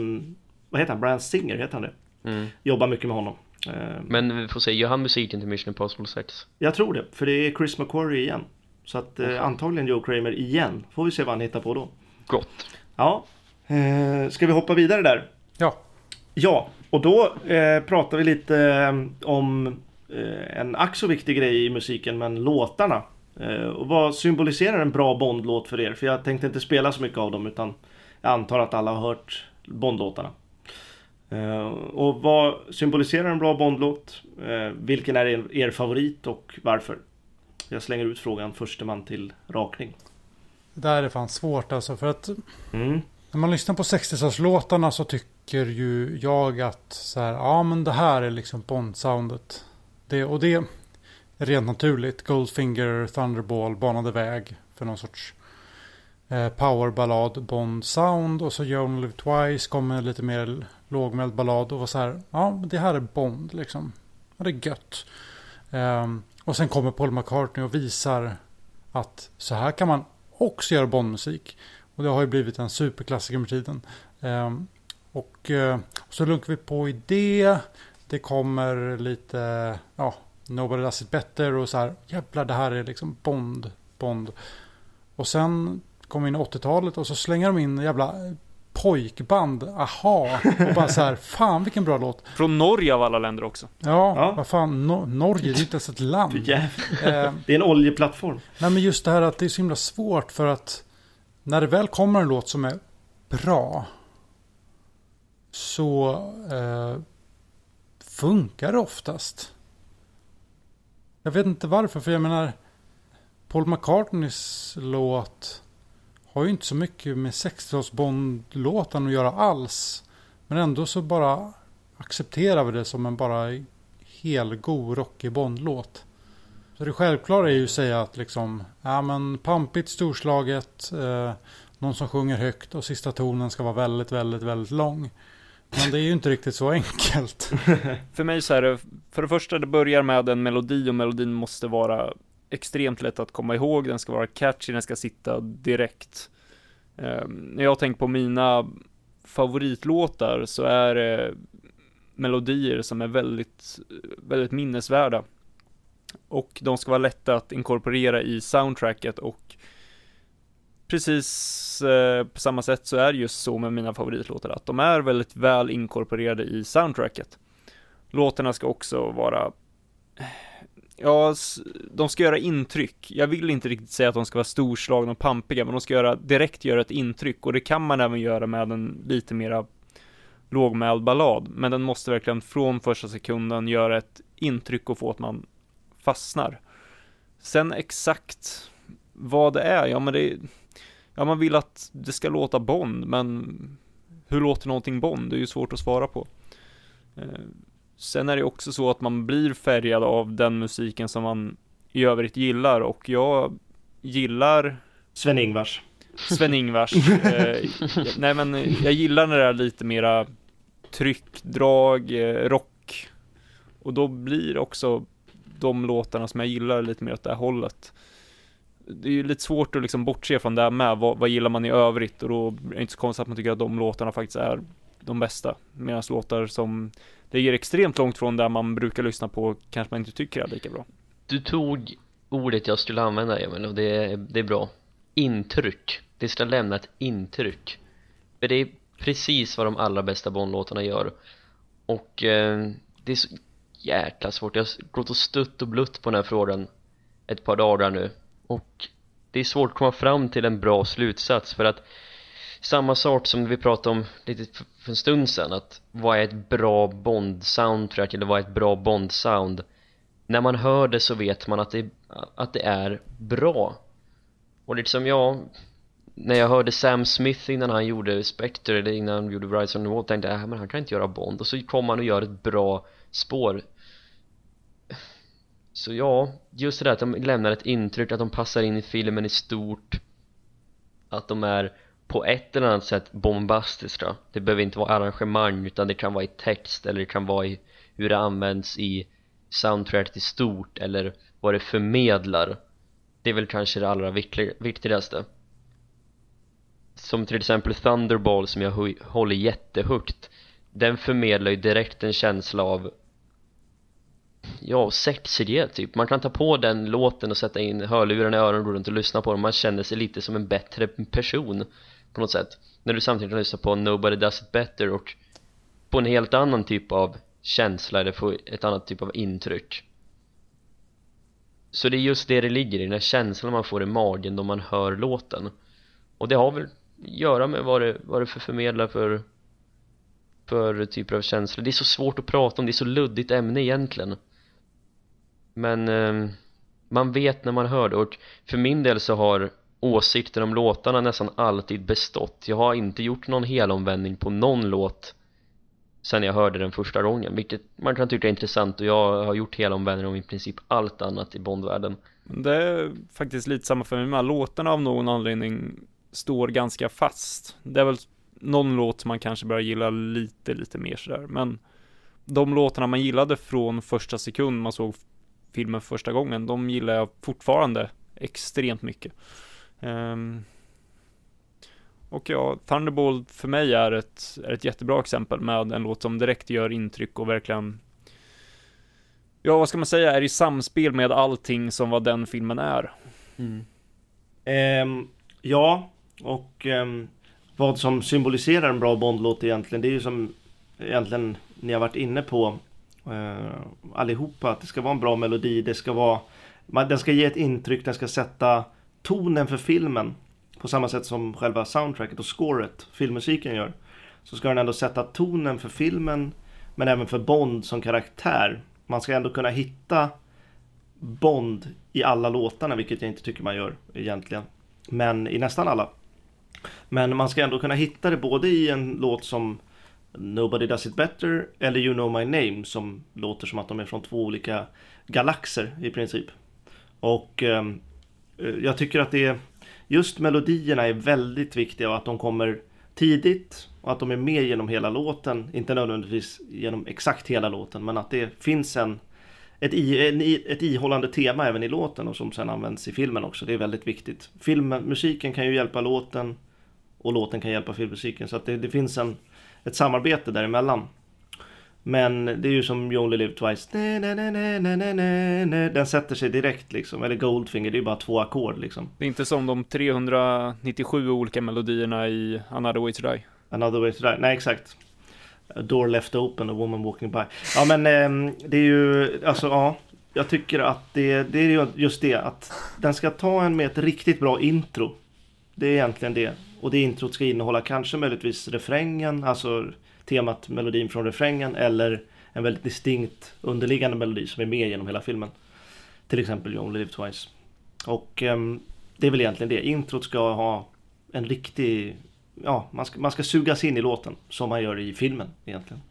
Speaker 2: Brian Singer heter han det. Jobbar mycket med honom.
Speaker 4: Men vi får se, gör han musiken till Mission Impossible 6?
Speaker 2: Jag tror det, för det är Chris McQuarrie igen. Så att antagligen Joe Kramer igen. Får vi se vad han hittar på då.
Speaker 4: Gott.
Speaker 2: Ja. Ska vi hoppa vidare där? Ja, och då pratar vi lite om en ack så viktig grej i musiken, men låtarna. Och vad symboliserar en bra Bond-låt för er? För jag tänkte inte spela så mycket av dem, utan jag antar att alla har hört Bond-låtarna. Och vad symboliserar en bra Bond-låt? Vilken är er favorit och varför? Jag slänger ut frågan förste man till rakning.
Speaker 3: Det där är fan svårt alltså, för att när man lyssnar på 60-talslåtarna så tycker ju jag att så här, men det här är liksom Bond-soundet. Det är rent naturligt. Goldfinger, Thunderball banade väg för någon sorts powerballad Bond-sound, och så You Only Live Twice kommer lite mer lågmäld ballad och var så här, det här är Bond liksom. Ja, det är gött. Och sen kommer Paul McCartney och visar att så här kan man också göra Bondmusik. Och det har ju blivit en superklassiker med tiden. Och så lunkar vi på i det. Det kommer lite, Nobody Does It Better och så här, jävlar det här är liksom Bond. Och sen kommer in 80-talet och så slänger de in jävla pojkband, aha, och bara så här, fan vilken bra låt.
Speaker 1: Från Norge av alla länder också.
Speaker 3: Ja. Vad fan, Norge, det är inte ens ett land.
Speaker 2: Det är en oljeplattform.
Speaker 3: Nej, men just det här att det är så himla svårt, för att när det väl kommer en låt som är bra så funkar det oftast. Jag vet inte varför, för jag menar Paul McCartneys låt har ju inte så mycket med 60-tals Bond-låten att göra alls. Men ändå så bara accepterar vi det som en bara helgod rockig Bond-låt. Så det självklara är ju att säga att liksom, pampigt, storslaget, någon som sjunger högt och sista tonen ska vara väldigt, väldigt, väldigt lång. Men det är ju inte riktigt så enkelt.
Speaker 1: För mig så är det, för det första, det börjar med en melodi, och melodin måste vara extremt lätt att komma ihåg. Den ska vara catchy, den ska sitta direkt. När jag tänker på mina favoritlåtar så är det melodier som är väldigt, väldigt minnesvärda. Och de ska vara lätta att inkorporera i soundtracket, och precis på samma sätt så är det just så med mina favoritlåtar, att de är väldigt väl inkorporerade i soundtracket. Låtarna ska också vara Ja, de ska göra intryck. Jag vill inte riktigt säga att de ska vara storslagna och pampiga, men de ska direkt göra ett intryck, och det kan man även göra med en lite mera lågmäld ballad, men den måste verkligen från första sekunden göra ett intryck och få att man fastnar. Sen exakt vad det är, man vill att det ska låta Bond, men hur låter någonting Bond? Det är ju svårt att svara på. Sen är det också så att man blir färgad av den musiken som man i övrigt gillar, och jag gillar
Speaker 2: Sven-Ingvars.
Speaker 1: Nej, men jag gillar när det är lite mera tryck, drag, rock, och då blir också de låtarna som jag gillar lite mer åt det här hållet. Det är ju lite svårt att liksom bortse från det här med vad gillar man i övrigt, och då är det inte så konstigt att man tycker att de låtarna faktiskt är de bästa, medan låtar som det ger extremt långt från där man brukar lyssna på kanske man inte tycker är lika bra.
Speaker 4: Du tog ordet jag skulle använda, Emil, och det är bra. Intryck. Det ska lämna ett intryck. För det är precis vad de allra bästa Bond-låtarna gör. Och det är så jäkla svårt. Jag har gått och stutt och blutt på den här frågan ett par dagar nu. Och det är svårt att komma fram till en bra slutsats, för att samma sak som vi pratade om lite för en stund sedan, att vad är ett bra Bond-soundtrack eller vad är ett bra Bond-sound? När man hör det så vet man att det är bra. Och liksom när jag hörde Sam Smith innan han gjorde Spectre eller innan han gjorde Rise on the Wall, tänkte jag, men han kan inte göra Bond. Och så kom han och gör ett bra spår. Så just det där att de lämnar ett intryck, att de passar in i filmen i stort, att de är på ett eller annat sätt bombastiska. Det behöver inte vara arrangemang, utan det kan vara i text, eller det kan vara i hur det används i soundtrack i stort, eller vad det förmedlar. Det är väl kanske det allra viktigaste. Som till exempel Thunderball, som jag håller jättehögt. Den förmedlar ju direkt en känsla av sexighet typ. Man kan ta på den låten och sätta in hörlurarna i öronen och gå runt och lyssna på den. Man känner sig lite som en bättre person på något sätt. När du samtidigt kan lyssna på Nobody Does It Better och på en helt annan typ av känsla eller få ett annat typ av intryck. Så det är just det ligger i, den här känslan man får i magen då man hör låten. Och det har väl att göra med vad det förmedlar för typer av känslor. Det är så svårt att prata om, det är så luddigt ämne egentligen. Men man vet när man hör det. Och för min del så har åsikter om låtarna nästan alltid bestått. Jag har inte gjort någon helomvändning på någon låt sen jag hörde den första gången, vilket man kan tycka är intressant. Och jag har gjort helomvändning om i princip allt annat i Bondvärlden.
Speaker 1: Det är faktiskt lite samma för mig med. Låtarna av någon anledning står ganska fast. Det är väl någon låt som man kanske börjar gilla lite mer sådär. Men de låtarna man gillade från första sekund man såg filmen första gången, de gillar jag fortfarande extremt mycket. Och Thunderball för mig är ett jättebra exempel med en låt som direkt gör intryck och verkligen, vad ska man säga, är i samspel med allting som vad den filmen är.
Speaker 2: Vad som symboliserar en bra Bond-låt egentligen, det är ju som egentligen ni har varit inne på allihopa, att det ska vara en bra melodi, den ska ge ett intryck, den ska sätta tonen för filmen på samma sätt som själva soundtracket och scoret, filmmusiken gör. Så ska den ändå sätta tonen för filmen, men även för Bond som karaktär. Man ska ändå kunna hitta Bond i alla låtarna, vilket jag inte tycker man gör egentligen, men i nästan alla. Men man ska ändå kunna hitta det både i en låt som Nobody Does It Better eller You Know My Name, som låter som att de är från två olika galaxer i princip. Och jag tycker att just melodierna är väldigt viktiga, och att de kommer tidigt och att de är med genom hela låten, inte nödvändigtvis genom exakt hela låten, men att det finns ett ihållande tema även i låten och som sen används i filmen också. Det är väldigt viktigt. Filmmusiken kan ju hjälpa låten och låten kan hjälpa filmmusiken, så att det finns ett samarbete däremellan. Men det är ju som You Only Live Twice. Den sätter sig direkt liksom. Eller Goldfinger, det är bara 2 ackord liksom.
Speaker 1: Det är inte som de 397 olika melodierna i Another Way to Die.
Speaker 2: Another Way to Die, nej exakt. A Door Left Open, A Woman Walking By. Ja men det är ju, alltså jag tycker att det är just det, att den ska ta en med ett riktigt bra intro. Det är egentligen det. Och det introt ska innehålla kanske möjligtvis refrängen, alltså temat, melodin från refrängen, eller en väldigt distinkt underliggande melodi som är med genom hela filmen. Till exempel You Only Live Twice. Och det är väl egentligen det. Introt ska ha en riktig... Ja, man ska sugas in i låten som man gör i filmen egentligen.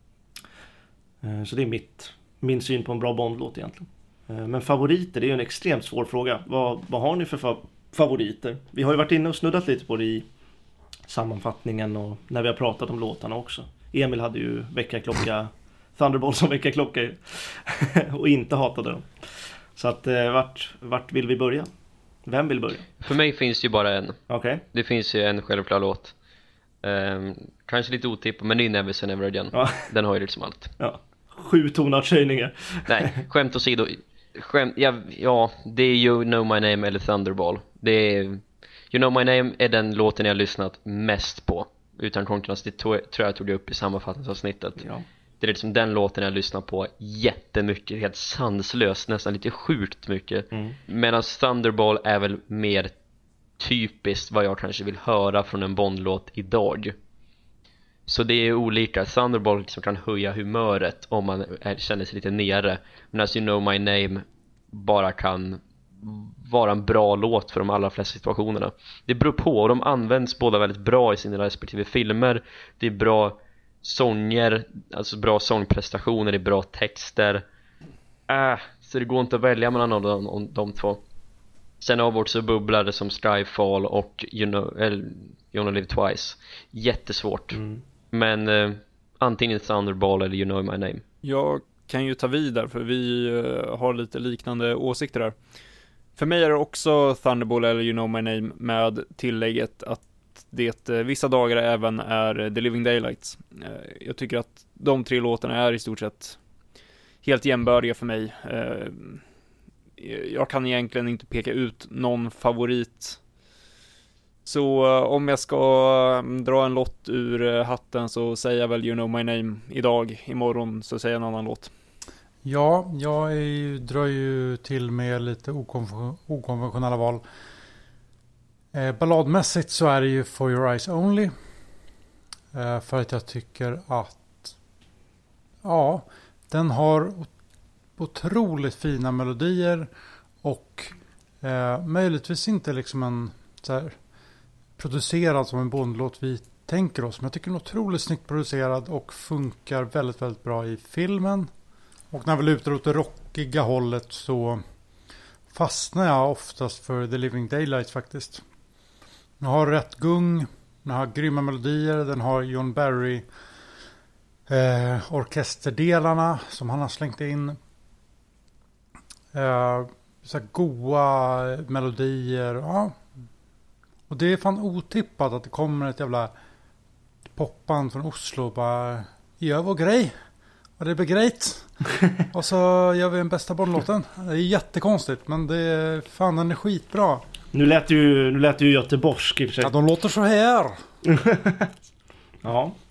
Speaker 2: Så det är min syn på en bra Bond-låt egentligen. Men favoriter, det är ju en extremt svår fråga. Vad har ni för favoriter? Vi har ju varit inne och snuddat lite på det i sammanfattningen och när vi har pratat om låtarna också. Emil hade ju väckarklocka, Thunderball som väckarklocka och inte hatade dem. Så att vart vill vi börja? Vem vill börja?
Speaker 4: För mig finns det ju bara en.
Speaker 2: Okay.
Speaker 4: Det finns ju en självklar låt. Kanske lite otippad, men det är Never Say Never Again. Ja. Den har ju liksom allt.
Speaker 2: Ja. 7 tonartshöjningar.
Speaker 4: Nej, skämt åsido. Ja, det är You Know My Name eller Thunderball. Det är You Know My Name är den låten jag har lyssnat mest på. Utan konkurrens, det tror jag tog det upp i sammanfattningsavsnittet. Ja. Det är liksom den låten jag lyssnar på jättemycket, helt sanslöst, nästan lite sjukt mycket. Medan Thunderball är väl mer typiskt vad jag kanske vill höra från en Bond-låt idag. Så det är olika. Thunderball liksom kan höja humöret om man känner sig lite nere. Medan You Know My Name bara kan vara en bra låt för de allra flesta situationerna. Det beror på, och de används båda väldigt bra i sina respektive filmer. Det är bra sånger, alltså bra sångprestationer, det är bra texter. Så det går inte att välja mellan de två. Sen har vi också bubblare som Skyfall och You Only Live Twice. Jättesvårt. Men antingen Thunderball eller You Know My Name.
Speaker 1: Jag kan ju ta vid där, för vi har lite liknande åsikter där. För mig är det också Thunderball eller You Know My Name, med tillägget att det vissa dagar även är The Living Daylights. Jag tycker att de 3 låtarna är i stort sett helt jämbördiga för mig. Jag kan egentligen inte peka ut någon favorit. Så om jag ska dra en låt ur hatten så säger jag väl You Know My Name idag. Imorgon så säger jag en annan låt.
Speaker 3: Ja, jag drar ju till med lite okonventionella val. Balladmässigt så är det ju For Your Eyes Only. För att jag tycker att den har otroligt fina melodier och möjligtvis inte liksom en så här producerad som en Bondlåt vi tänker oss. Men jag tycker den är otroligt snyggt producerad och funkar väldigt, väldigt bra i filmen. Och när vi lutar åt det rockiga hållet så fastnar jag oftast för The Living Daylights faktiskt. Den har rätt gung, den har grymma melodier, den har John Barry orkesterdelarna som han har slängt in. Så här goa melodier. Ja. Och det är fan otippat att det kommer ett jävla popband från Oslo och bara gör vår grej. Och det blir grejt. Och så gör vi den bästa Bondlåten. Det är jättekonstigt, men det är fan, den är skitbra.
Speaker 2: Nu lät det ju göteborgsk i och för sig.
Speaker 3: Ja, de låter så här.
Speaker 2: Ja.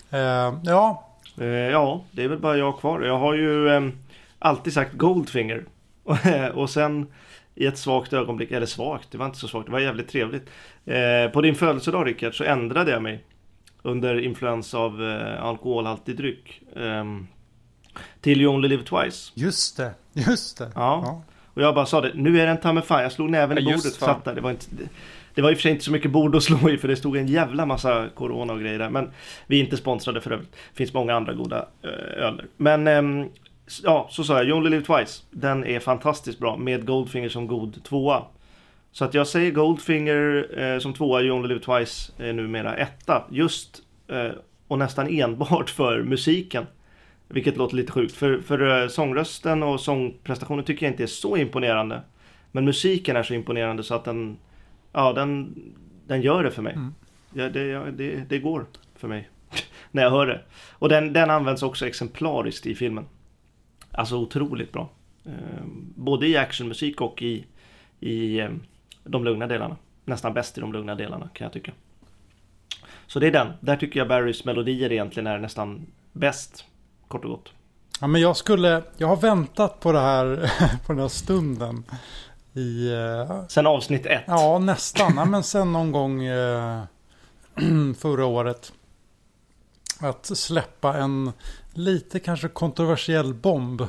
Speaker 3: Ja,
Speaker 2: det är väl bara jag kvar. Jag har ju alltid sagt Goldfinger. Och sen i ett svagt ögonblick, eller svagt, det var inte så svagt, det var jävligt trevligt. På din födelsedag, Rickard, så ändrade jag mig under influens av alkoholhaltig dryck till You Only Live Twice.
Speaker 3: Just det.
Speaker 2: Ja. Och jag bara sa det, nu är det en ta med fan. Jag slog näven i bordet, satt där. Det var i och för sig inte så mycket bord att slå i, för det stod en jävla massa corona och grejer där. Men vi är inte sponsrade för övrigt. Det finns många andra goda öler. Men så sa jag, You Only Live Twice. Den är fantastiskt bra med Goldfinger som god tvåa. Så att jag säger Goldfinger som tvåa, You Only Live Twice är numera etta. Just och nästan enbart för musiken. Vilket låter lite sjukt. För sångrösten och sångprestationen tycker jag inte är så imponerande. Men musiken är så imponerande så att den gör det för mig. Det går för mig när jag hör det. Och den används också exemplariskt i filmen. Alltså otroligt bra. Både i actionmusik och i de lugna delarna. Nästan bäst i de lugna delarna kan jag tycka. Så det är den. Där tycker jag Barrys melodier egentligen är nästan bäst. Kort och gott.
Speaker 3: Ja, men jag har väntat på det här på den här stunden i
Speaker 2: Sen avsnitt 1.
Speaker 3: ja, nästan. Ja, men sen någon gång förra året att släppa en lite kanske kontroversiell bomb.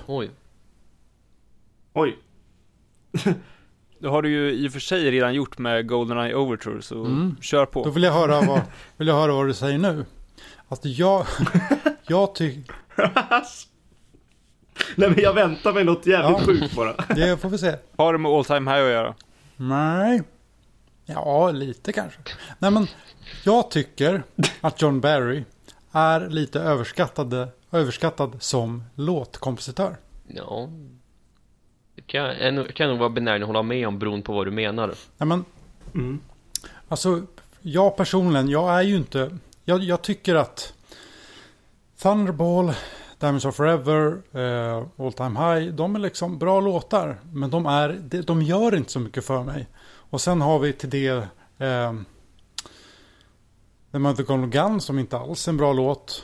Speaker 2: Oj.
Speaker 1: Det har du ju i och för sig redan gjort med GoldenEye Overture, så kör på.
Speaker 3: Då vill jag höra vad du säger nu. Att jag tycker...
Speaker 2: Nej, men jag väntar mig något jävligt sjukt bara.
Speaker 3: Det får vi se.
Speaker 1: Har det med All Time High att göra?
Speaker 3: Nej. Ja, lite kanske. Nej, men jag tycker att John Barry är lite överskattad som låtkompositör.
Speaker 4: Ja. Det kan nog vara benägen att hålla med om, beroende på vad du menar.
Speaker 3: Nej, men alltså, jag personligen, jag är ju inte... Jag tycker att Thunderball, Diamonds Are Forever, All Time High, de är liksom bra låtar. Men de gör inte så mycket för mig. Och sen har vi till det The Mother Golden Gun, som inte alls är en bra låt.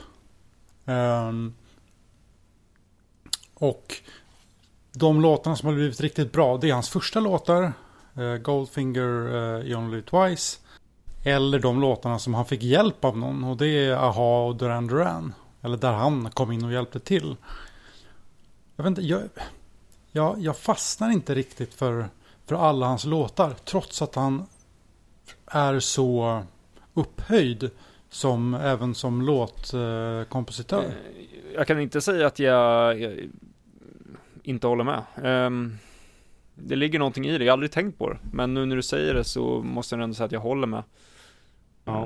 Speaker 3: Och de låtarna som har blivit riktigt bra, det är hans första låtar. Goldfinger, You Only Live Twice. Eller de låtarna som han fick hjälp av någon. Och det är Aha och Duran Duran. Eller där han kom in och hjälpte till. Jag vet inte, jag fastnar inte riktigt för alla hans låtar. Trots att han är så upphöjd även som låtkompositör.
Speaker 1: Jag kan inte säga att jag inte håller med. Det ligger någonting i det. Jag har aldrig tänkt på det. Men nu när du säger det så måste jag ändå säga att jag håller med.
Speaker 2: Ja.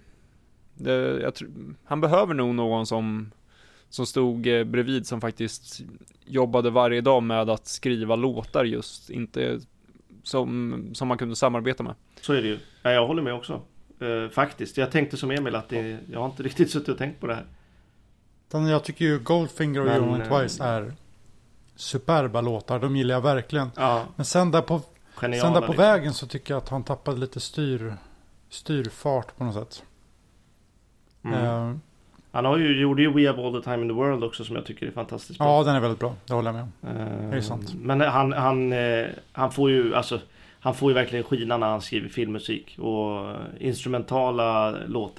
Speaker 1: Han behöver nog någon som stod bredvid, som faktiskt jobbade varje dag med att skriva låtar, just inte som man kunde samarbeta med.
Speaker 2: Så är det ju. Ja, jag håller med också. Faktiskt. Jag tänkte som Emil att jag har inte riktigt suttit och tänkt på det här.
Speaker 3: Jag tycker ju Goldfinger och You Only Live Twice är superba låtar. De gillar jag verkligen.
Speaker 2: Ja.
Speaker 3: Men sen där på
Speaker 2: Liksom.
Speaker 3: vägen så tycker jag att han tappade lite styrfart på något sätt.
Speaker 2: Han gjorde ju We Have All The Time In The World också, som jag tycker är fantastiskt bra.
Speaker 3: Ja, den är väldigt bra. Det håller jag med om. Det är sant.
Speaker 2: Men han får ju verkligen skina när han skriver filmmusik. Och instrumentala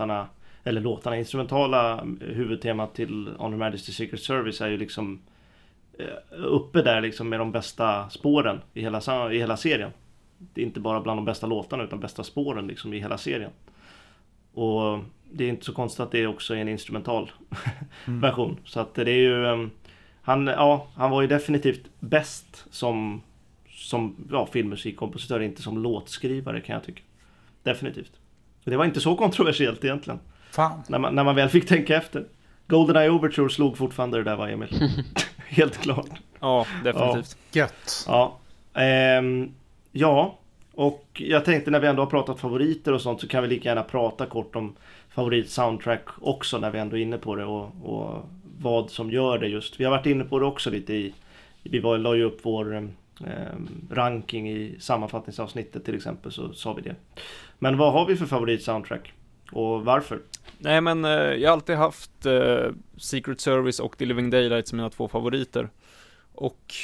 Speaker 2: huvudtemat till On Her Majesty's Secret Service är ju liksom uppe där liksom med de bästa spåren i hela serien. Det är inte bara bland de bästa låtarna, utan bästa spåren liksom i hela serien. Och det är inte så konstigt att det också är en instrumental version. Så att det är ju han var ju definitivt bäst som filmmusikkompositör, inte som låtskrivare, kan jag tycka. Definitivt. Och det var inte så kontroversiellt egentligen.
Speaker 3: Fan.
Speaker 2: När man väl fick tänka efter. GoldenEye Overture slog fortfarande det där, var Emil. Helt klart.
Speaker 1: Ja, definitivt.
Speaker 3: Ja. Gött.
Speaker 2: Ja. Och jag tänkte, när vi ändå har pratat favoriter och sånt, så kan vi lika gärna prata kort om favorit-soundtrack också, när vi ändå är inne på det, och vad som gör det just. Vi har varit inne på det också lite vi la ju upp vår ranking i sammanfattningsavsnittet till exempel, så sa vi det. Men vad har vi för favorit-soundtrack? Och varför?
Speaker 1: Nej, men jag har alltid haft Secret Service och The Living Daylights som mina 2 favoriter. Och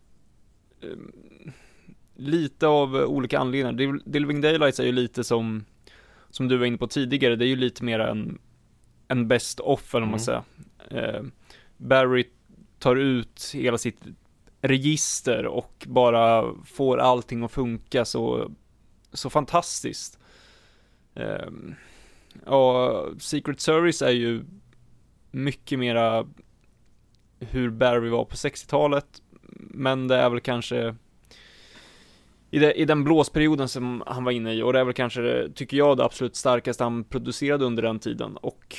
Speaker 1: lite av olika anledningar. The Living Daylights är ju lite som du var inne på tidigare. Det är ju lite mer en best of, eller man säger. Barry tar ut hela sitt register och bara får allting att funka så fantastiskt. Och Secret Service är ju mycket mera hur Barry var på 60-talet, men det är väl kanske i den blåsperioden som han var inne i, och det är väl kanske, tycker jag, det absolut starkaste han producerade under den tiden. Och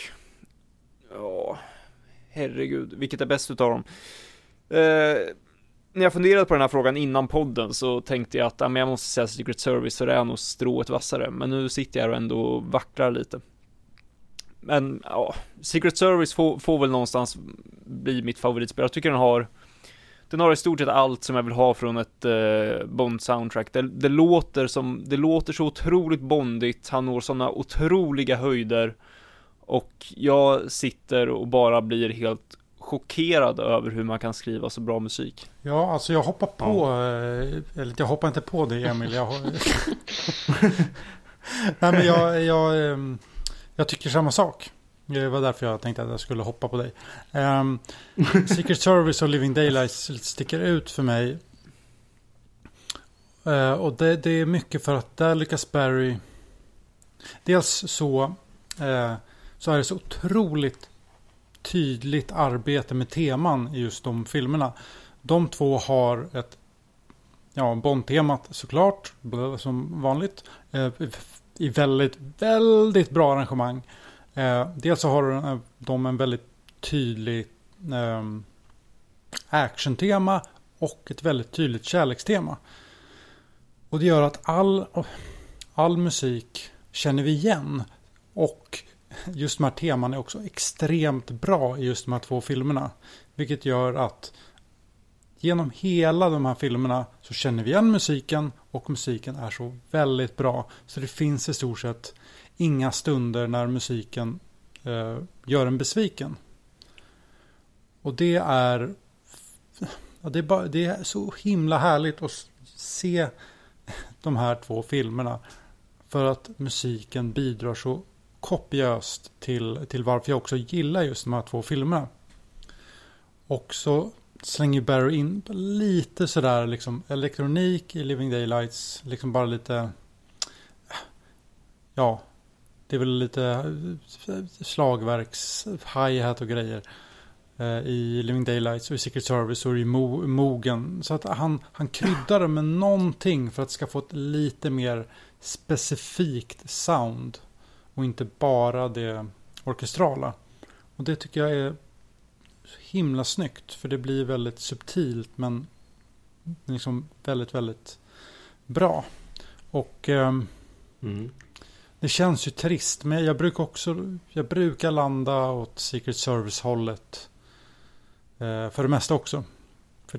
Speaker 1: herregud, vilket är bäst utav dem? När jag funderade på den här frågan innan podden så tänkte jag att jag måste säga Secret Service, så det är nog strået vassare. Men nu sitter jag här och ändå vacklar lite. Men Secret Service får väl någonstans bli mitt favoritspel. Jag tycker den har i stort sett allt som jag vill ha från ett Bond-soundtrack. Det låter så otroligt bondigt. Han når sådana otroliga höjder. Och jag sitter och bara blir helt chockerad över hur man kan skriva så bra musik.
Speaker 3: Ja, alltså jag hoppar på, eller jag hoppar inte på det, Emil. Nej, men jag tycker samma sak. Det var därför jag tänkte att jag skulle hoppa på dig. Secret Service och Living Daylights sticker ut för mig. Och det är mycket för att där lyckas Barry. Dels så är det så otroligt tydligt arbete med teman i just de filmerna. De två har ett Bond-temat såklart, som vanligt, i väldigt, väldigt bra arrangemang. Dels så har de en väldigt tydlig action-tema och ett väldigt tydligt kärlekstema. Och det gör att all musik känner vi igen. Och just de här teman är också extremt bra i just de här två filmerna. Vilket gör att genom hela de här filmerna så känner vi igen musiken. Och musiken är så väldigt bra. Så det finns i stort sett inga stunder när musiken gör en besviken. Och det är så himla härligt att se de här två filmerna. För att musiken bidrar så kopiöst till varför jag också gillar just de här två filmerna. Och så slänger Barry in lite sådär liksom elektronik i Living Daylights. Liksom bara lite, ja, det är väl lite slagverks, hi-hat och grejer i Living Daylights och i Secret Service och i Mogen. Så att han kryddar det med någonting för att det ska få ett lite mer specifikt sound och inte bara det orkestrala. Och det tycker jag är himla snyggt, för det blir väldigt subtilt men liksom väldigt, väldigt bra. Och det känns ju trist, men jag brukar landa åt Secret Service-hållet för det mesta också. För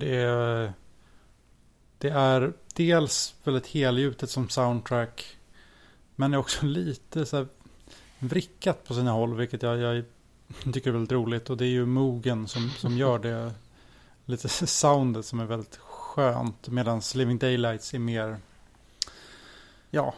Speaker 3: det är dels väldigt helgjutet som soundtrack, men är också lite så här vrickat på sina håll, vilket jag tycker är väldigt roligt. Och det är ju Mogen som gör det, lite soundet som är väldigt skönt, medan Living Daylights är mer, ja,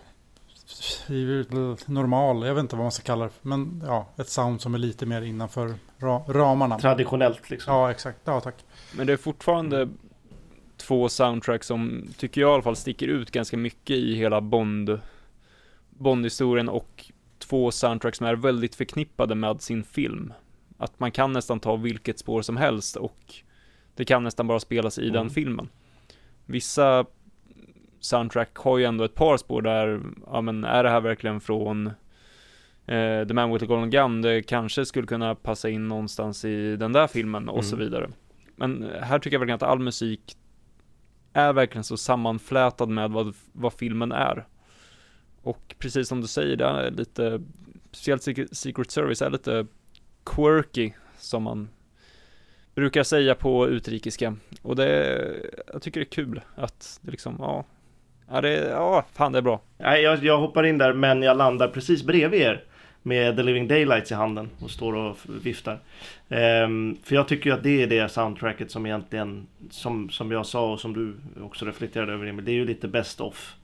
Speaker 3: normal, jag vet inte vad man ska kalla det, men ja, ett sound som är lite mer innanför ramarna.
Speaker 2: Traditionellt liksom.
Speaker 3: Ja, exakt. Ja, tack.
Speaker 1: Men det är fortfarande två soundtracks som tycker jag i alla fall sticker ut ganska mycket i hela Bond-historien, och två soundtracks som är väldigt förknippade med sin film. Att man kan nästan ta vilket spår som helst och det kan nästan bara spelas i den filmen. Vissa soundtrack har ju ändå ett par spår där, ja men är det här verkligen från The Man with the Golden Gun? Det kanske skulle kunna passa in någonstans i den där filmen och så vidare. Men här tycker jag verkligen att all musik är verkligen så sammanflätad med vad filmen är. Och precis som du säger, det är lite, speciellt Secret Service är lite quirky, som man brukar säga på utrikiska. Och jag tycker det är kul att det liksom, fan det är bra.
Speaker 2: Nej, jag hoppar in där, men jag landar precis bredvid er med The Living Daylights i handen och står och viftar. För jag tycker att det är det soundtracket som egentligen, som jag sa och som du också reflekterade över, det är ju lite best of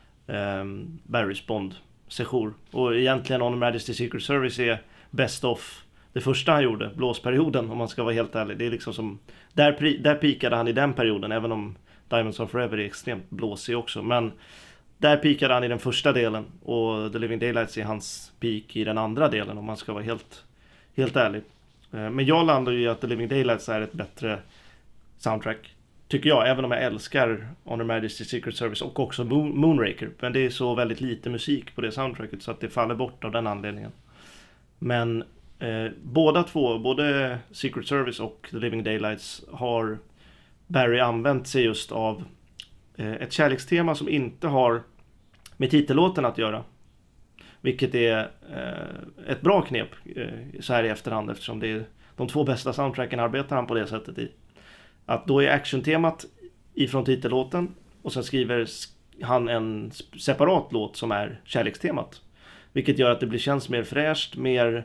Speaker 2: Barrys Bond-session. Och egentligen On Her Majesty's Secret Service är best of det första han gjorde, blåsperioden, om man ska vara helt ärlig. Det är liksom som, där pikade han i den perioden, även om Diamonds Are Forever är extremt blåsig också. Men där pikade han i den första delen, och The Living Daylights är hans peak i den andra delen, om man ska vara helt ärlig. Men jag landar ju i att The Living Daylights är ett bättre soundtrack, tycker jag, även om jag älskar On Her Majesty's Secret Service och också Moonraker. Men det är så väldigt lite musik på det soundtracket så att det faller bort av den anledningen. Men båda två, både Secret Service och The Living Daylights, har Barry använt sig just av ett kärlekstema som inte har med titellåten att göra. Vilket är ett bra knep så här i efterhand, eftersom det är de två bästa soundtracken arbetar han på det sättet i. Att då är actiontemat ifrån titellåten, och sen skriver han en separat låt som är kärlekstemat. Vilket gör att det känns mer fräscht, mer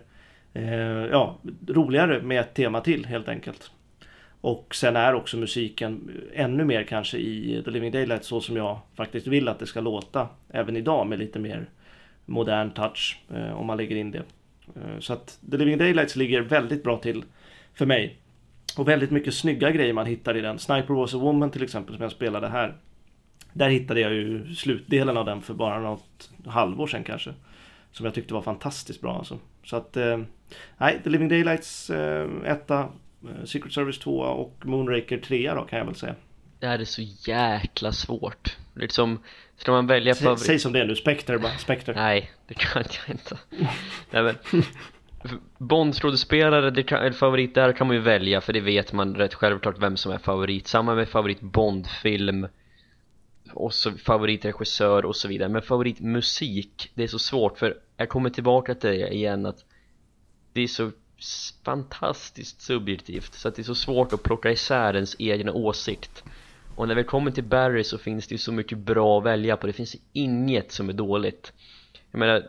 Speaker 2: roligare med ett tema till helt enkelt. Och sen är också musiken ännu mer kanske i The Living Daylights så som jag faktiskt vill att det ska låta även idag med lite mer modern touch om man lägger in det. Så att The Living Daylights ligger väldigt bra till för mig. Och väldigt mycket snygga grejer man hittar i den. Sniper Was a Woman till exempel som jag spelade här. Där hittade jag ju slutdelen av den för bara något halvår sedan kanske. Som jag tyckte var fantastiskt bra alltså. Så att, The Living Daylights 1, Secret Service 2 och Moonraker 3 då kan jag väl säga.
Speaker 4: Det här är så jäkla svårt. Liksom, ska man välja favorit...
Speaker 2: Säg som det är nu, Spectre bara, Spectre.
Speaker 4: Nej, det kan jag inte. Nej, men Bond-skådespelare, favorit där kan man ju välja, för det vet man rätt självklart vem som är favorit. Samma med favorit Bond-film och så favoritregissör och så vidare. Men favoritmusik, det är så svårt, för jag kommer tillbaka till det igen, att det är så fantastiskt subjektivt, så att det är så svårt att plocka isär ens egna åsikt. Och när vi kommer till Barry så finns det ju så mycket bra att välja på. Det finns inget som är dåligt. Jag menar,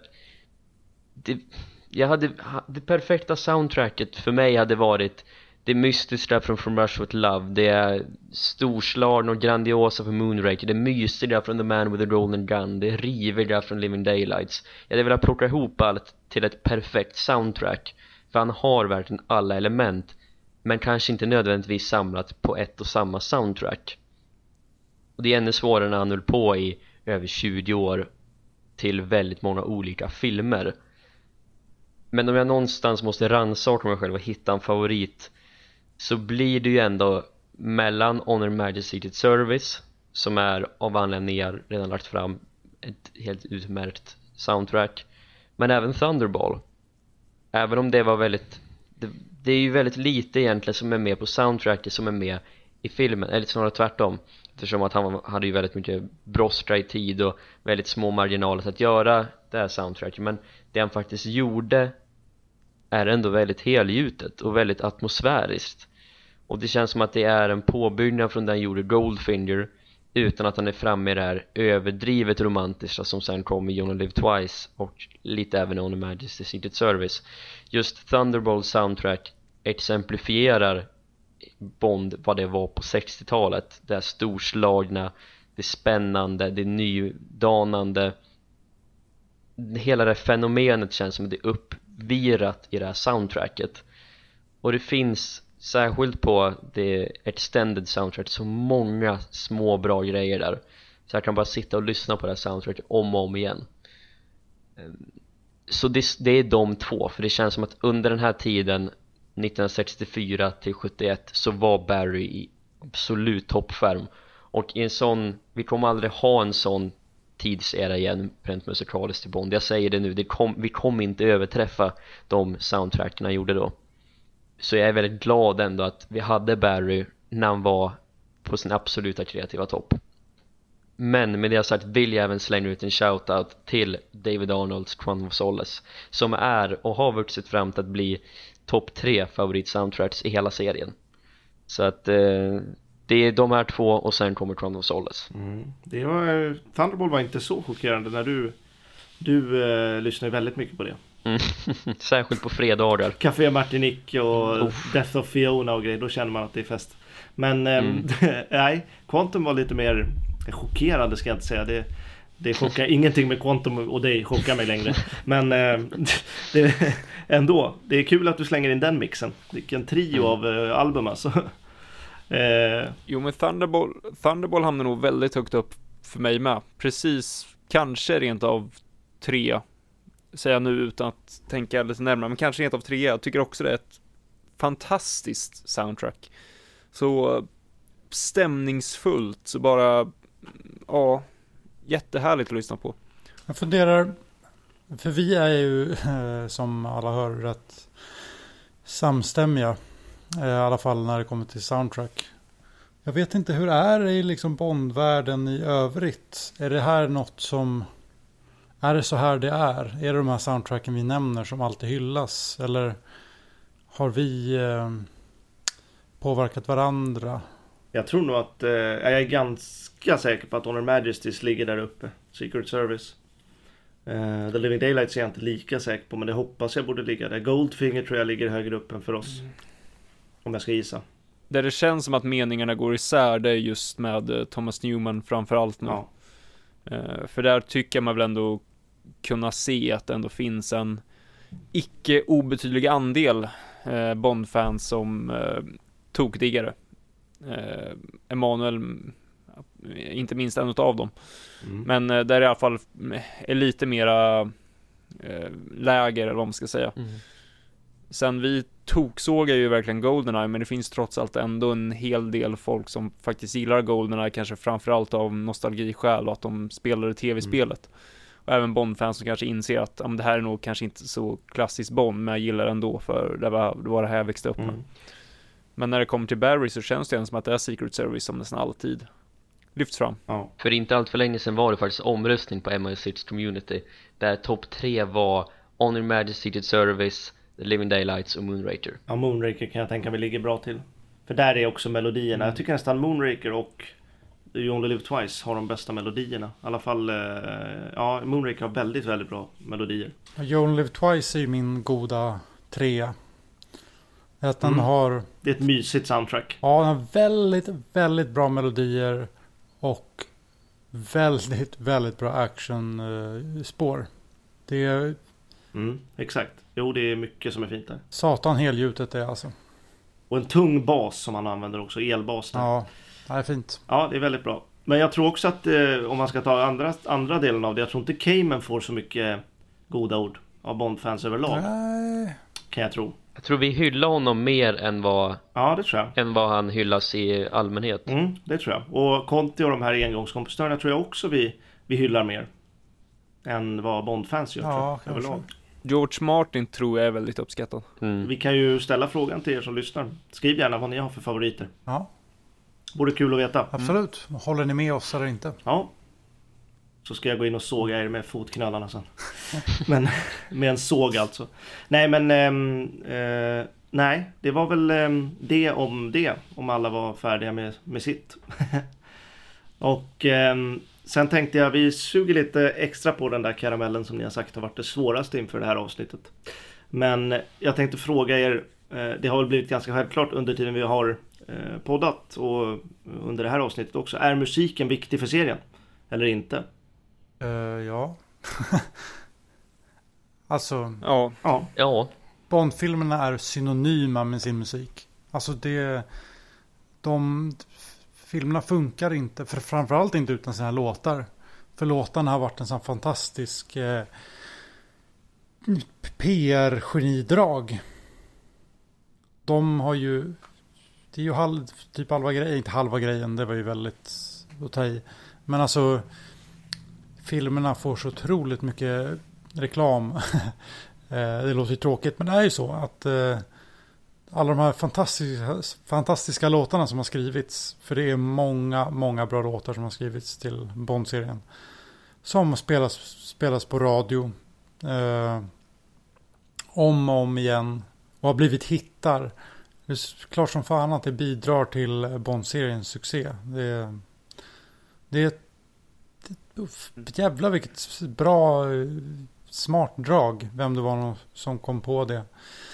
Speaker 4: det perfekta soundtracket för mig hade varit det mystiska från From Russia With Love, det är storslagna och grandiosa från Moonraker, det mystiga från The Man With a Golden Gun, det riviga från Living Daylights. Jag hade velat plocka ihop allt till ett perfekt soundtrack, för han har verkligen alla element, men kanske inte nödvändigtvis samlat på ett och samma soundtrack. Och det är ännu svårare när han höll på i över 20 år till väldigt många olika filmer. Men om jag någonstans måste rannsaka mig själv och hitta en favorit, så blir det ju ändå mellan Honor Majesty's Secret Service, som är av anledningar redan lagt fram ett helt utmärkt soundtrack, men även Thunderball. Även om det var väldigt... Det är ju väldigt lite egentligen som är med på soundtracket som är med i filmen, eller snarare tvärtom, eftersom att han hade ju väldigt mycket brådska i tid och väldigt små marginaler att göra det här soundtracket. Men det han faktiskt gjorde är ändå väldigt helgjutet och väldigt atmosfäriskt. Och det känns som att det är en påbyggnad från den han gjorde Goldfinger, utan att han är framme i det här överdrivet romantiska som sen kom i You Only Live Twice och lite även On Majesty's Secret Service. Just Thunderball soundtrack exemplifierar Bond vad det var på 60-talet. Det här storslagna, det spännande, det nydanande. Hela det fenomenet känns som att det är uppvirat i det här soundtracket. Och det finns särskilt på det extended soundtrack så många små bra grejer där. Så jag kan bara sitta och lyssna på det här soundtracket om och om igen. Så det är de två. För det känns som att under den här tiden 1964 till 71 så var Barry i absolut toppfärm. Och i en sån, vi kommer aldrig ha en sån tidsera igen rent musikaliskt till Bond. Jag säger det nu, vi kommer inte överträffa de soundtracken han gjorde då. Så jag är väldigt glad ändå att vi hade Barry när han var på sin absoluta kreativa topp. Men med det sagt vill jag även slänga ut en shoutout till David Arnolds Quantum of Solace, som är och har vuxit fram till att bli topp 3 favorit-soundtracks i hela serien. Så att det är de här två och sen kommer Quantum of Solace.
Speaker 2: Thunderball var inte så chockerande när du lyssnar väldigt mycket på det.
Speaker 4: Särskilt på fredagar.
Speaker 2: Café Martinique och Death of Fiona och grejer, då känner man att det är fest. Men nej, Quantum var lite mer chockerande ska jag inte säga. Det chockar ingenting med Quantum och det chockar mig längre. Men ändå, det är kul att du slänger in den mixen. Vilken trio av album alltså.
Speaker 1: Jo, men Thunderball hamnar nog väldigt högt upp för mig med. Precis, kanske rent av 3, säger jag nu utan att tänka lite närmare, men kanske rent av 3. Jag tycker också det är ett fantastiskt soundtrack. Så stämningsfullt, så bara jättehärligt att lyssna på.
Speaker 3: Jag funderar, för vi är ju som alla hör rätt samstämmiga, i alla fall när det kommer till soundtrack. Jag vet inte hur är det i liksom Bondvärlden i övrigt. Är det här något som, är det så här det är? Är det de här soundtracken vi nämner som alltid hyllas? Eller har vi påverkat varandra?
Speaker 2: Jag tror nog att jag är ganska säker på att Honor Majesty's ligger där uppe, Secret Service. The Living Daylights är jag inte lika säker på, men det hoppas jag borde ligga där. Goldfinger tror jag ligger högre upp än för oss. Om jag ska gissa.
Speaker 1: Där det känns som att meningarna går isär, det är just med Thomas Newman framförallt nu.
Speaker 2: Ja.
Speaker 1: För där tycker man väl ändå kunna se att det ändå finns en icke obetydlig andel Bond-fans som tokdiggare. Emanuel inte minst en av dem. Men där i alla fall är lite mera läger, eller vad man ska säga. Sen vi toksågar ju verkligen GoldenEye, men det finns trots allt ändå en hel del folk som faktiskt gillar GoldenEye, kanske framförallt av nostalgiskäl och att de spelade tv-spelet. Och även Bond-fans som kanske inser att det här är nog kanske inte så klassiskt Bond, men jag gillar det ändå för det var det här jag växte upp med. Men när det kommer till Barry så känns det som att det är Secret Service som nästan alltid lyfts fram.
Speaker 2: Ja.
Speaker 4: För inte allt för länge sedan var det faktiskt omröstning på MI6 Community där topp 3 var On Your Majesty's Secret Service, The Living Daylights och Moonraker.
Speaker 2: Ja, Moonraker kan jag tänka mig ligger bra till. För där är också melodierna. Jag tycker nästan Moonraker och You Only Live Twice har de bästa melodierna. I alla fall, ja, Moonraker har väldigt, väldigt bra melodier.
Speaker 3: You Only Live Twice är ju min goda 3. Att den har...
Speaker 2: Det är ett mysigt soundtrack.
Speaker 3: Ja, den har väldigt, väldigt bra melodier och väldigt, väldigt bra actionspår. Det är...
Speaker 2: Exakt. Jo, det är mycket som är fint där.
Speaker 3: Satan helgjutet är alltså.
Speaker 2: Och en tung bas som han använder också, elbas där.
Speaker 3: Ja, det är fint.
Speaker 2: Ja, det är väldigt bra. Men jag tror också att om man ska ta andra delen av det, jag tror inte Cayman får så mycket goda ord av Bond-fans överlag.
Speaker 3: Nej.
Speaker 2: Kan jag tro.
Speaker 4: Jag tror vi hyllar honom mer än vad,
Speaker 2: det tror jag.
Speaker 4: än vad han hyllas i allmänhet.
Speaker 2: Det tror jag. Och Conti och de här engångskompositörerna tror jag också vi hyllar mer än vad Bond-fans gör, tror jag, överlag.
Speaker 1: George Martin tror jag är väldigt uppskattad.
Speaker 2: Vi kan ju ställa frågan till er som lyssnar. Skriv gärna vad ni har för favoriter.
Speaker 3: Ja.
Speaker 2: Vore kul att veta.
Speaker 3: Absolut. Håller ni med oss eller inte?
Speaker 2: Ja. Så ska jag gå in och såga er med fotknölarna sen. Men med en såg alltså. Nej, men nej, det var väl det. Om alla var färdiga med sitt. Och sen tänkte jag, vi suger lite extra på den där karamellen som ni har sagt har varit det svåraste inför det här avsnittet. Men jag tänkte fråga er, det har väl blivit ganska självklart under tiden vi har poddat och under det här avsnittet också. Är musiken viktig för serien? Eller inte?
Speaker 3: Ja. Alltså,
Speaker 2: ja.
Speaker 3: Bond-filmerna är synonyma med sin musik. Alltså filmerna funkar inte, framförallt inte utan sina låtar. För låtarna har varit en sån fantastisk PR-genidrag. De har ju, det är ju typ halva grejen, inte halva grejen, det var ju väldigt att ta i. Men alltså filmerna får så otroligt mycket reklam. Det låter ju tråkigt, men det är ju så att alla de här fantastiska låtarna som har skrivits, för det är många bra låtar som har skrivits till Bond-serien, som spelas på radio om och om igen och har blivit hittar. Det är klart som fan att det bidrar till Bond-seriens succé. Det är jävla vilket bra smart drag, vem det var som kom på det,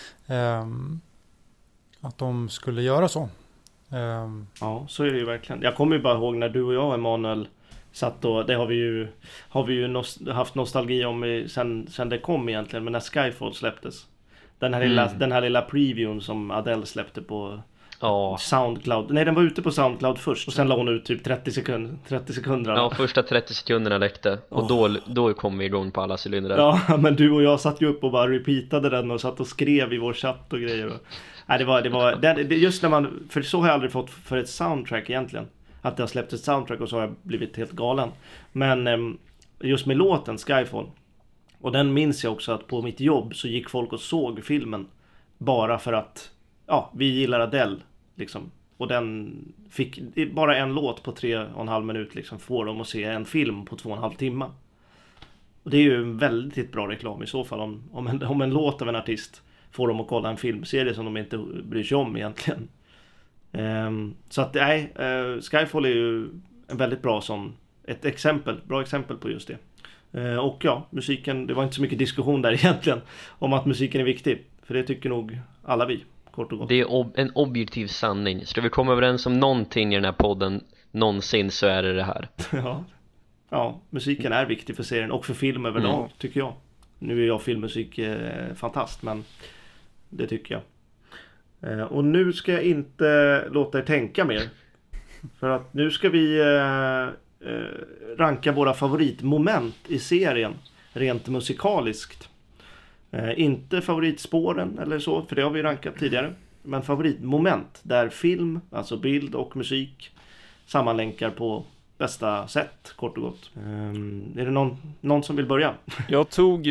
Speaker 3: att de skulle göra så.
Speaker 2: Ja, så är det ju verkligen. Jag kommer ju bara ihåg när du och jag, Emanuel, satt och det har vi ju haft nostalgi om sen det kom egentligen, men när Skyfall släpptes. Den här lilla previewn som Adele släppte på Soundcloud. Nej, den var ute på Soundcloud först och sen la hon ut typ 30 sekunder.
Speaker 4: Ja, första 30 sekunderna läckte. Och då kom vi igång på alla cylindrar.
Speaker 2: Ja, men du och jag satt ju upp och bara repeatade den och satt och skrev i vår chatt och grejer. Nej, det var just när man, för så har jag aldrig fått för ett soundtrack egentligen. Att det har släppt ett soundtrack och så har jag blivit helt galen. Men just med låten Skyfall, och den minns jag också att på mitt jobb så gick folk och såg filmen bara för att vi gillar Adele liksom. Och den fick bara en låt på 3,5 minut liksom, får dem att se en film på 2,5 timmar. Och det är ju en väldigt bra reklam i så fall om en låt av en artist får dem att kolla en filmserie som de inte bryr sig om egentligen. Så att Skyfall är ju en väldigt bra bra exempel på just det. Och ja, musiken, det var inte så mycket diskussion där egentligen om att musiken är viktig. För det tycker nog alla vi, kort och gott.
Speaker 4: Det är en objektiv sanning. Ska vi komma överens om någonting i den här podden någonsin, så är det här.
Speaker 2: Ja, musiken är viktig för serien och för film överlag, tycker jag. Nu är jag filmmusik fantast, men det tycker jag. Och nu ska jag inte låta er tänka mer. För att nu ska vi ranka våra favoritmoment i serien rent musikaliskt. Inte favoritspåren eller så, för det har vi rankat tidigare. Men favoritmoment där film, alltså bild och musik sammanlänkar på bästa sätt, kort och gott. Är det någon som vill börja?
Speaker 1: Jag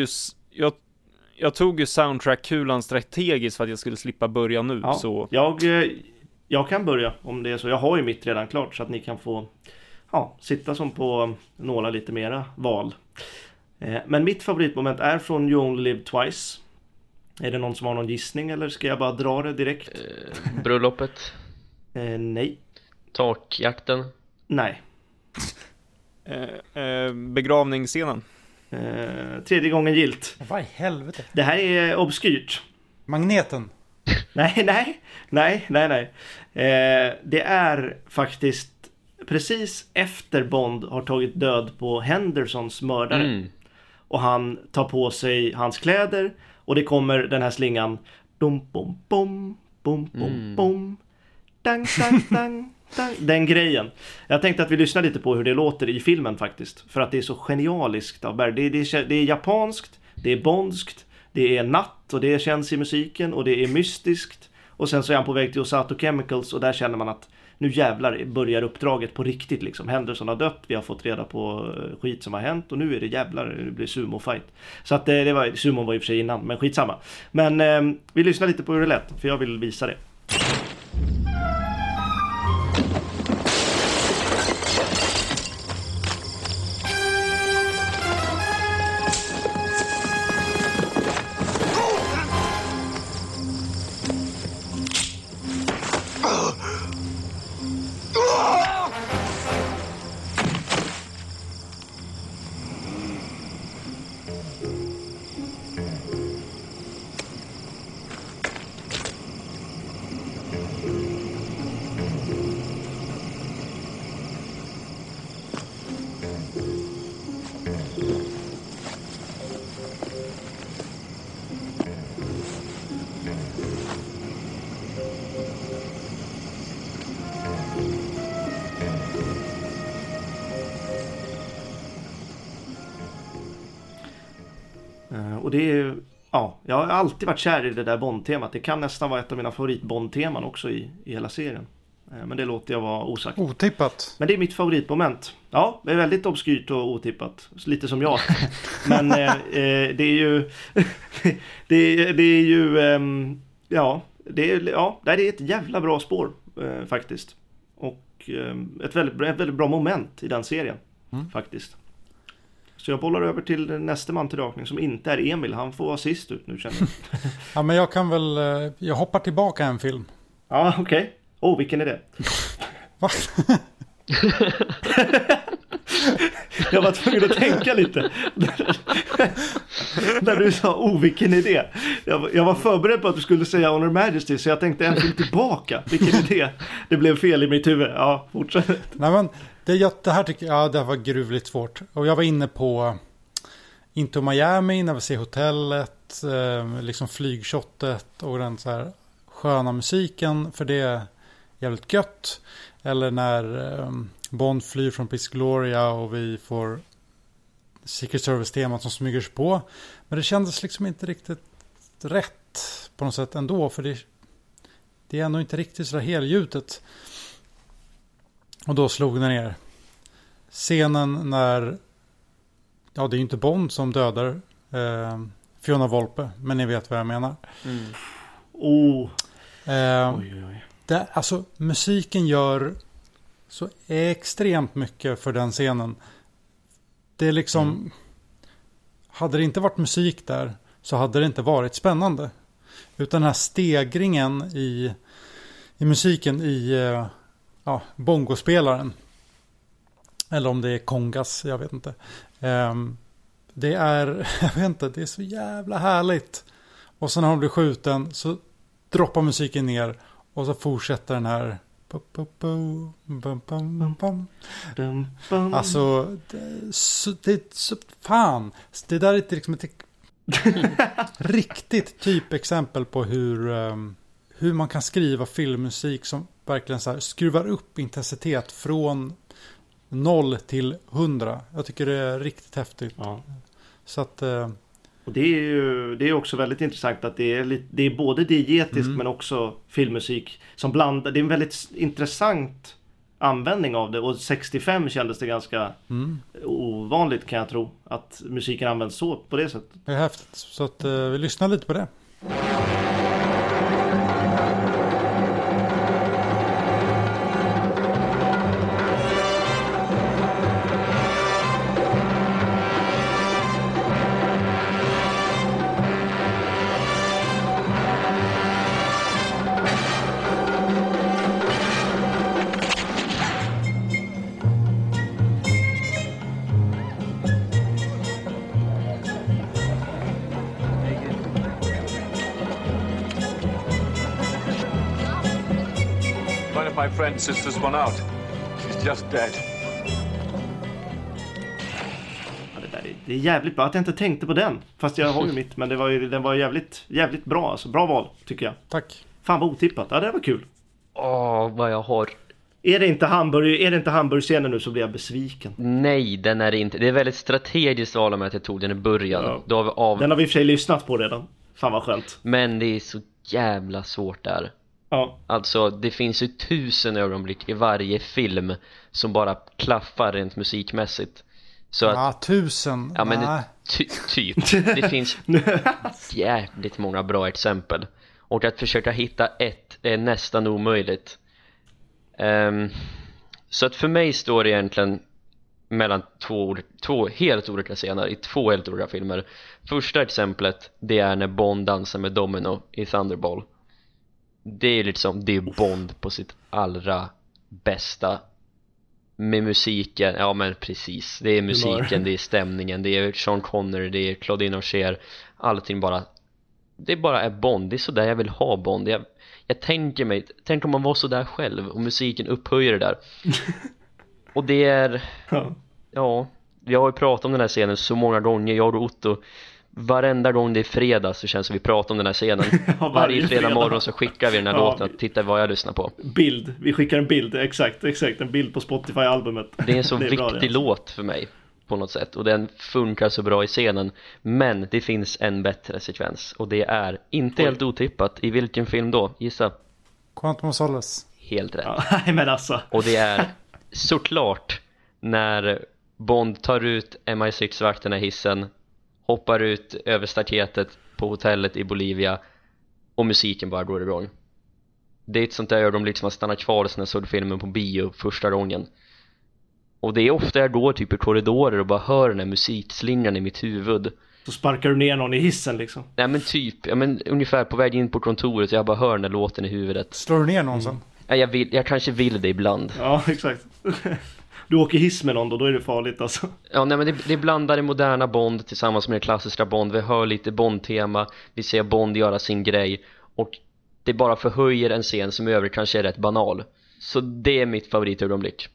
Speaker 1: tog ju soundtrack-kulan strategiskt för att jag skulle slippa börja nu.
Speaker 2: Ja,
Speaker 1: så.
Speaker 2: Jag kan börja om det är så. Jag har ju mitt redan klart så att ni kan få sitta som på några lite mera val. Men mitt favoritmoment är från You Only Live Twice. Är det någon som har någon gissning eller ska jag bara dra det direkt?
Speaker 4: Bröllopet?
Speaker 2: Nej.
Speaker 4: Takjakten?
Speaker 2: Nej.
Speaker 1: Begravningsscenen?
Speaker 2: Tredje gången gilt.
Speaker 3: Vad i helvete?
Speaker 2: Det här är obskyrt.
Speaker 3: Magneten?
Speaker 2: Nej. Det är faktiskt precis efter Bond har tagit död på Hendersons mördare. Och han tar på sig hans kläder och det kommer den här slingan dum bom bom bom bom bom dang dang dang dang. Den grejen. Jag tänkte att vi lyssnar lite på hur det låter i filmen faktiskt, för att det är så genialiskt av Berg. Det är japanskt, det är bondskt, det är natt och det känns i musiken och det är mystiskt. Och sen så är han på väg till Osato Chemicals och där känner man att nu jävlar börjar uppdraget på riktigt liksom. Henderson har dött, vi har fått reda på skit som har hänt och nu är det jävlar, det blir sumo-fight. Så att sumo var i och för sig innan, men skitsamma. Men vi lyssnar lite på hur det lät, för jag vill visa det. Och det är jag har alltid varit kär i det där Bond-temat. Det kan nästan vara ett av mina favorit-Bond-teman också i hela serien. Men det låter jag vara osagt.
Speaker 3: Otippat.
Speaker 2: Men det är mitt favoritmoment. Ja, det är väldigt obskyrt och otippat. Lite som jag. Men det är ju det är ju det är ett jävla bra spår faktiskt. Och ett väldigt bra moment i den serien faktiskt. Så jag bollar över till nästa man till rakning som inte är Emil. Han får vara sist ut nu, känner jag.
Speaker 3: Ja, men jag hoppar tillbaka en film.
Speaker 2: Ja, okej. Vilken är det?
Speaker 3: Va?
Speaker 2: Jag var tvungen att tänka lite. När du sa, vilken är det? Jag var förberedd på att du skulle säga Honor Majesty, så jag tänkte en film tillbaka. Vilken är det? Det blev fel i mitt huvud. Ja, fortsätt.
Speaker 3: Nej, men det här tycker jag, det var gruvligt svårt. Och jag var inne på Into Miami när vi ser hotellet, liksom flygshottet och den så här sköna musiken, för det är jävligt gött. Eller när Bond flyr från Peace Gloria och vi får Secret Service-temat som smyger sig på. Men det kändes liksom inte riktigt rätt på något sätt ändå, för det är ändå inte riktigt så där helgjutet. Och då slog det ner. Scenen när, det är ju inte Bond som dödar Fiona Volpe, men ni vet vad jag menar.
Speaker 2: Oj.
Speaker 3: Alltså musiken gör så extremt mycket för den scenen. Det är liksom, hade det inte varit musik där så hade det inte varit spännande. Utan den här stegringen i musiken i bongospelaren, eller om det är kongas, jag vet inte. det är, jag vet inte, det är så jävla härligt. Och sen när hon blir skjuten så droppar musiken ner och så fortsätter den här. Alltså, fan, det där är liksom ett riktigt typexempel på hur man kan skriva filmmusik som verkligen så här skruvar upp intensitet från 0 till 100. Jag tycker det är riktigt häftigt.
Speaker 2: Ja.
Speaker 3: Så att
Speaker 2: och det är också väldigt intressant att det är både diegetiskt men också filmmusik som blandar. Det är en väldigt intressant användning av det, och 65 kändes det ganska ovanligt, kan jag tro, att musiken används så på det sättet.
Speaker 3: Det är häftigt, så att vi lyssnar lite på det.
Speaker 8: My friend's sister's one out. She's just dead.
Speaker 2: Ja, det är jävligt bra att jag inte tänkte på den. Fast jag har ju mitt, men den var jävligt bra. Alltså, bra val, tycker jag.
Speaker 3: Tack.
Speaker 2: Fan vad otippat. Ja, det var kul.
Speaker 4: Vad jag har.
Speaker 2: Är det inte Hamburg-scenen nu så blir jag besviken.
Speaker 4: Nej, den är det inte. Det är väldigt strategiskt val om att jag tog den i början.
Speaker 2: Ja.
Speaker 4: Då har vi
Speaker 2: Den har vi i och för sig lyssnat på redan. Fan vad skönt.
Speaker 4: Men det är så jävla svårt där.
Speaker 2: Ja.
Speaker 4: Alltså det finns ju 1000 ögonblick i varje film som bara klaffar rent musikmässigt. Så att,
Speaker 3: 1000.
Speaker 4: ja, men typ. Det finns jävligt många bra exempel. Och att försöka hitta ett är nästan omöjligt. Så att för mig står det egentligen mellan två helt olika scener i två helt olika filmer. Första exemplet, det är när Bond dansar med Domino i Thunderball. Det är liksom, det är Bond på sitt allra bästa. Med musiken, ja men precis. Det är musiken, det är stämningen, det är Sean Connery, det är Claudine Aucher. Allting bara, det bara är Bond. det är så där jag vill ha Bond. Jag tänk om man var så där själv och musiken upphöjer det där. Och det är, ja, jag har ju pratat om den här scenen så många gånger, jag och Otto. Varenda gång det är fredag så känns det som vi pratar om den här scenen.
Speaker 2: Ja,
Speaker 4: varje fredag morgon så skickar vi den här låten och tittar vad jag lyssnar på.
Speaker 2: Vi skickar en bild, exakt, en bild på Spotify-albumet.
Speaker 4: Det är en så viktig låt för mig på något sätt. Och den funkar så bra i scenen. Men det finns en bättre sekvens. Och det är inte helt otippat. I vilken film då? Gissa.
Speaker 3: Quantum of Solace.
Speaker 4: Helt rätt.
Speaker 2: Ja, men alltså.
Speaker 4: Och det är såklart när Bond tar ut MI6-vakterna i hissen, hoppar ut över staketet på hotellet i Bolivia och musiken bara går igång. Det är ett sånt där ögonblick som har stannat kvar sen jag såg filmen på bio första gången. Och det är ofta jag går typ i korridorer och bara hör den här musikslingan i mitt huvud.
Speaker 2: Så sparkar du ner någon i hissen liksom?
Speaker 4: Nej men typ, ungefär på väg in på kontoret jag bara hör den här låten i huvudet.
Speaker 3: Slår du ner någon sen?
Speaker 4: Jag kanske vill det ibland.
Speaker 2: Ja, exakt. Du åker hiss med någon då är det farligt alltså.
Speaker 4: Ja, nej, men det blandar i moderna Bond tillsammans med det klassiska Bond. Vi hör lite Bond-tema, vi ser Bond göra sin grej. Och det bara förhöjer en scen som i övrigt kanske är rätt banal. Så det är mitt favoritögonblick.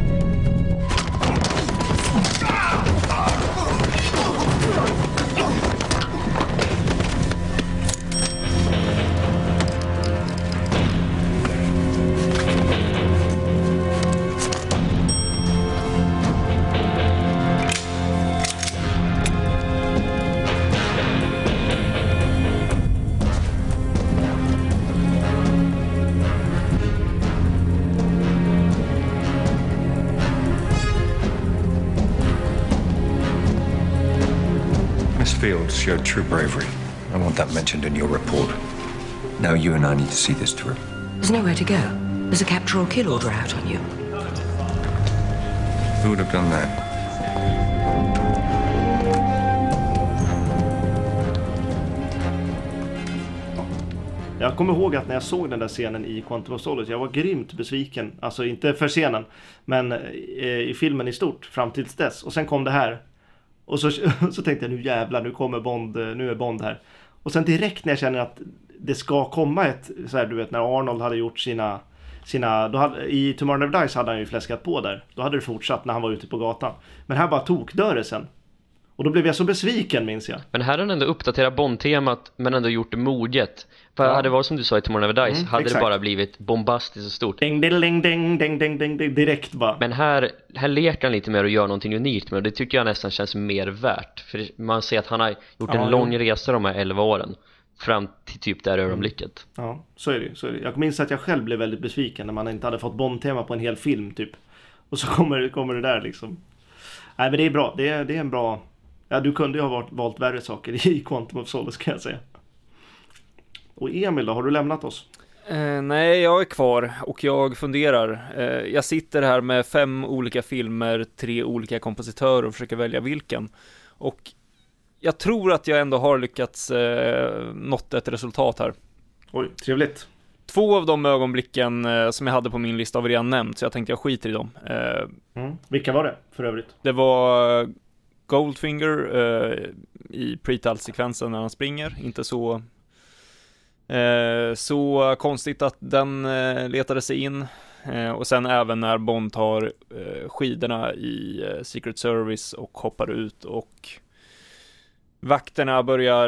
Speaker 9: Fields showed true bravery. I want that mentioned in your report. Now you and I need to see this through.
Speaker 10: There's nowhere to go. There's a capture or kill order out on you.
Speaker 9: Who would have done that?
Speaker 2: Jag kommer ihåg att när jag såg den där scenen i Quantum of Solace, jag var grymt besviken. Alltså inte för scenen, men i filmen i stort, fram tills dess. Och sen kom det här. Och så tänkte jag, nu jävlar, nu kommer Bond, nu är Bond här. Och sen direkt när jag känner att det ska komma ett, så här, du vet, när Arnold hade gjort sina i Tomorrow Never Dies hade han ju fläskat på där. Då hade det fortsatt när han var ute på gatan. Men här bara tokdör det sen. Och då blev jag så besviken, minns jag.
Speaker 4: Men här har han ändå uppdaterat Bond-temat, men ändå gjort det moget. För hade det varit som du sa i Tomorrow Never Dies, hade
Speaker 2: exakt.
Speaker 4: det bara blivit bombastiskt och stort.
Speaker 2: Ding, ding, ding, ding, ding, ding, ding, direkt bara.
Speaker 4: Men här leker han lite mer och gör någonting unikt med, och det tycker jag nästan känns mer värt. För man ser att han har gjort en lång resa de här 11 åren. Fram till typ det här ögonblicket.
Speaker 2: Ja, så är det, så är det. Jag minns att jag själv blev väldigt besviken när man inte hade fått Bond-tema på en hel film typ. Och så kommer det där liksom. Nej, men det är bra. Det är en bra... Ja, du kunde ju ha valt värre saker i Quantum of Solace, kan jag säga. Och Emil då, har du lämnat oss?
Speaker 1: Nej, jag är kvar och jag funderar. Jag sitter här med 5 olika filmer, 3 olika kompositörer och försöker välja vilken. Och jag tror att jag ändå har lyckats nått ett resultat här.
Speaker 2: Oj, trevligt.
Speaker 1: 2 av de ögonblicken som jag hade på min lista har vi redan nämnt, så jag tänkte jag skiter i dem.
Speaker 2: Vilka var det för övrigt?
Speaker 1: Det var Goldfinger i pre-title-sekvensen när han springer. Inte så konstigt att den letade sig in. Och sen även när Bond tar skidorna i Secret Service och hoppar ut och vakterna börjar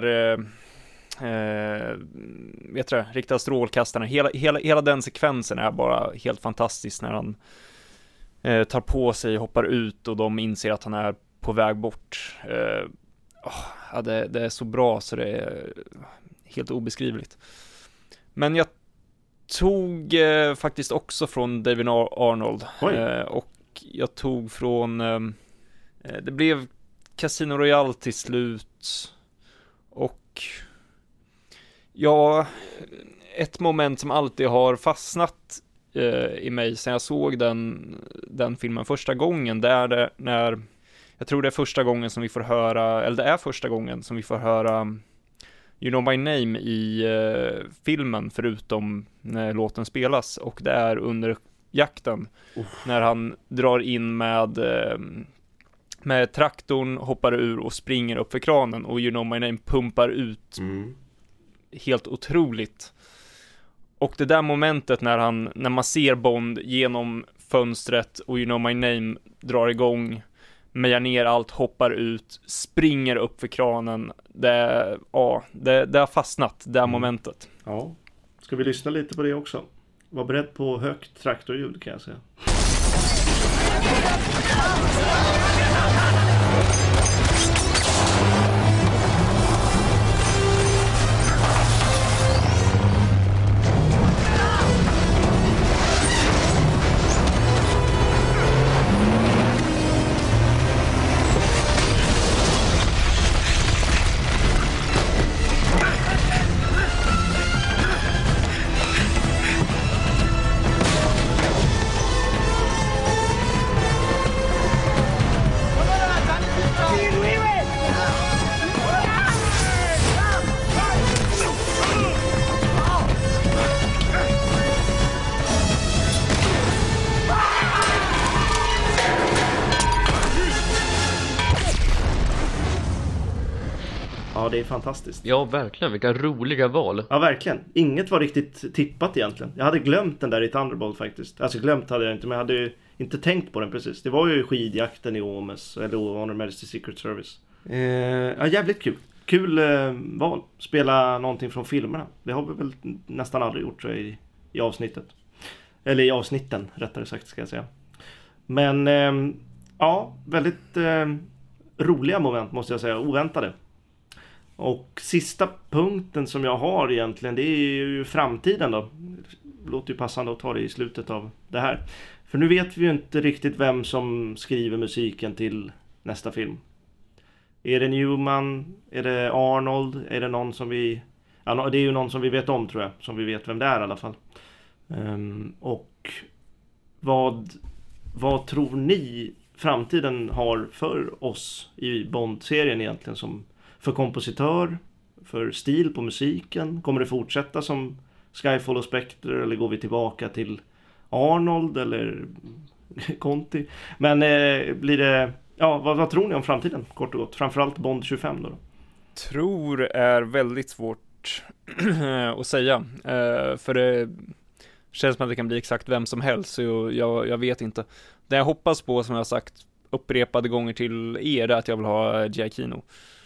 Speaker 1: rikta strålkastarna. Hela den sekvensen är bara helt fantastisk när han tar på sig, hoppar ut och de inser att han är på väg bort. Det är så bra så det är helt obeskrivligt. Men jag tog faktiskt också från David Arnold. Och jag tog från det blev Casino Royale till slut. Och ja, ett moment som alltid har fastnat i mig sen jag såg den filmen första gången, det är det när jag tror det är första gången som vi får höra, eller det är första gången som vi får höra You Know My Name i filmen, förutom när låten spelas, och det är under jakten när han drar in med traktorn, hoppar ur och springer upp för kranen och You Know My Name pumpar ut helt otroligt. Och det där momentet när man ser Bond genom fönstret och You Know My Name drar igång, mejar ner allt, hoppar ut, springer upp för kranen, det har fastnat, det här momentet.
Speaker 2: Ja, ska vi lyssna lite på det också? Var beredd på högt traktorljud, kan jag säga. Ja, det är fantastiskt.
Speaker 4: Ja, verkligen. Vilka roliga val.
Speaker 2: Ja, verkligen. Inget var riktigt tippat egentligen. Jag hade glömt den där i Thunderbolt faktiskt. Alltså glömt hade jag inte, men jag hade ju inte tänkt på den precis. Det var ju skidjakten i Omes, eller Honor Majesty Secret Service. Ja, jävligt kul. Kul val. Spela någonting från filmerna. Det har vi väl nästan aldrig gjort så i avsnittet. Eller i avsnitten, rättare sagt, ska jag säga. Men ja, väldigt roliga moment måste jag säga. Oväntade. Och sista punkten som jag har egentligen, det är ju framtiden då. Det låter ju passande att ta det i slutet av det här. För nu vet vi ju inte riktigt vem som skriver musiken till nästa film. Är det Newman? Är det Arnold? Är det någon som vi... Ja, det är ju någon som vi vet om, tror jag. Som vi vet vem det är i alla fall. Och vad tror ni framtiden har för oss i Bond-serien egentligen, som för kompositör, för stil på musiken? Kommer det fortsätta som Skyfall och Spectre, eller går vi tillbaka till Arnold eller Conti? Men blir det Ja, vad tror ni om framtiden, kort och gott? Framförallt Bond 25 då?
Speaker 1: Tror är väldigt svårt att säga. För det känns som att det kan bli exakt vem som helst, så jag vet inte. Det jag hoppas på, som jag har sagt upprepade gånger till er, är att jag vill ha Giacchino.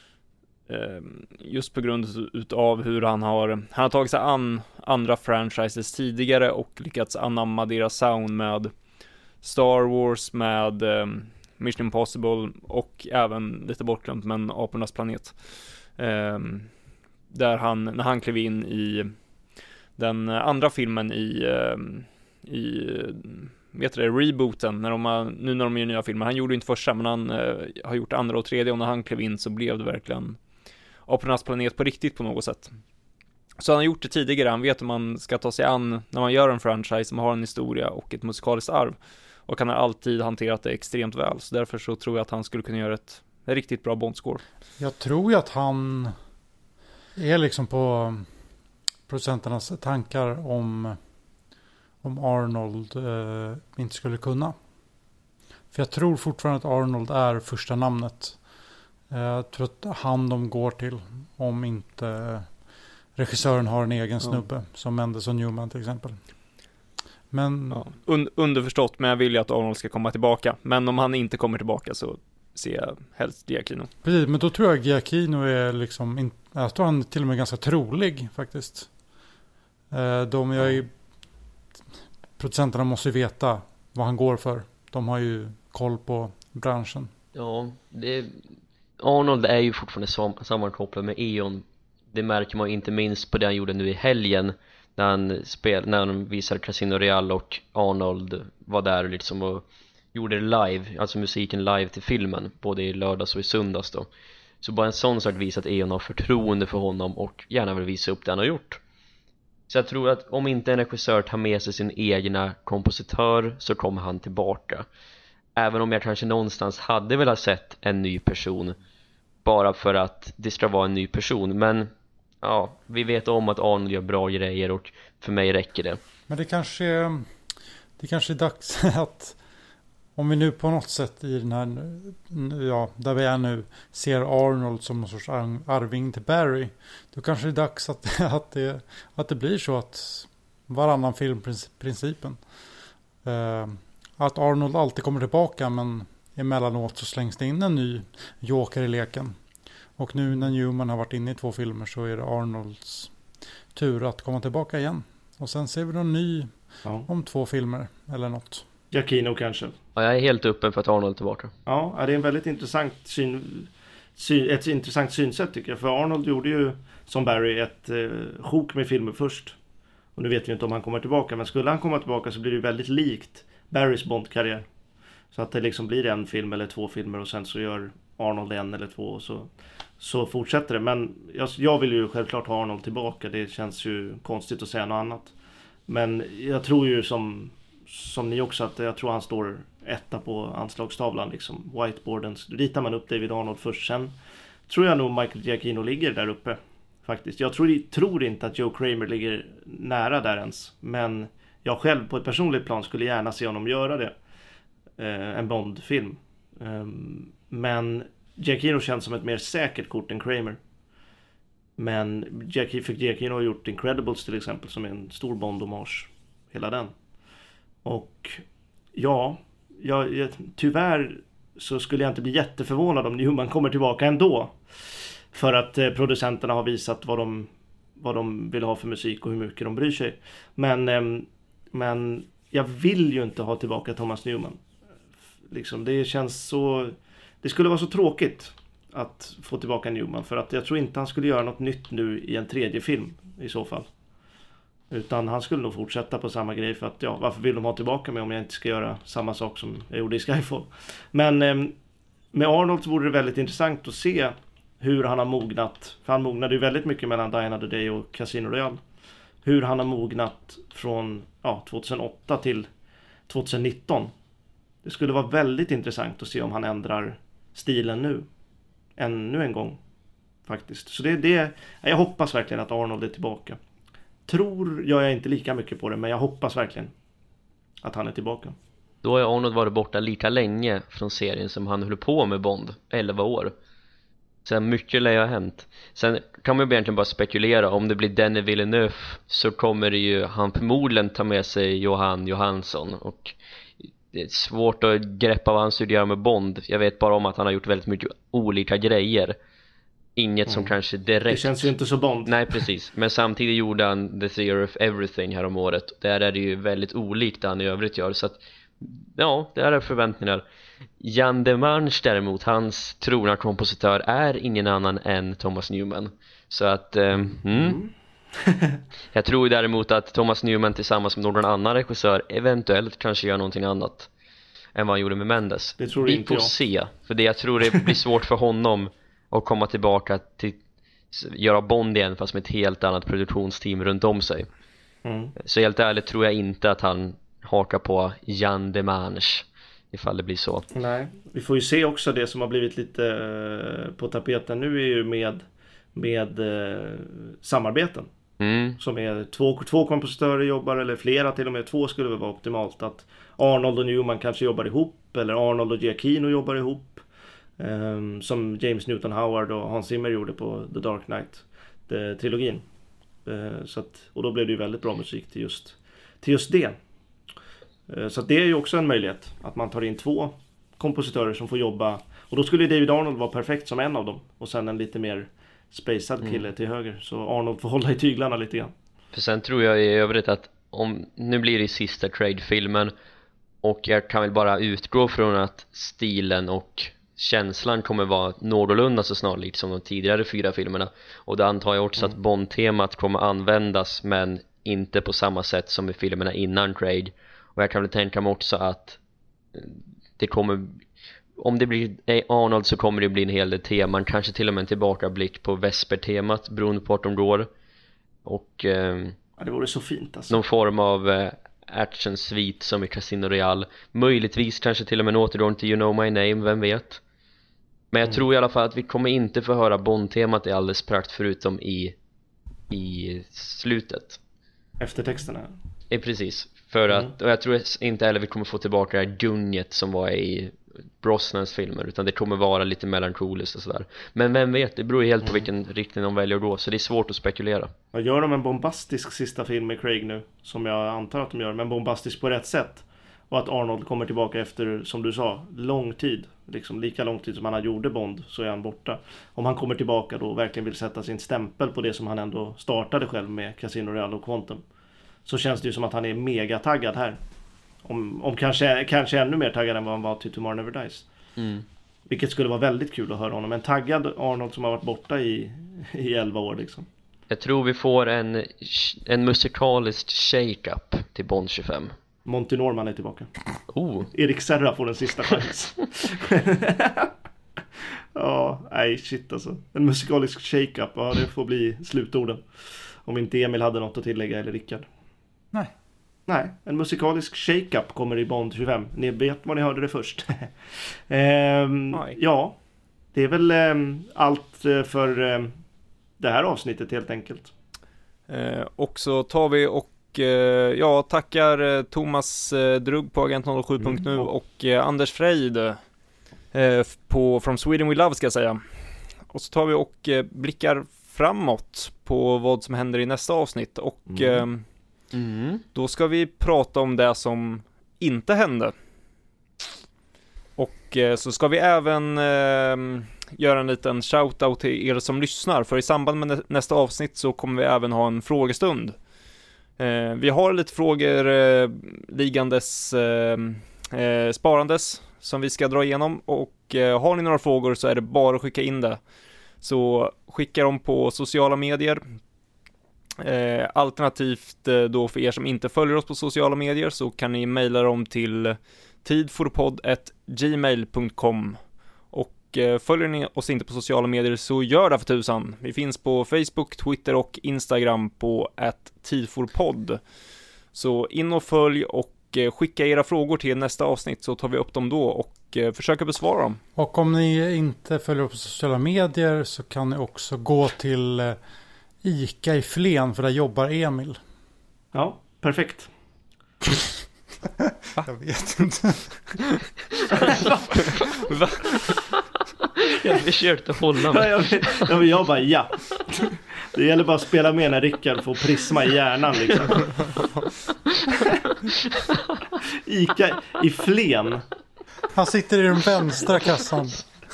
Speaker 1: Just på grund utav hur han har tagit sig an andra franchises tidigare och lyckats anamma deras sound med Star Wars, med Mission Impossible och även lite bortglömt, men Apornas planet. Där när han klev in i den andra filmen i vet du det, rebooten, när de gör nya filmer. Han gjorde inte första, men han har gjort andra och tredje, och när han klev in så blev det verkligen Apornas planet på riktigt på något sätt. Så han har gjort det tidigare, han vet hur man ska ta sig an när man gör en franchise som har en historia och ett musikaliskt arv, och han har alltid hanterat det extremt väl, så därför så tror jag att han skulle kunna göra ett riktigt bra Bond-score.
Speaker 3: Jag tror ju att han är liksom på producenternas tankar om Arnold inte skulle kunna. För jag tror fortfarande att Arnold är första namnet. Jag tror att de går till, om inte regissören har en egen snubbe, som Mendes och Newman till exempel. Men
Speaker 1: underförstått, men jag vill ju att Arnold ska komma tillbaka. Men om han inte kommer tillbaka så ser jag helst Giacchino.
Speaker 3: Precis, men då tror jag Giacchino är liksom, jag tror han är till och med ganska trolig faktiskt. Producenterna måste ju veta vad han går för. De har ju koll på branschen.
Speaker 4: Ja, Arnold är ju fortfarande sammankopplad med Eon. Det märker man inte minst på det han gjorde nu i helgen, när han visade Casino Real och Arnold var där liksom och gjorde det live, alltså musiken live till filmen, både i lördags och i söndags då. Så bara en sån sak visar att Eon har förtroende för honom och gärna vill visa upp det han har gjort. Så jag tror att om inte en regissör tar med sig sin egna kompositör så kommer han tillbaka. Även om jag kanske någonstans hade velat sett en ny person, bara för att det ska vara en ny person. Men ja, vi vet om att Arnold gör bra grejer och för mig räcker det.
Speaker 3: Men det kanske är dags att, om vi nu på något sätt i den här, där vi är nu, ser Arnold som någon sorts arving till Barry, då kanske det är dags att det blir så att varannan filmprincipen, att Arnold alltid kommer tillbaka, men emellanåt så slängs det in en ny joker i leken. Och nu när Newman har varit inne i 2 filmer så är det Arnolds tur att komma tillbaka igen. Och sen ser vi någon ny om 2 filmer eller något.
Speaker 2: Giacchino kanske.
Speaker 4: Ja, jag är helt öppen för att Arnold är tillbaka.
Speaker 2: Ja, det är en väldigt intressant ett intressant synsätt tycker jag. För Arnold gjorde ju som Barry ett sjok med filmer först. Och nu vet vi inte om han kommer tillbaka. Men skulle han komma tillbaka så blir det väldigt likt Barrys Bond-karriär. Så att det liksom blir en film eller 2 filmer och sen så gör Arnold 1 eller 2 och så fortsätter det. Men jag vill ju självklart ha Arnold tillbaka. Det känns ju konstigt att säga något annat. Men jag tror ju som ni också, att jag tror han står etta på anslagstavlan liksom, whiteboarden. Ritar man upp David Arnold först, sen tror jag nog Michael Giacchino ligger där uppe faktiskt. Jag tror inte att Joe Kramer ligger nära där ens, men jag själv på ett personligt plan skulle gärna se honom göra det, en Bond-film, men Giacchino känns som ett mer säkert kort än Kramer. Men Giacchino har gjort Incredibles till exempel, som är en stor Bond-hommage, hela den. Och ja, tyvärr så skulle jag inte bli jätteförvånad om Newman kommer tillbaka ändå. För att producenterna har visat vad de vill ha för musik och hur mycket de bryr sig. Men jag vill ju inte ha tillbaka Thomas Newman. Liksom, det skulle vara så tråkigt att få tillbaka Newman. För att jag tror inte han skulle göra något nytt nu i en 3:e film i så fall. Utan han skulle nog fortsätta på samma grej, för att varför vill de ha tillbaka mig om jag inte ska göra samma sak som jag gjorde i Skyfall. Men med Arnold så vore det väldigt intressant att se hur han har mognat. För han mognade ju väldigt mycket mellan Die Another Day och Casino Royale. Hur han har mognat från 2008 till 2019. Det skulle vara väldigt intressant att se om han ändrar stilen nu. Ännu en gång faktiskt. Så jag hoppas verkligen att Arnold är tillbaka. Tror jag inte lika mycket på det, men jag hoppas verkligen att han är tillbaka.
Speaker 4: Då har Arnold varit borta lika länge från serien som han höll på med Bond, 11 år. Så mycket lär ha hänt. Sen kan man ju egentligen bara spekulera. Om det blir Denis Villeneuve så kommer det ju han förmodligen ta med sig Johan Johansson. Och det är svårt att greppa vad han studerar med Bond. Jag vet bara om att han har gjort väldigt mycket olika grejer. Inget som kanske direkt...
Speaker 2: Det känns ju inte så Bond.
Speaker 4: Nej, precis. Men samtidigt gjorde han The Theory of Everything här om året. Där är det ju väldigt olikt det han i övrigt gör. Så att, ja, det är förväntningar. Jan Demange däremot, hans trogna kompositör, är ingen annan än Thomas Newman. Så att jag tror däremot att Thomas Newman tillsammans med någon annan regissör eventuellt kanske gör någonting annat än vad han gjorde med Mendes.
Speaker 2: Det tror
Speaker 4: vi
Speaker 2: inte
Speaker 4: får
Speaker 2: jag.
Speaker 4: se. För det, jag tror det blir svårt för honom att komma tillbaka till göra Bond igen fast med ett helt annat produktionsteam runt om sig. Så helt ärligt tror jag inte att han hakar på Jan Demange ifall det blir så.
Speaker 2: Nej, vi får ju se också det som har blivit lite på tapeten nu är ju med samarbeten. Som är två kompositörer jobbar, eller flera, till och med 2 skulle väl vara optimalt. Att Arnold och Newman kanske jobbar ihop, eller Arnold och Giacchino jobbar ihop. Som James Newton Howard och Hans Zimmer gjorde på The Dark Knight-trilogin. Så att, och då blev det ju väldigt bra musik till just det. Så att det är ju också en möjlighet att man tar in 2 kompositörer som får jobba. Och då skulle David Arnold vara perfekt som en av dem. Och sen en lite mer spacad kille till höger. Så Arnold får hålla i tyglarna lite grann.
Speaker 4: För sen tror jag i övrigt att nu blir det sista Trade-filmen. Och jag kan väl bara utgå från att stilen och känslan kommer vara någorlunda så snarlikt som de tidigare 4 filmerna. Och då antar jag också att Bond-temat kommer användas, men inte på samma sätt som i filmerna innan Trade. Och jag kan väl tänka mig också att det kommer, om det blir Arnold så kommer det bli en hel del teman, kanske till och med en tillbakablick på Vesper-temat beroende på vart de går. Och
Speaker 2: ja, det vore så fint alltså.
Speaker 4: Någon form av action-svit som i Casino Royale. Möjligtvis kanske till och med en återgång till You Know My Name, vem vet. Men jag tror i alla fall att vi kommer inte få höra Bond-temat i alldeles prakt förutom i slutet.
Speaker 2: Eftertexterna.
Speaker 4: Precis. För att, och jag tror inte heller vi kommer få tillbaka det här gunget som var i Brosnans filmer, utan det kommer vara lite melankoliskt och sådär. Men vem vet, det beror ju helt på vilken riktning de väljer att gå, så det är svårt att spekulera.
Speaker 2: Jag gör de en bombastisk sista film med Craig nu, som jag antar att de gör, men bombastisk på rätt sätt. Och att Arnold kommer tillbaka efter, som du sa, lång tid. Liksom lika lång tid som han gjorde Bond, så är han borta. Om han kommer tillbaka då och verkligen vill sätta sin stämpel på det som han ändå startade själv med Casino Royale och Quantum, så känns det ju som att han är mega taggad här. Om kanske ännu mer taggad än vad han var till Tomorrow Never Dies. Vilket skulle vara väldigt kul att höra honom. En taggad Arnold som har varit borta i 11 år liksom.
Speaker 4: Jag tror vi får en musikalisk shake-up till Bond 25.
Speaker 2: Monty Norman är tillbaka. Erik Serra får den sista chans. Ja, nej shit alltså. En musikalisk shake-up, ja det får bli slutorden. Om inte Emil hade något att tillägga, eller Rickard. Nej, en musikalisk shake-up kommer i Bond 25. Ni vet vad ni hörde det först. Ja, det är väl allt för det här avsnittet helt enkelt.
Speaker 1: Och så tar vi och tackar Thomas Drugg på Agent 07.nu och Anders Freid på From Sweden We Love, ska jag säga. Och så tar vi och blickar framåt på vad som händer i nästa avsnitt. Och då ska vi prata om det som inte hände. Och så ska vi även göra en liten shoutout till er som lyssnar. För i samband med nästa avsnitt så kommer vi även ha en frågestund. Vi har lite frågor ligandes sparandes som vi ska dra igenom. Och har ni några frågor så är det bara att skicka in det. Så skicka dem på sociala medier. Alternativt då för er som inte följer oss på sociala medier så kan ni mejla dem till tidforpodd@gmail.com. Och följer ni oss inte på sociala medier så gör det för tusan. Vi finns på Facebook, Twitter och Instagram på @tidforpodd. Så in och följ och skicka era frågor till nästa avsnitt så tar vi upp dem då och försöker besvara dem.
Speaker 3: Och om ni inte följer oss på sociala medier så kan ni också gå till Ica i Flen, för där jobbar Emil.
Speaker 2: Ja, perfekt.
Speaker 3: Jag vet inte.
Speaker 1: Va?
Speaker 4: Jag försökte hålla mig.
Speaker 2: Jag bara ja. Det gäller bara att spela med när Rickard får prisma i hjärnan liksom. Ica i Flen.
Speaker 3: Han sitter i den vänstra kassan.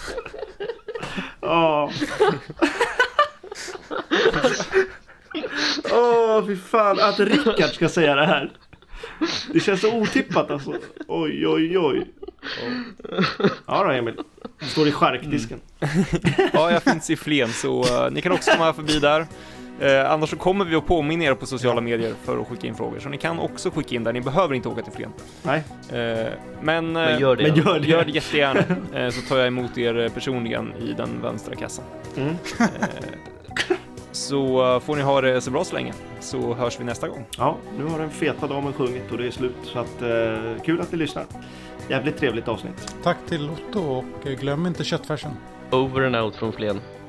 Speaker 2: Ja. Fy fan. Att Rickard ska säga det här. Det känns så otippat alltså. Oj. Ja då Emil. Står i charkdisken.
Speaker 1: Ja, jag finns i Flen, så ni kan också komma förbi där. Annars så kommer vi att påminna er på sociala medier för att skicka in frågor. Så ni kan också skicka in där, ni behöver inte åka till Flen.
Speaker 2: Nej.
Speaker 1: Men
Speaker 4: gör det.
Speaker 1: Gör det jättegärna. Så tar jag emot er personligen i den vänstra kassan. Så får ni ha det så bra så länge. Så hörs vi nästa gång.
Speaker 2: Ja, nu har den feta damen sjungit och det är slut. Så att, kul att ni lyssnar. Jävligt trevligt avsnitt.
Speaker 3: Tack till Otto och glöm inte köttfärsen.
Speaker 4: Over and out från Flen.